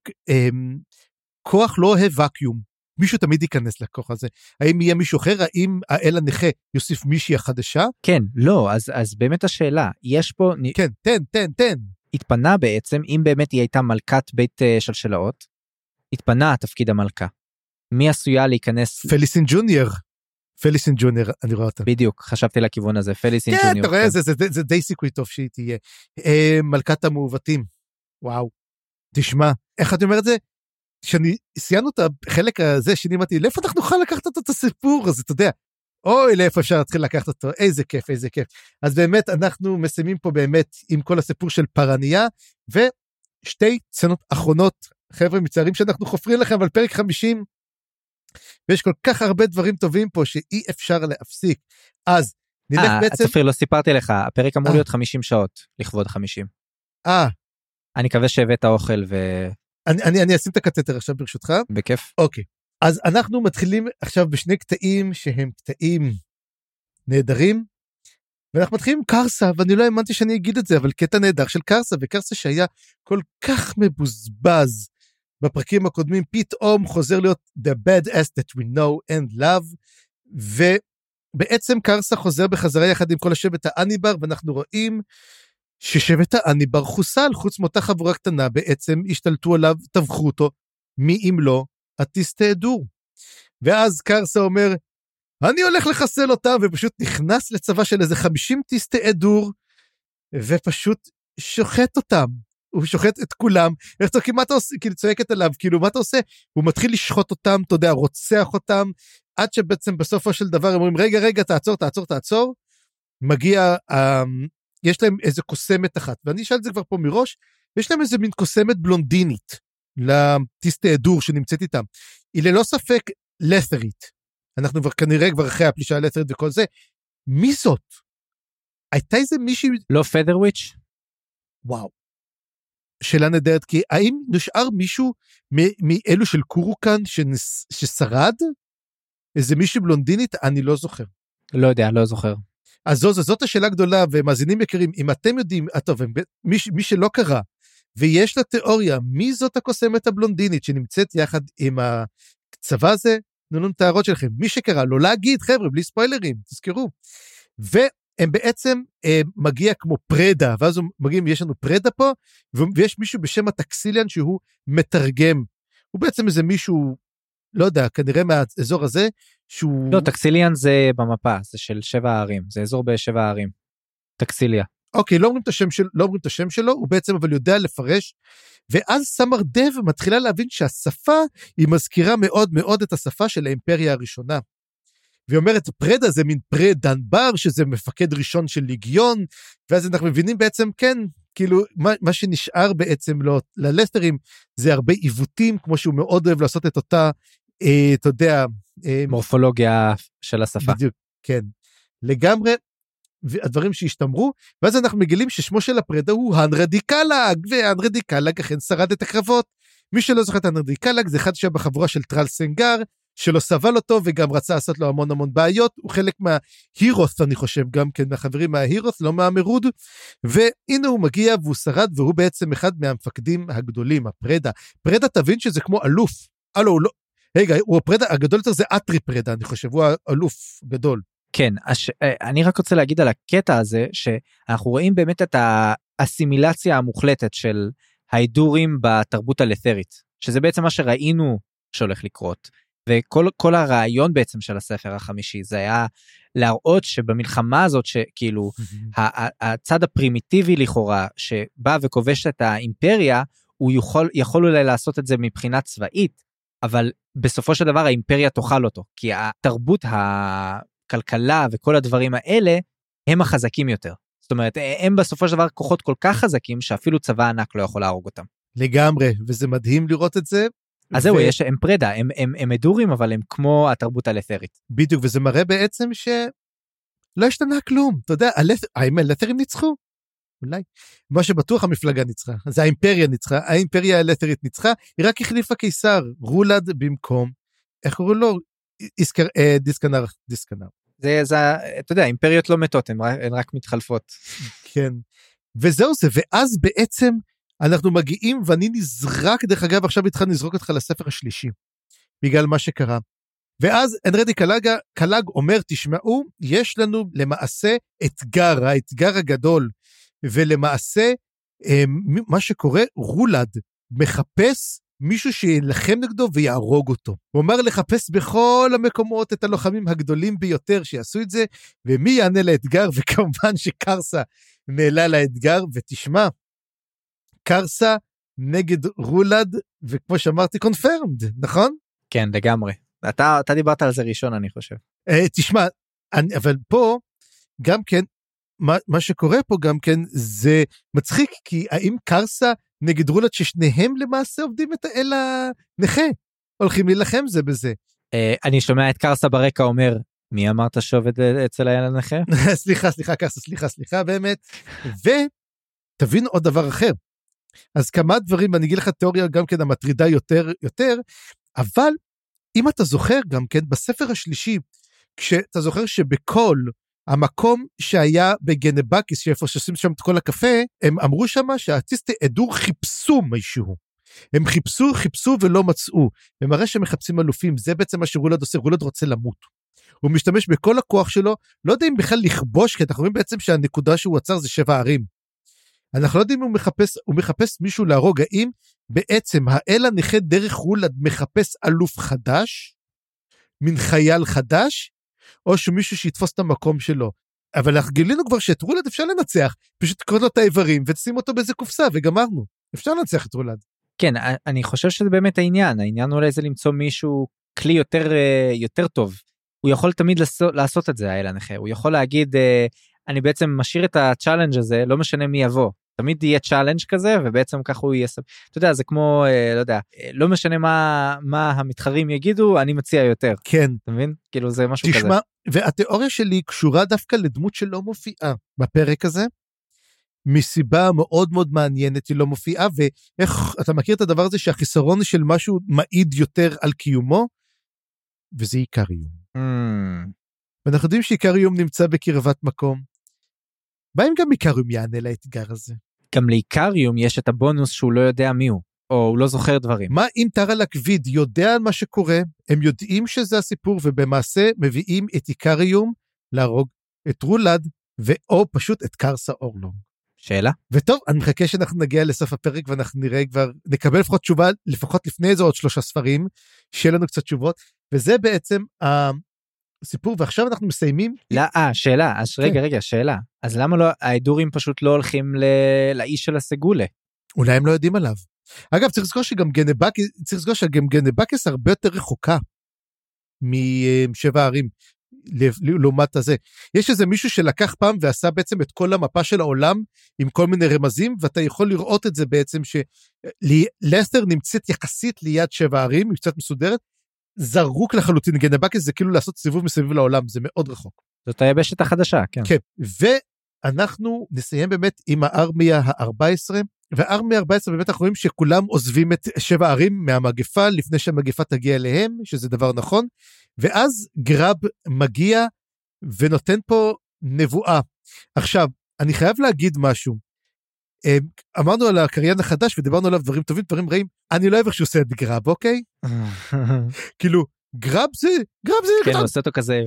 כוח לא אוהב וקיום, מישהו תמיד ייכנס לכוח הזה, האם יהיה מישהו אחר, האם האל הנכה יוסיף מישהי החדשה? כן, לא, אז באמת השאלה, יש פה... כן, תן. התפנה בעצם, אם באמת היא הייתה מלכת בית שלשלאות, התפנה תפקיד המלכה, מי עשויה להיכנס... פליסין ג'וניור, אני רואה אותה. בדיוק, חשבתי לכיוון הזה, פליסין ג'וניור. כן, אתה רואה, זה די סיכוי טוב שהיא תהיה. מלכת המעוותים, וואו. תשמע, איך אתה אומר את זה? כשאני סיימנו את החלק הזה, שנימתי, לאיפה אנחנו נוכל לקחת את הסיפור הזה, אתה יודע? אוי, לאיפה אפשר להתחיל לקחת אותו, איזה כיף. אז באמת, אנחנו מסיימים פה באמת עם כל הסיפור של פרניה, ושתי סצנות אחרונות, חבר'ה מצערים שאנחנו חופרים לכם, אבל פרק 50, ויש כל כך הרבה דברים טובים פה, שאי אפשר להפסיק. אז נלך בעצם... צפיר, לא סיפרתי לך, הפרק אמור להיות 50 שעות, לכבוד 50. אני מקווה שהבאת האוכל אני אשים את הקטטר עכשיו ברשותך. בכיף. אוקיי. אז אנחנו מתחילים עכשיו בשני קטעים שהם קטעים נהדרים, ואנחנו מתחילים עם קרסה, ואני לא האמנתי שאני אגיד את זה, אבל קטע נהדר של קרסה, וקרסה שהיה כל כך מבוזבז בפרקים הקודמים, פתאום חוזר להיות the badass that we know and love, ובעצם קרסה חוזר בחזרה יחד עם כל השבט האניבר, ואנחנו רואים ששבט האניבר חוסל, חוץ מאותה חבורה קטנה, בעצם השתלטו עליו, טבחו אותו, מי אם לא, הטיסטי אדור. ואז קרסה אומר, אני הולך לחסל אותם, ופשוט נכנס לצבא של איזה 50 טיסטי אדור, ופשוט שוחט אותם. הוא שוחט את כולם, איך צועקים, מה אתה עושה? כאילו צועקת עליו, כאילו מה אתה עושה? הוא מתחיל לשחוט אותם, אתה יודע, רוצח אותם, עד שבעצם בסופו של דבר, הם אומרים, רגע, תעצור, מגיע, יש להם איזה קוסמת אחת, ואני אשאל את זה כבר פה מראש, יש להם איזה מין קוסמת בלונדינית, לטיסטי אדור שנמצאת איתם, היא ללא ספק לת'רית, אנחנו כנראה כבר אחרי הפלישה הלת'רית וכל זה, מי זאת? הייתה איזה מישהי... לא פדרוויץ'? וואו. שאלה נהדרת, כי האם נשאר מישהו מאלו של קורוקן ששרד? איזה מישהי בלונדינית? אני לא זוכר. לא יודע, לא זוכר. אז זאת השאלה גדולה, ומאזינים יקרים, אם אתם יודעים, טוב, מי שלא קרא, ויש לה תיאוריה, מי זאת הקוסמת הבלונדינית שנמצאת יחד עם הצבא הזה, תנו את ההערות שלכם, מי שקרא, לא להגיד, חבר'ה, בלי ספוילרים, תזכרו. והם בעצם מגיע כמו פרדה, ואז מגיעים, יש לנו פרדה פה, ויש מישהו בשם הטקסיליאן שהוא מתרגם. הוא בעצם איזה מישהו, לא יודע, כנראה מהאזור הזה, שהוא... לא, טקסיליאן זה במפה, זה של 7 הערים, זה אזור ב7 הערים. טקסיליה. אוקיי, לא אומרים את השם שלו, הוא בעצם אבל יודע לפרש, ואז סמר דב מתחילה להבין שהשפה היא מזכירה מאוד מאוד את השפה של האימפריה הראשונה. והיא אומרת, פרדה זה מין פרד דנבר, שזה מפקד ראשון של ליגיון, ואז אנחנו מבינים בעצם, כן, כאילו, מה שנשאר בעצם ללסטרים, זה הרבה עיוותים, כמו שהוא מאוד אוהב לעשות את אותה, אתה יודע... מורפולוגיה של השפה. בדיוק, כן. לגמרי, והדברים שהשתמרו, ואז אנחנו מגלים ששמו של הפרדה הוא הנרדיקלג, והנרדיקלג אכן שרד את הקרבות. מי שלא זוכר את הנרדיקלג, זה אחד שהיה בחבורה של טרל סנגר, שלא סבל אותו, וגם רצה לעשות לו המון בעיות, הוא חלק מההירוס, אני חושב, גם כן מהחברים מההירוס, לא מהמרוד, והנה הוא מגיע, והוא שרד, והוא בעצם אחד מהמפקדים הגדולים, הפרדה. פרדה תבין שזה כמו אלוף, הוא לא, רגע, הוא הפרדה הגדול יותר, זה אטרי פרדה, אני חושב, הוא האלוף גדול. כן, אני רק רוצה להגיד על הקטע הזה, שאנחנו רואים באמת את האסימילציה המוחלטת של ההידורים בתרבות הלת'רית, שזה בעצם מה שראינו שהולך לקרות, וכל הרעיון בעצם של הספר החמישי, זה היה להראות שבמלחמה הזאת, שכאילו הצד הפרימיטיבי לכאורה, שבא וכובש את האימפריה, הוא יכול אולי לעשות את זה מבחינה צבאית, אבל בסופו של דבר האימפריה תאכל אותו, כי התרבות הכלכלה וכל הדברים האלה, הם החזקים יותר. זאת אומרת, הם בסופו של דבר כוחות כל כך חזקים, שאפילו צבא ענק לא יכול להרוג אותם. לגמרי, וזה מדהים לראות את זה. אז זהו, הם פרדה, הם מדורים, אבל הם כמו התרבות הלת'רית. בדיוק, וזה מראה בעצם שלא השתנה כלום. אתה יודע, האם הלת'רים ניצחו? אולי. מה שבטוח המפלגה ניצחה, זה האימפריה ניצחה, האימפריה הלת'רית ניצחה, היא רק החליפה קיסר, רולד במקום, איך קוראים לו? דיסקנר. זה, אתה יודע, אימפריות לא מתות, הן רק מתחלפות. כן, וזהו זה, ואז בעצם אנחנו מגיעים, ואני נזרק, דרך אגב, עכשיו התחלנו לזרוק אותך לספר השלישי, בגלל מה שקרה. ואז אנרדי קלאג אומר, תשמעו, יש לנו למעשה האתגר הגדול, ולמעשה, מה שקורה, רולד מחפש מישהו שילחם נגדו ויהרוג אותו. הוא אומר לחפש בכל המקומות את הלוחמים הגדולים ביותר שיעשו את זה, ומי יענה לאתגר, וכמובן שקרסה נעלה לאתגר, ותשמע, קרסה נגד רולד, וכמו שאמרתי, קונפרמד, נכון? כן, לגמרי. אתה דיברת על זה ראשון, אני חושב. תשמע, אבל פה, גם כן, מה שקורה פה גם כן, זה מצחיק, כי האם קרסה נגד רולד, ששניהם למעשה עובדים את האל הנכה, הולכים להילחם זה בזה. אני שומע את קרסה ברקע אומר, מי אמרת שעובד אצל הילד הנכה? סליחה, קרסה, סליחה, באמת. ותבין עוד דבר אחר. אז כמה דברים, אני אגיד לך תיאוריה גם כן המטרידה יותר, אבל אם אתה זוכר גם כן, בספר השלישי, כשאתה זוכר שבכל המקום שהיה בגנבקיס, שאיפה שעושים שם את כל הקפה, הם אמרו שם שהארטיסטי עדור חיפשו מישהו. הם חיפשו ולא מצאו. ומראה שהם מחפשים אלופים, זה בעצם מה שרולד עושה, רולד רוצה למות. הוא משתמש בכל הכוח שלו, לא יודע אם בכלל לכבוש, כי אנחנו רואים בעצם שהנקודה שהוא עצר זה 7 ערים. אנחנו לא יודעים אם הוא מחפש מישהו להרוג, האם בעצם האל הנכה דרך רולד מחפש אלוף חדש, מין חייל חדש, או שמישהו שיתפוס את המקום שלו. אבל אנחנו גילינו כבר שאת רולד אפשר לנצח, פשוט תקרוא לו את האיברים ותשים אותו באיזה קופסה, וגמרנו. אפשר לנצח את רולד. כן, אני חושב שזה באמת העניין אולי זה למצוא מישהו כלי יותר טוב. הוא יכול תמיד לעשות את זה, האל הנכה. הוא יכול להגיד, אני בעצם משאיר את הצ'אלנג' הזה, לא משנה מי יבוא. תמיד יהיה צ'אלנג' כזה, ובעצם ככה הוא יהיה... אתה יודע, זה כמו, לא יודע, לא משנה מה המתחרים יגידו, אני מציע יותר. כן. אתה מבין? כאילו זה משהו כזה. תשמע, והתיאוריה שלי קשורה דווקא לדמות שלא מופיעה בפרק הזה, מסיבה מאוד מאוד מעניינת היא לא מופיעה, ואיך אתה מכיר את הדבר הזה שהחיסרון של משהו מעיד יותר על קיומו, וזה עיקר איום. ואנחנו יודעים שעיקר איום נמצא בקרבת מקום. באים גם עיקר איום יענה לאתגר הזה. גם לעיקר איום יש את הבונוס שהוא לא יודע מי הוא, או הוא לא זוכר דברים. מה אם טרה לקוויד יודע על מה שקורה, הם יודעים שזה הסיפור, ובמעשה מביאים את עיקר איום להרוג את רולד, או פשוט את קרסה אורלונג. שאלה? וטוב, אני מחכה שאנחנו נגיע לסוף הפרק, ואנחנו נראה כבר, נקבל לפחות תשובה, לפחות לפני איזה עוד 3 ספרים, שיהיה לנו קצת תשובות, וזה בעצם הסיפור, ועכשיו אנחנו מסיימים. לא, שאלה, אז רגע, שאלה. אז למה לא, האידורים פשוט לא הולכים לאיש של הסגולה? אולי הם לא יודעים עליו. אגב, צריך לזכור שגם גנבקיס הרבה יותר רחוקה, מ7 ערים, לעומת הזה. יש איזה מישהו שלקח פעם ועשה בעצם את כל המפה של העולם עם כל מיני רמזים, ואתה יכול לראות את זה בעצם שלסטר נמצאת יחסית ליד 7 ערים, היא קצת מסודרת, זרוק לחלוטין. גנבקיס זה כאילו לעשות סיבוב מסביב לעולם, זה מאוד רחוק. זאת היבשת החדשה, כן. כן, ואנחנו נסיים באמת עם הארמיה ה-14, והארמיה ה-14 באמת אנחנו רואים שכולם עוזבים את 7 ערים מהמגפה, לפני שהמגפה תגיע אליהם, שזה דבר נכון, ואז גרב מגיע ונותן פה נבואה. עכשיו, אני חייב להגיד משהו, אמרנו על הקריין החדש ודיברנו עליו דברים טובים, דברים רעים, אני לא אוהב איך שהוא עושה את גרב, אוקיי? כאילו, גרב זה... כן, הוא עושה אותו כזה,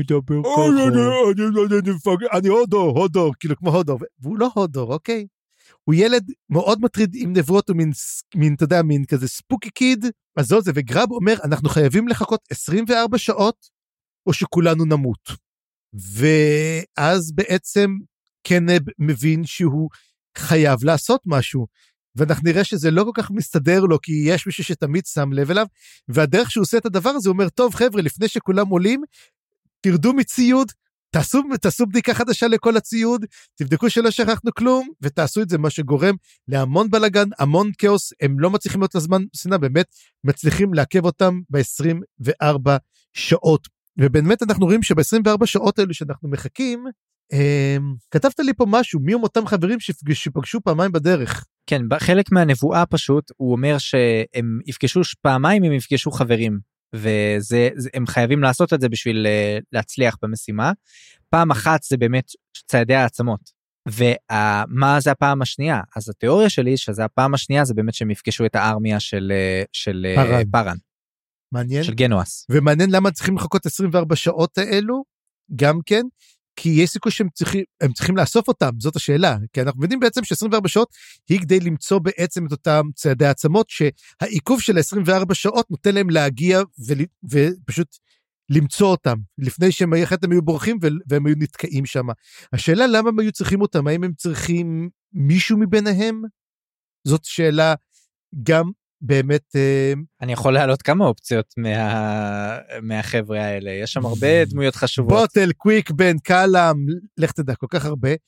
אני הודור, כאילו כמו הודור, והוא לא הודור, אוקיי? הוא ילד מאוד מטריד עם נבואות, הוא מין, אתה יודע, מין כזה ספוקי קיד, אז זה, וגרב אומר, אנחנו חייבים לחכות 24 שעות, או שכולנו נמות. ואז בעצם קנב מבין שהוא חייב לעשות משהו, ואנחנו נראה שזה לא כל כך מסתדר לו, כי יש מישהו שתמיד שם לב אליו, והדרך שהוא עושה את הדבר הזה, הוא אומר, טוב חבר'ה, לפני שכולם עולים, תרדו מציוד, תעשו בדיקה חדשה לכל הציוד, תבדקו שלא שכחנו כלום, ותעשו את זה, מה שגורם להמון בלגן, המון כאוס, הם לא מצליחים להיות לזמן סנה, באמת מצליחים לעכב אותם ב-24 שעות, ובאמת אנחנו רואים שב-24 שעות האלו שאנחנו מחכים, כתבת לי פה משהו, מי הם אותם חברים שפגשו פעמיים בדרך? כן, חלק מהנבואה פשוט, הוא אומר שהם יפגשו פעמיים, הם יפגשו חברים, והם חייבים לעשות את זה בשביל להצליח במשימה. פעם אחת זה באמת צעדי העצמות, ומה זה הפעם השנייה? אז התיאוריה שלי שזה הפעם השנייה, זה באמת שהם יפגשו את הארמיה של פארן. מעניין. של גנואס. ומעניין למה צריכים לחכות 24 שעות האלו, גם כן, כי יש סיכוי שהם צריכים לאסוף אותם, זאת השאלה, כי אנחנו יודעים בעצם ש24 שעות היא כדי למצוא בעצם את אותם צעדי העצמות, שהעיכוב של 24 שעות נותן להם להגיע ופשוט למצוא אותם, לפני שהם היו בורחים והם היו נתקעים שם. השאלה למה הם היו צריכים אותם, האם הם צריכים מישהו מביניהם? זאת שאלה גם באמת... אני יכול להעלות כמה אופציות מהחבר'ה האלה, יש שם הרבה דמויות חשובות. בוטל, קוויק, בן, קלאם, לך תדע, כל כך הרבה.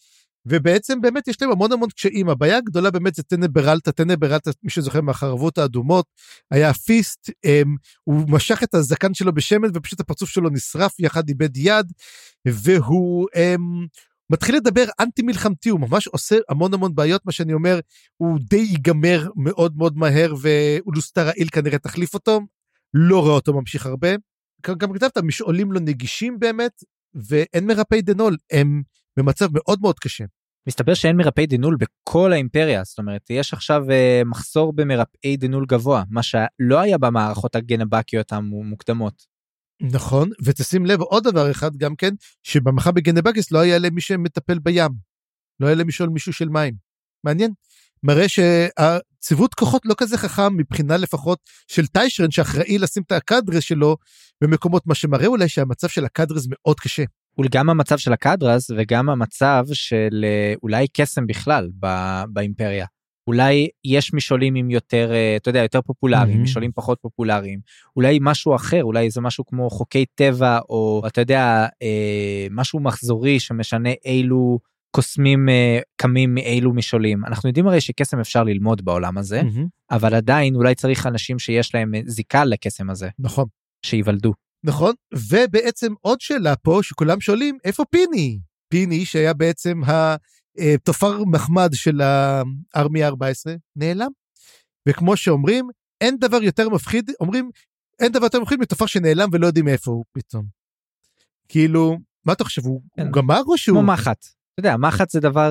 ובעצם באמת יש להם המון המון קשיים. הבעיה הגדולה באמת זה טנברלטה, מי שזוכר מהחרבות האדומות, היה פיסט, הוא משך את הזקן שלו בשמן, ופשוט הפרצוף שלו נשרף, יחד איבד יד, והוא מתחיל לדבר אנטי מלחמתי, הוא ממש עושה המון המון בעיות, מה שאני אומר, הוא די ייגמר מאוד מאוד מהר, ואולוסטרה איל כנראה תחליף אותו, לא רואה אותו ממשיך הרבה, גם כתבת, משעולים לו נגישים באמת, ואין מרפאי דנול, הם במצב מאוד מאוד קשה. מסתבר שאין מרפאי דנול בכל האימפריה, זאת אומרת, יש עכשיו מחסור במרפאי דנול גבוה, מה שלא היה במערכות הגנבקיות המוקדמות. נכון, ותשים לב עוד דבר אחד גם כן, שבמחה בגנבקיס לא היה להם מי שמטפל בים, לא היה להם מישהו של מים. מעניין, מראה שהציוות כוחות לא כזה חכם, מבחינה לפחות של טיישרן, שאחראי לשים את הקדרס שלו במקומות, מה שמראה אולי שהמצב של הקדרס מאוד קשה. וגם המצב של הקדרס, וגם המצב של אולי קסם בכלל באימפריה. אולי יש משעולים עם יותר, אתה יודע, יותר פופולריים, משעולים פחות פופולריים, אולי משהו אחר, אולי זה משהו כמו חוקי טבע, או אתה יודע, משהו מחזורי שמשנה אילו קוסמים קמים מאילו משעולים. אנחנו יודעים הרי שקסם אפשר ללמוד בעולם הזה, אבל עדיין אולי צריך אנשים שיש להם זיקה לקסם הזה. נכון. שיוולדו. נכון, ובעצם עוד שאלה פה, שכולם שואלים, איפה פיני? פיני שהיה בעצם תופר מחמד של הארמי 14, נעלם. וכמו שאומרים, אין דבר יותר מפחיד, אומרים, אין דבר יותר מפחיד מתופר שנעלם ולא יודעים איפה הוא פתאום. כאילו, מה אתה חושב, הוא גמר או שהוא? כמו מחט. אתה יודע, מחט זה דבר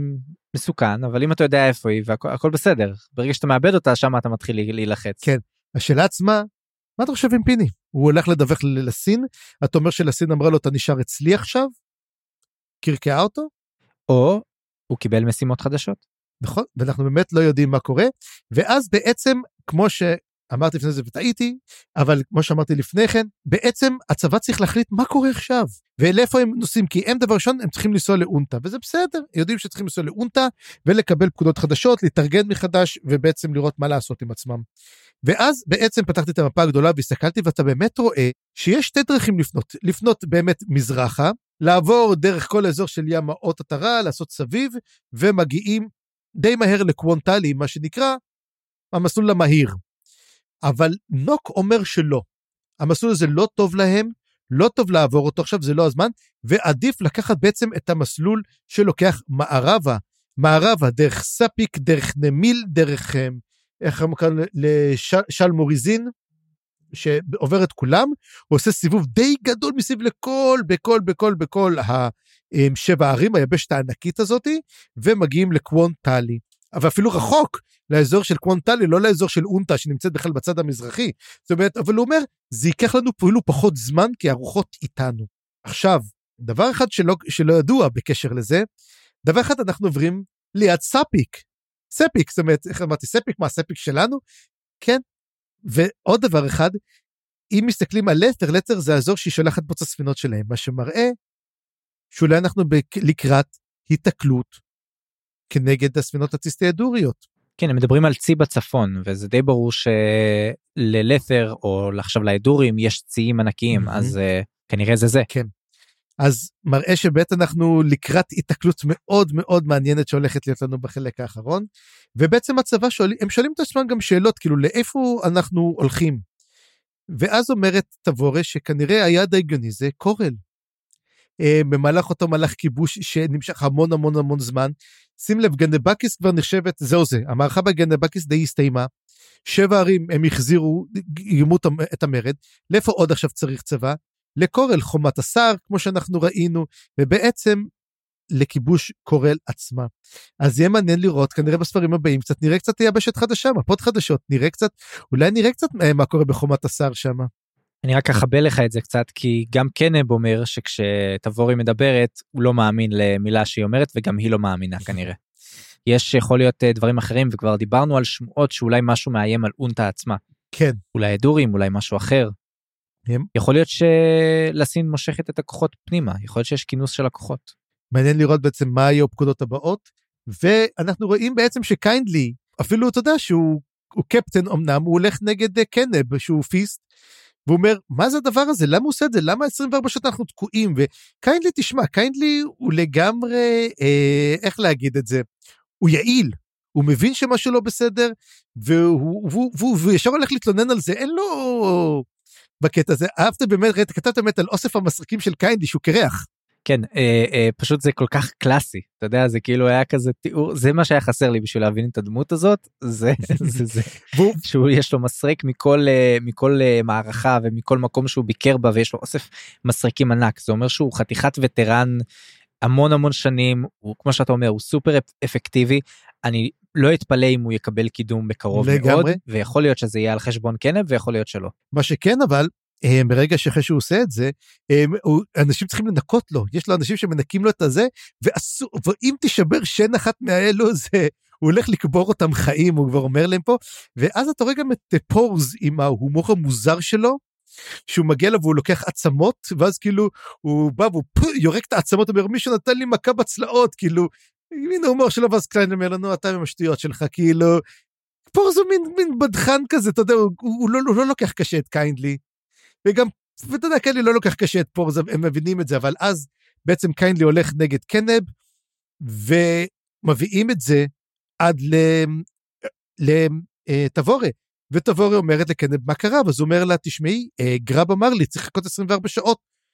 מסוכן, אבל אם אתה יודע איפה היא, והכל בסדר. ברגע שאתה מאבד אותה, שם אתה מתחיל להילחץ. כן, השאלה עצמה, מה אתה חושב עם פיני? הוא הולך לדווח לסין, אתה אומר שלסין אמרה לו, אתה נשאר אצלי עכשיו? קרקעה אותו? או הוא קיבל משימות חדשות. נכון, ואנחנו באמת לא יודעים מה קורה, ואז בעצם, כמו שאמרתי לפני זה וטעיתי, אבל כמו שאמרתי לפני כן, בעצם הצבא צריך להחליט מה קורה עכשיו, ולאיפה הם נוסעים, כי הם דבר ראשון, הם צריכים לנסוע לאונטה, וזה בסדר, יודעים שצריכים לנסוע לאונטה, ולקבל פקודות חדשות, להתארגן מחדש, ובעצם לראות מה לעשות עם עצמם. ואז בעצם פתחתי את המפה הגדולה, והסתכלתי, ואתה באמת רואה, שיש שתי דרכים לפנות באמת מזרחה, לעבור דרך כל האזור של ים מאות עטרה, לעשות סביב, ומגיעים די מהר לקוונטלי, מה שנקרא, המסלול המהיר. אבל נוק אומר שלא. המסלול הזה לא טוב להם, לא טוב לעבור אותו עכשיו, זה לא הזמן, ועדיף לקחת בעצם את המסלול שלוקח מערבה, דרך ספיק, דרך נמיל, דרך, איך אמרו כאן, לשלמוריזין, שעובר את כולם, הוא עושה סיבוב די גדול מסביב בכל השבע ערים, היבשת הענקית הזאת, ומגיעים לקוונטלי. אבל אפילו רחוק לאזור של קוונטלי, לא לאזור של אונטה, שנמצאת בכלל בצד המזרחי. זאת אומרת, אבל הוא אומר, זה ייקח לנו אפילו פחות זמן, כי הרוחות איתנו. עכשיו, דבר אחד שלא ידוע בקשר לזה, דבר אחד אנחנו עוברים ליד ספיק, זאת אומרת, איך אמרתי, ספיק, מה הספיק שלנו? כן. ועוד דבר אחד, אם מסתכלים על לטר זה האזור שהיא שולחת בו את הספינות שלהם, מה שמראה שאולי אנחנו לקראת התקלות כנגד הספינות הציסטאדוריות. כן, הם מדברים על צי בצפון, וזה די ברור שללת'ר, או עכשיו לאדורים, יש ציים ענקיים, אז כנראה זה. כן. אז מראה שבאמת אנחנו לקראת התקלות מאוד מאוד מעניינת שהולכת להיות לנו בחלק האחרון, ובעצם הצבא הם שואלים את עצמם גם שאלות, כאילו לאיפה אנחנו הולכים, ואז אומרת תבורה שכנראה היעד ההגיוני זה קורל, במהלך אותו מהלך כיבוש שנמשך המון המון המון זמן, שים לב, גנבקיס כבר נחשבת, זהו זה, המערכה בגנבקיס די הסתיימה, 7 ערים הם החזירו, גיימו את המרד, לאיפה עוד עכשיו צריך צבא? לקורל, חומת השר, כמו שאנחנו ראינו, ובעצם לכיבוש קורל עצמה. אז יהיה מעניין לראות, כנראה בספרים הבאים, קצת נראה קצת יבשת חדשה, מפות חדשות, אולי נראה קצת מה קורה בחומת השר שם. אני רק אחבל לך את זה קצת, כי גם קנב אומר שכשתבורי מדברת, הוא לא מאמין למילה שהיא אומרת, וגם היא לא מאמינה כנראה. יכול להיות דברים אחרים, וכבר דיברנו על שמועות שאולי משהו מאיים על אונטה עצמה. כן. אולי אדורים, אולי משהו אחר. יכול להיות שלסין מושכת את הכוחות פנימה, יכול להיות שיש כינוס של הכוחות. מעניין לראות בעצם מה היו הפקודות הבאות, ואנחנו רואים בעצם שקיינדלי, אפילו אתה יודע שהוא קפטן אמנם, הוא הולך נגד קנב שהוא פיסט, והוא אומר, מה זה הדבר הזה? למה הוא עושה את זה? למה 24 שעות אנחנו תקועים? וקיינדלי, תשמע, קיינדלי הוא לגמרי, איך להגיד את זה? הוא יעיל, הוא מבין שמשהו לא בסדר, והוא ישר הולך להתלונן על זה, אין לו בקטע הזה. אהבת באמת, כתבת באמת על אוסף המסרקים של קיינדלי, שהוא קרח. כן, פשוט זה כל כך קלאסי, אתה יודע, זה כאילו היה כזה תיאור, זה מה שהיה חסר לי בשביל להבין את הדמות הזאת, זה, שהוא יש לו מסרק מכל מערכה ומכל מקום שהוא ביקר בה, ויש לו אוסף מסרקים ענק, זה אומר שהוא חתיכת וטרן המון שנים, הוא כמו שאתה אומר, הוא סופר אפקטיבי, אני לא אתפלא אם הוא יקבל קידום בקרוב מאוד, ויכול להיות שזה יהיה על חשבון קנב, ויכול להיות שלא. מה שכן אבל, ברגע שאחרי שהוא עושה את זה, אנשים צריכים לנקות לו, יש לו אנשים שמנקים לו את הזה, ואם תשבר שן אחת מהאלו, הוא הולך לקבור אותם חיים, הוא כבר אומר להם פה, ואז אתה רואה גם את פורז עם ההומור המוזר שלו, שהוא מגיע לו והוא לוקח עצמות, ואז כאילו הוא בא והוא יורק את העצמות, אומר מישהו נתן לי מכה בצלעות, כאילו, מין ההומור שלו, ואז קליין אומר לנו, אתה עם השטויות שלך, כאילו, פורז הוא מין בדחן כזה, אתה יודע, הוא לא לוקח קשה את קיינדלי, וגם, ואתה יודע, קיינדלי לא לוקח קשה את פורז, הם מבינים את זה, אבל אז בעצם קיינדלי הולך נגד קנב, ומביאים את זה עד לתבורה, ותבורה אומרת לקנב מה קרה, אז הוא אומר לה, תשמעי, גרב אמר לי, צריך לחכות 24 שעות,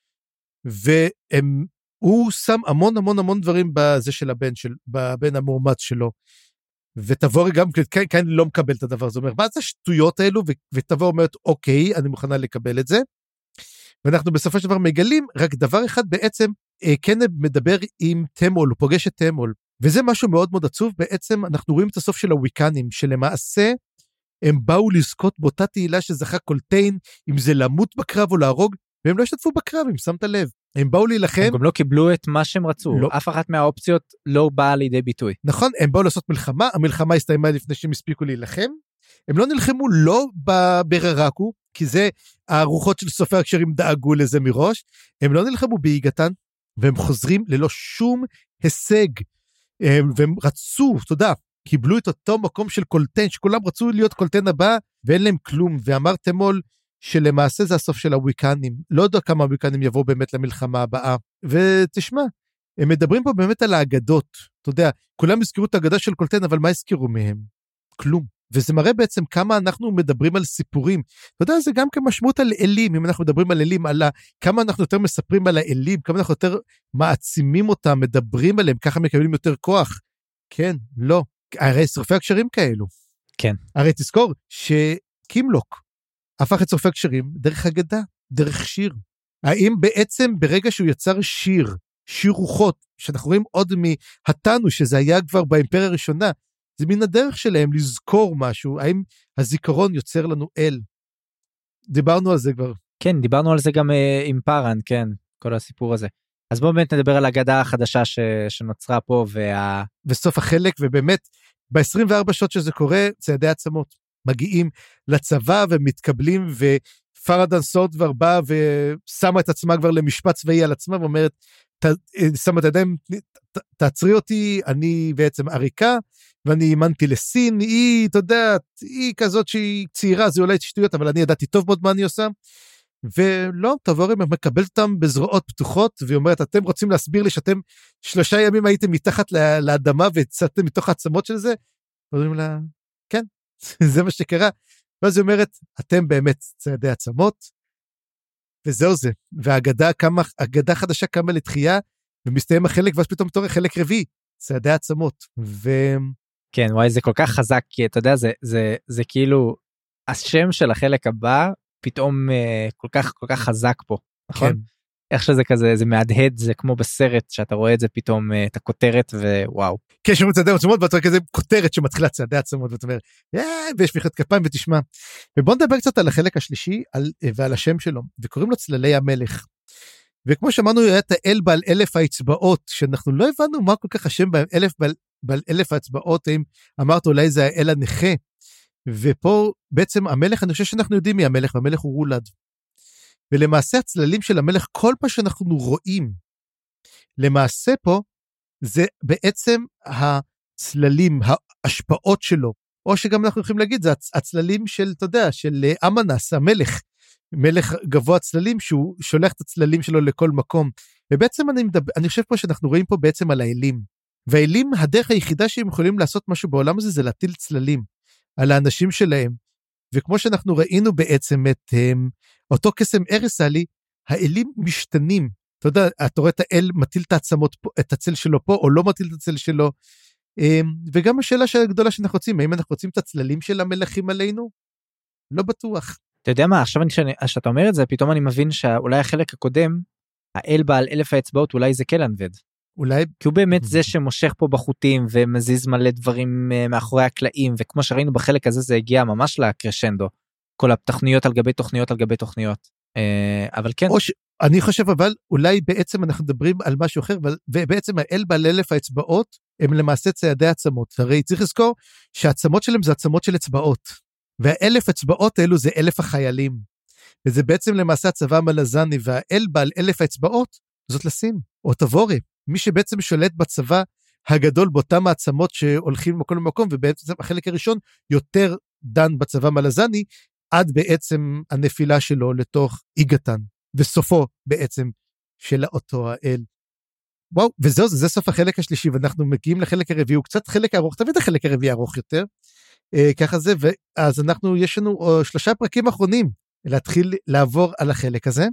והוא שם המון דברים בזה של בבן המאומץ שלו, ותבורה גם, קיינדלי לא מקבל את הדבר, זה אומר, מה זה השטויות האלו, ותבורה אומרת, אוקיי, אני מוכנה לקבל את זה, ואנחנו בסופו של דבר מגלים, רק דבר אחד בעצם, קנב מדבר עם תמול, הוא פוגש את תמול, וזה משהו מאוד מאוד עצוב, בעצם אנחנו רואים את הסוף של הוויקנים, שלמעשה, הם באו לזכות באותה תהילה שזכה קולטיין, אם זה למות בקרב או להרוג, והם לא השתתפו בקרב, אם שמת לב. הם באו להילחם. הם גם לא קיבלו את מה שהם רצו, לא. אף אחת מהאופציות לא באה לידי ביטוי. נכון, הם באו לעשות מלחמה, המלחמה הסתיימה לפני שהם הספיקו להילחם, הם לא נלחמו לא בררקו, כי זה הרוחות של סופר הקשרים דאגו לזה מראש, הם לא נלחמו באיגתן, והם חוזרים ללא שום הישג, והם רצו, תודה, קיבלו את אותו מקום של קולטיין, שכולם רצו להיות קולטיין הבא, ואין להם כלום, ואמר תמול, שלמעשה זה הסוף של הוויקנים, לא יודע כמה הוויקנים יבואו באמת למלחמה הבאה, ותשמע, הם מדברים פה באמת על האגדות, אתה יודע, כולם הזכירו את האגדה של קולטיין, אבל מה הזכירו מהם? כלום. וזה מראה בעצם כמה אנחנו מדברים על סיפורים, אתה יודע, זה גם כמשמעות על אלים, אם אנחנו מדברים על אלים, על כמה אנחנו יותר מספרים על האלים, כמה אנחנו יותר מעצימים אותם, מדברים עליהם, ככה מקבלים יותר כוח. כן, לא. הרי שרפי הקשרים כאלו. כן. הרי תזכור שקימלוק הפך את שרפי הקשרים דרך אגדה, דרך שיר. האם בעצם ברגע שהוא יצר שיר רוחות, שאנחנו רואים עוד מהתנו, שזה היה כבר באימפריה הראשונה, זה מן הדרך שלהם לזכור משהו, האם הזיכרון יוצר לנו אל? דיברנו על זה כבר. כן, דיברנו על זה גם עם פארן, כן, כל הסיפור הזה. אז בואו באמת נדבר על האגדה החדשה שנוצרה פה, וסוף החלק, ובאמת, ב-24 שעות שזה קורה, צעדי עצמות, מגיעים לצבא ומתקבלים, ופרדן סוד כבר באה ושמה את עצמה כבר למשפט צבאי על עצמה, ואומרת, שמה את הידיים, תעצרי אותי, אני בעצם עריקה, ואני אימנתי לסין, היא, אתה יודע, היא כזאת שהיא צעירה, זה אולי שטויות, אבל אני ידעתי טוב מאוד מה אני עושה, ולא, תבורים, מקבלת אותם בזרועות פתוחות, והיא אומרת, אתם רוצים להסביר לי שאתם 3 ימים הייתם מתחת לאדמה, והצאתם מתוך העצמות של זה? אומרים לה, כן, זה מה שקרה, ואז היא אומרת, אתם באמת צעדי עצמות, וזהו זה, והאגדה חדשה קמה לתחייה, ומסתיים החלק, ואז פתאום תורא חלק רביעי, צעדי עצמות, כן, וואי, זה כל כך חזק, כי אתה יודע, זה כאילו, השם של החלק הבא, פתאום כל כך חזק פה, נכון? כן. איך שזה כזה, זה מהדהד, זה כמו בסרט, שאתה רואה את זה פתאום, את הכותרת, ווואו. כן, שאומרים צעדי עצמות, ואתה רואה כזה כותרת שמתחילה צעדי עצמות, ואתה אומר, ויש מחיאות כפיים ותשמע. ובוא נדבר קצת על החלק השלישי, ועל השם שלו, וקוראים לו צללי המלך. וכמו שאמרנו, היה את האל בעל 1000 האצבעות, שאנחנו לא הבנו מה כל כך השם בעל 1000 האצבעות, אם אמרת אולי זה האל הנכה, ופה בעצם המלך, אני חושב שאנחנו יודעים מי המלך, והמלך הוא רולד. ולמעשה הצללים של המלך, כל פעם שאנחנו רואים, למעשה פה, זה בעצם הצללים, ההשפעות שלו, או שגם אנחנו יכולים להגיד, זה הצללים של, אתה יודע, של אמנס, המלך, מלך גבוה צללים, שהוא שולח את הצללים שלו לכל מקום. ובעצם אני חושב פה שאנחנו רואים פה בעצם על האלים. והאלים, הדרך היחידה שהם יכולים לעשות משהו בעולם הזה, זה להטיל צללים על האנשים שלהם. וכמו שאנחנו ראינו בעצם את אותו קסם ארסלי, האלים משתנים. אתה יודע, אתה רואה את האל מטיל את העצמות, את הצל שלו פה, או לא מטיל את הצל שלו. וגם השאלה הגדולה שאנחנו רוצים, האם אנחנו רוצים את הצללים של המלכים עלינו? לא בטוח. אתה יודע מה, עכשיו שאתה אומר את זה, פתאום אני מבין שאולי החלק הקודם, האל בעל 1000 האצבעות, אולי זה קלנבד. אולי... כי הוא באמת זה שמושך פה בחוטים, ומזיז מלא דברים מאחורי הקלעים, וכמו שראינו בחלק הזה, זה הגיע ממש לקרשנדו. כל התוכניות על גבי תוכניות על גבי תוכניות. אבל כן. אני חושב, אבל אולי בעצם אנחנו מדברים על משהו אחר, ובעצם האל בעל 1000 האצבעות, הם למעשה ציידי עצמות. הרי צריך לזכור שהעצמות שלהם זה עצמות של אצבעות. וה1000 אצבעות האלו זה 1000 החיילים. וזה בעצם למעשה הצבא המלזני, והאל בעל 1000 האצבעות, זאת לסין, או תבורי. מי שבעצם שולט בצבא הגדול, באותם העצמות שהולכים מכל מקום, ובעצם החלק הראשון יותר דן בצבא המלזני, עד בעצם הנפילה שלו לתוך איגתן, וסופו בעצם של אותו האל. וואו, וזהו, זה סוף החלק השלישי, ואנחנו מגיעים לחלק הרביעי, הוא קצת חלק ארוך, תמיד החלק הרביעי ארוך יותר, ככה זה, ואז יש לנו 3 פרקים אחרונים, להתחיל לעבור על החלק הזה,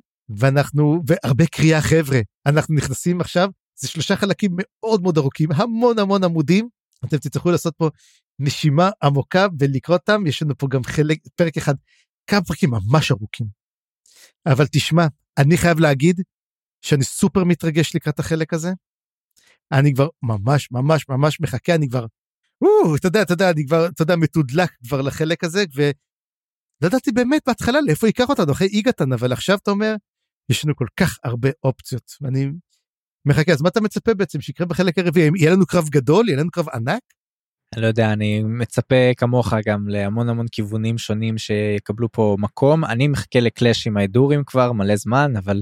והרבה קריאה חבר'ה, אנחנו נכנסים עכשיו, זה 3 חלקים מאוד מאוד ארוכים, המון המון עמודים, אתם תצטרכו לעשות פה נשימה עמוקה, ולקרוא אותם, יש לנו פה גם פרק אחד, כמה פרקים ממש ארוכים, אבל תשמע, אני חייב להגיד, שאני סופר מתרגש לקראת החלק הזה, אני כבר ממש ממש ממש מחכה, אני כבר, אתה יודע, מתודלק כבר לחלק הזה, ולא ידעתי באמת בהתחלה לאיפה ייקח אותנו, אחרי איגתן, אבל עכשיו אתה אומר, יש לנו כל כך הרבה אופציות, ואני מחכה, אז מה אתה מצפה בעצם, שיקרה בחלק הרביעי, יהיה לנו קרב גדול, יהיה לנו קרב ענק? אני לא יודע, אני מצפה כמוך גם להמון המון כיוונים שונים שיקבלו פה מקום, אני מחכה לקלאש עם ההדורים כבר מלא זמן, אבל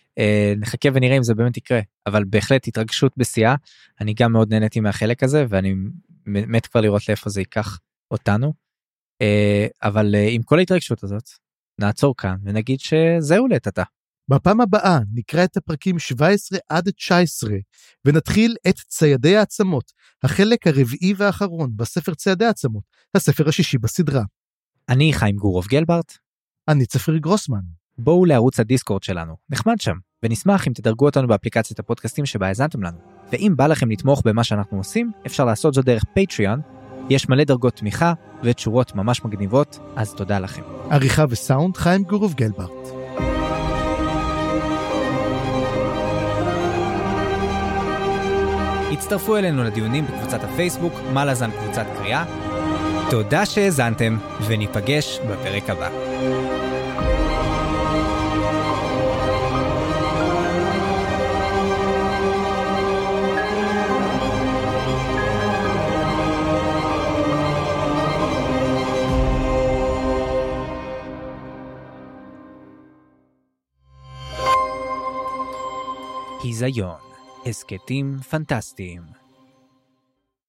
נחכה ונראה אם זה באמת יקרה, אבל בהחלט התרגשות בשיאה, אני גם מאוד נהניתי מהחלק הזה, ואני מת כבר לראות לאיפה זה ייקח אותנו, אבל עם כל ההתרגשות הזאת, נעצור כאן ונגיד שזהו לטאטה. בפעם הבאה נקרא את הפרקים 17 עד 19, ונתחיל את ציידי העצמות, החלק הרביעי והאחרון בספר ציידי העצמות, הספר השישי בסדרה. אני חיים גורוב גלברט. אני צפיר גרוסמן. בואו לערוץ הדיסקורד שלנו, נחמד שם, ונשמח אם תדרגו אותנו באפליקציית הפודקאסטים שבה האזנתם לנו. ואם בא לכם לתמוך במה שאנחנו עושים, אפשר לעשות זאת דרך פטריון, יש מלא דרגות תמיכה ותשורות ממש מגניבות, אז תודה לכם. עריכה וסאונד חיים גורוב גלברט. הצטרפו אלינו לדיונים בקבוצת הפייסבוק, מה לזן קבוצת קריאה. תודה שהאזנתם, וניפגש בפרק הבא. היזיון, הסקטים פנטסטיים.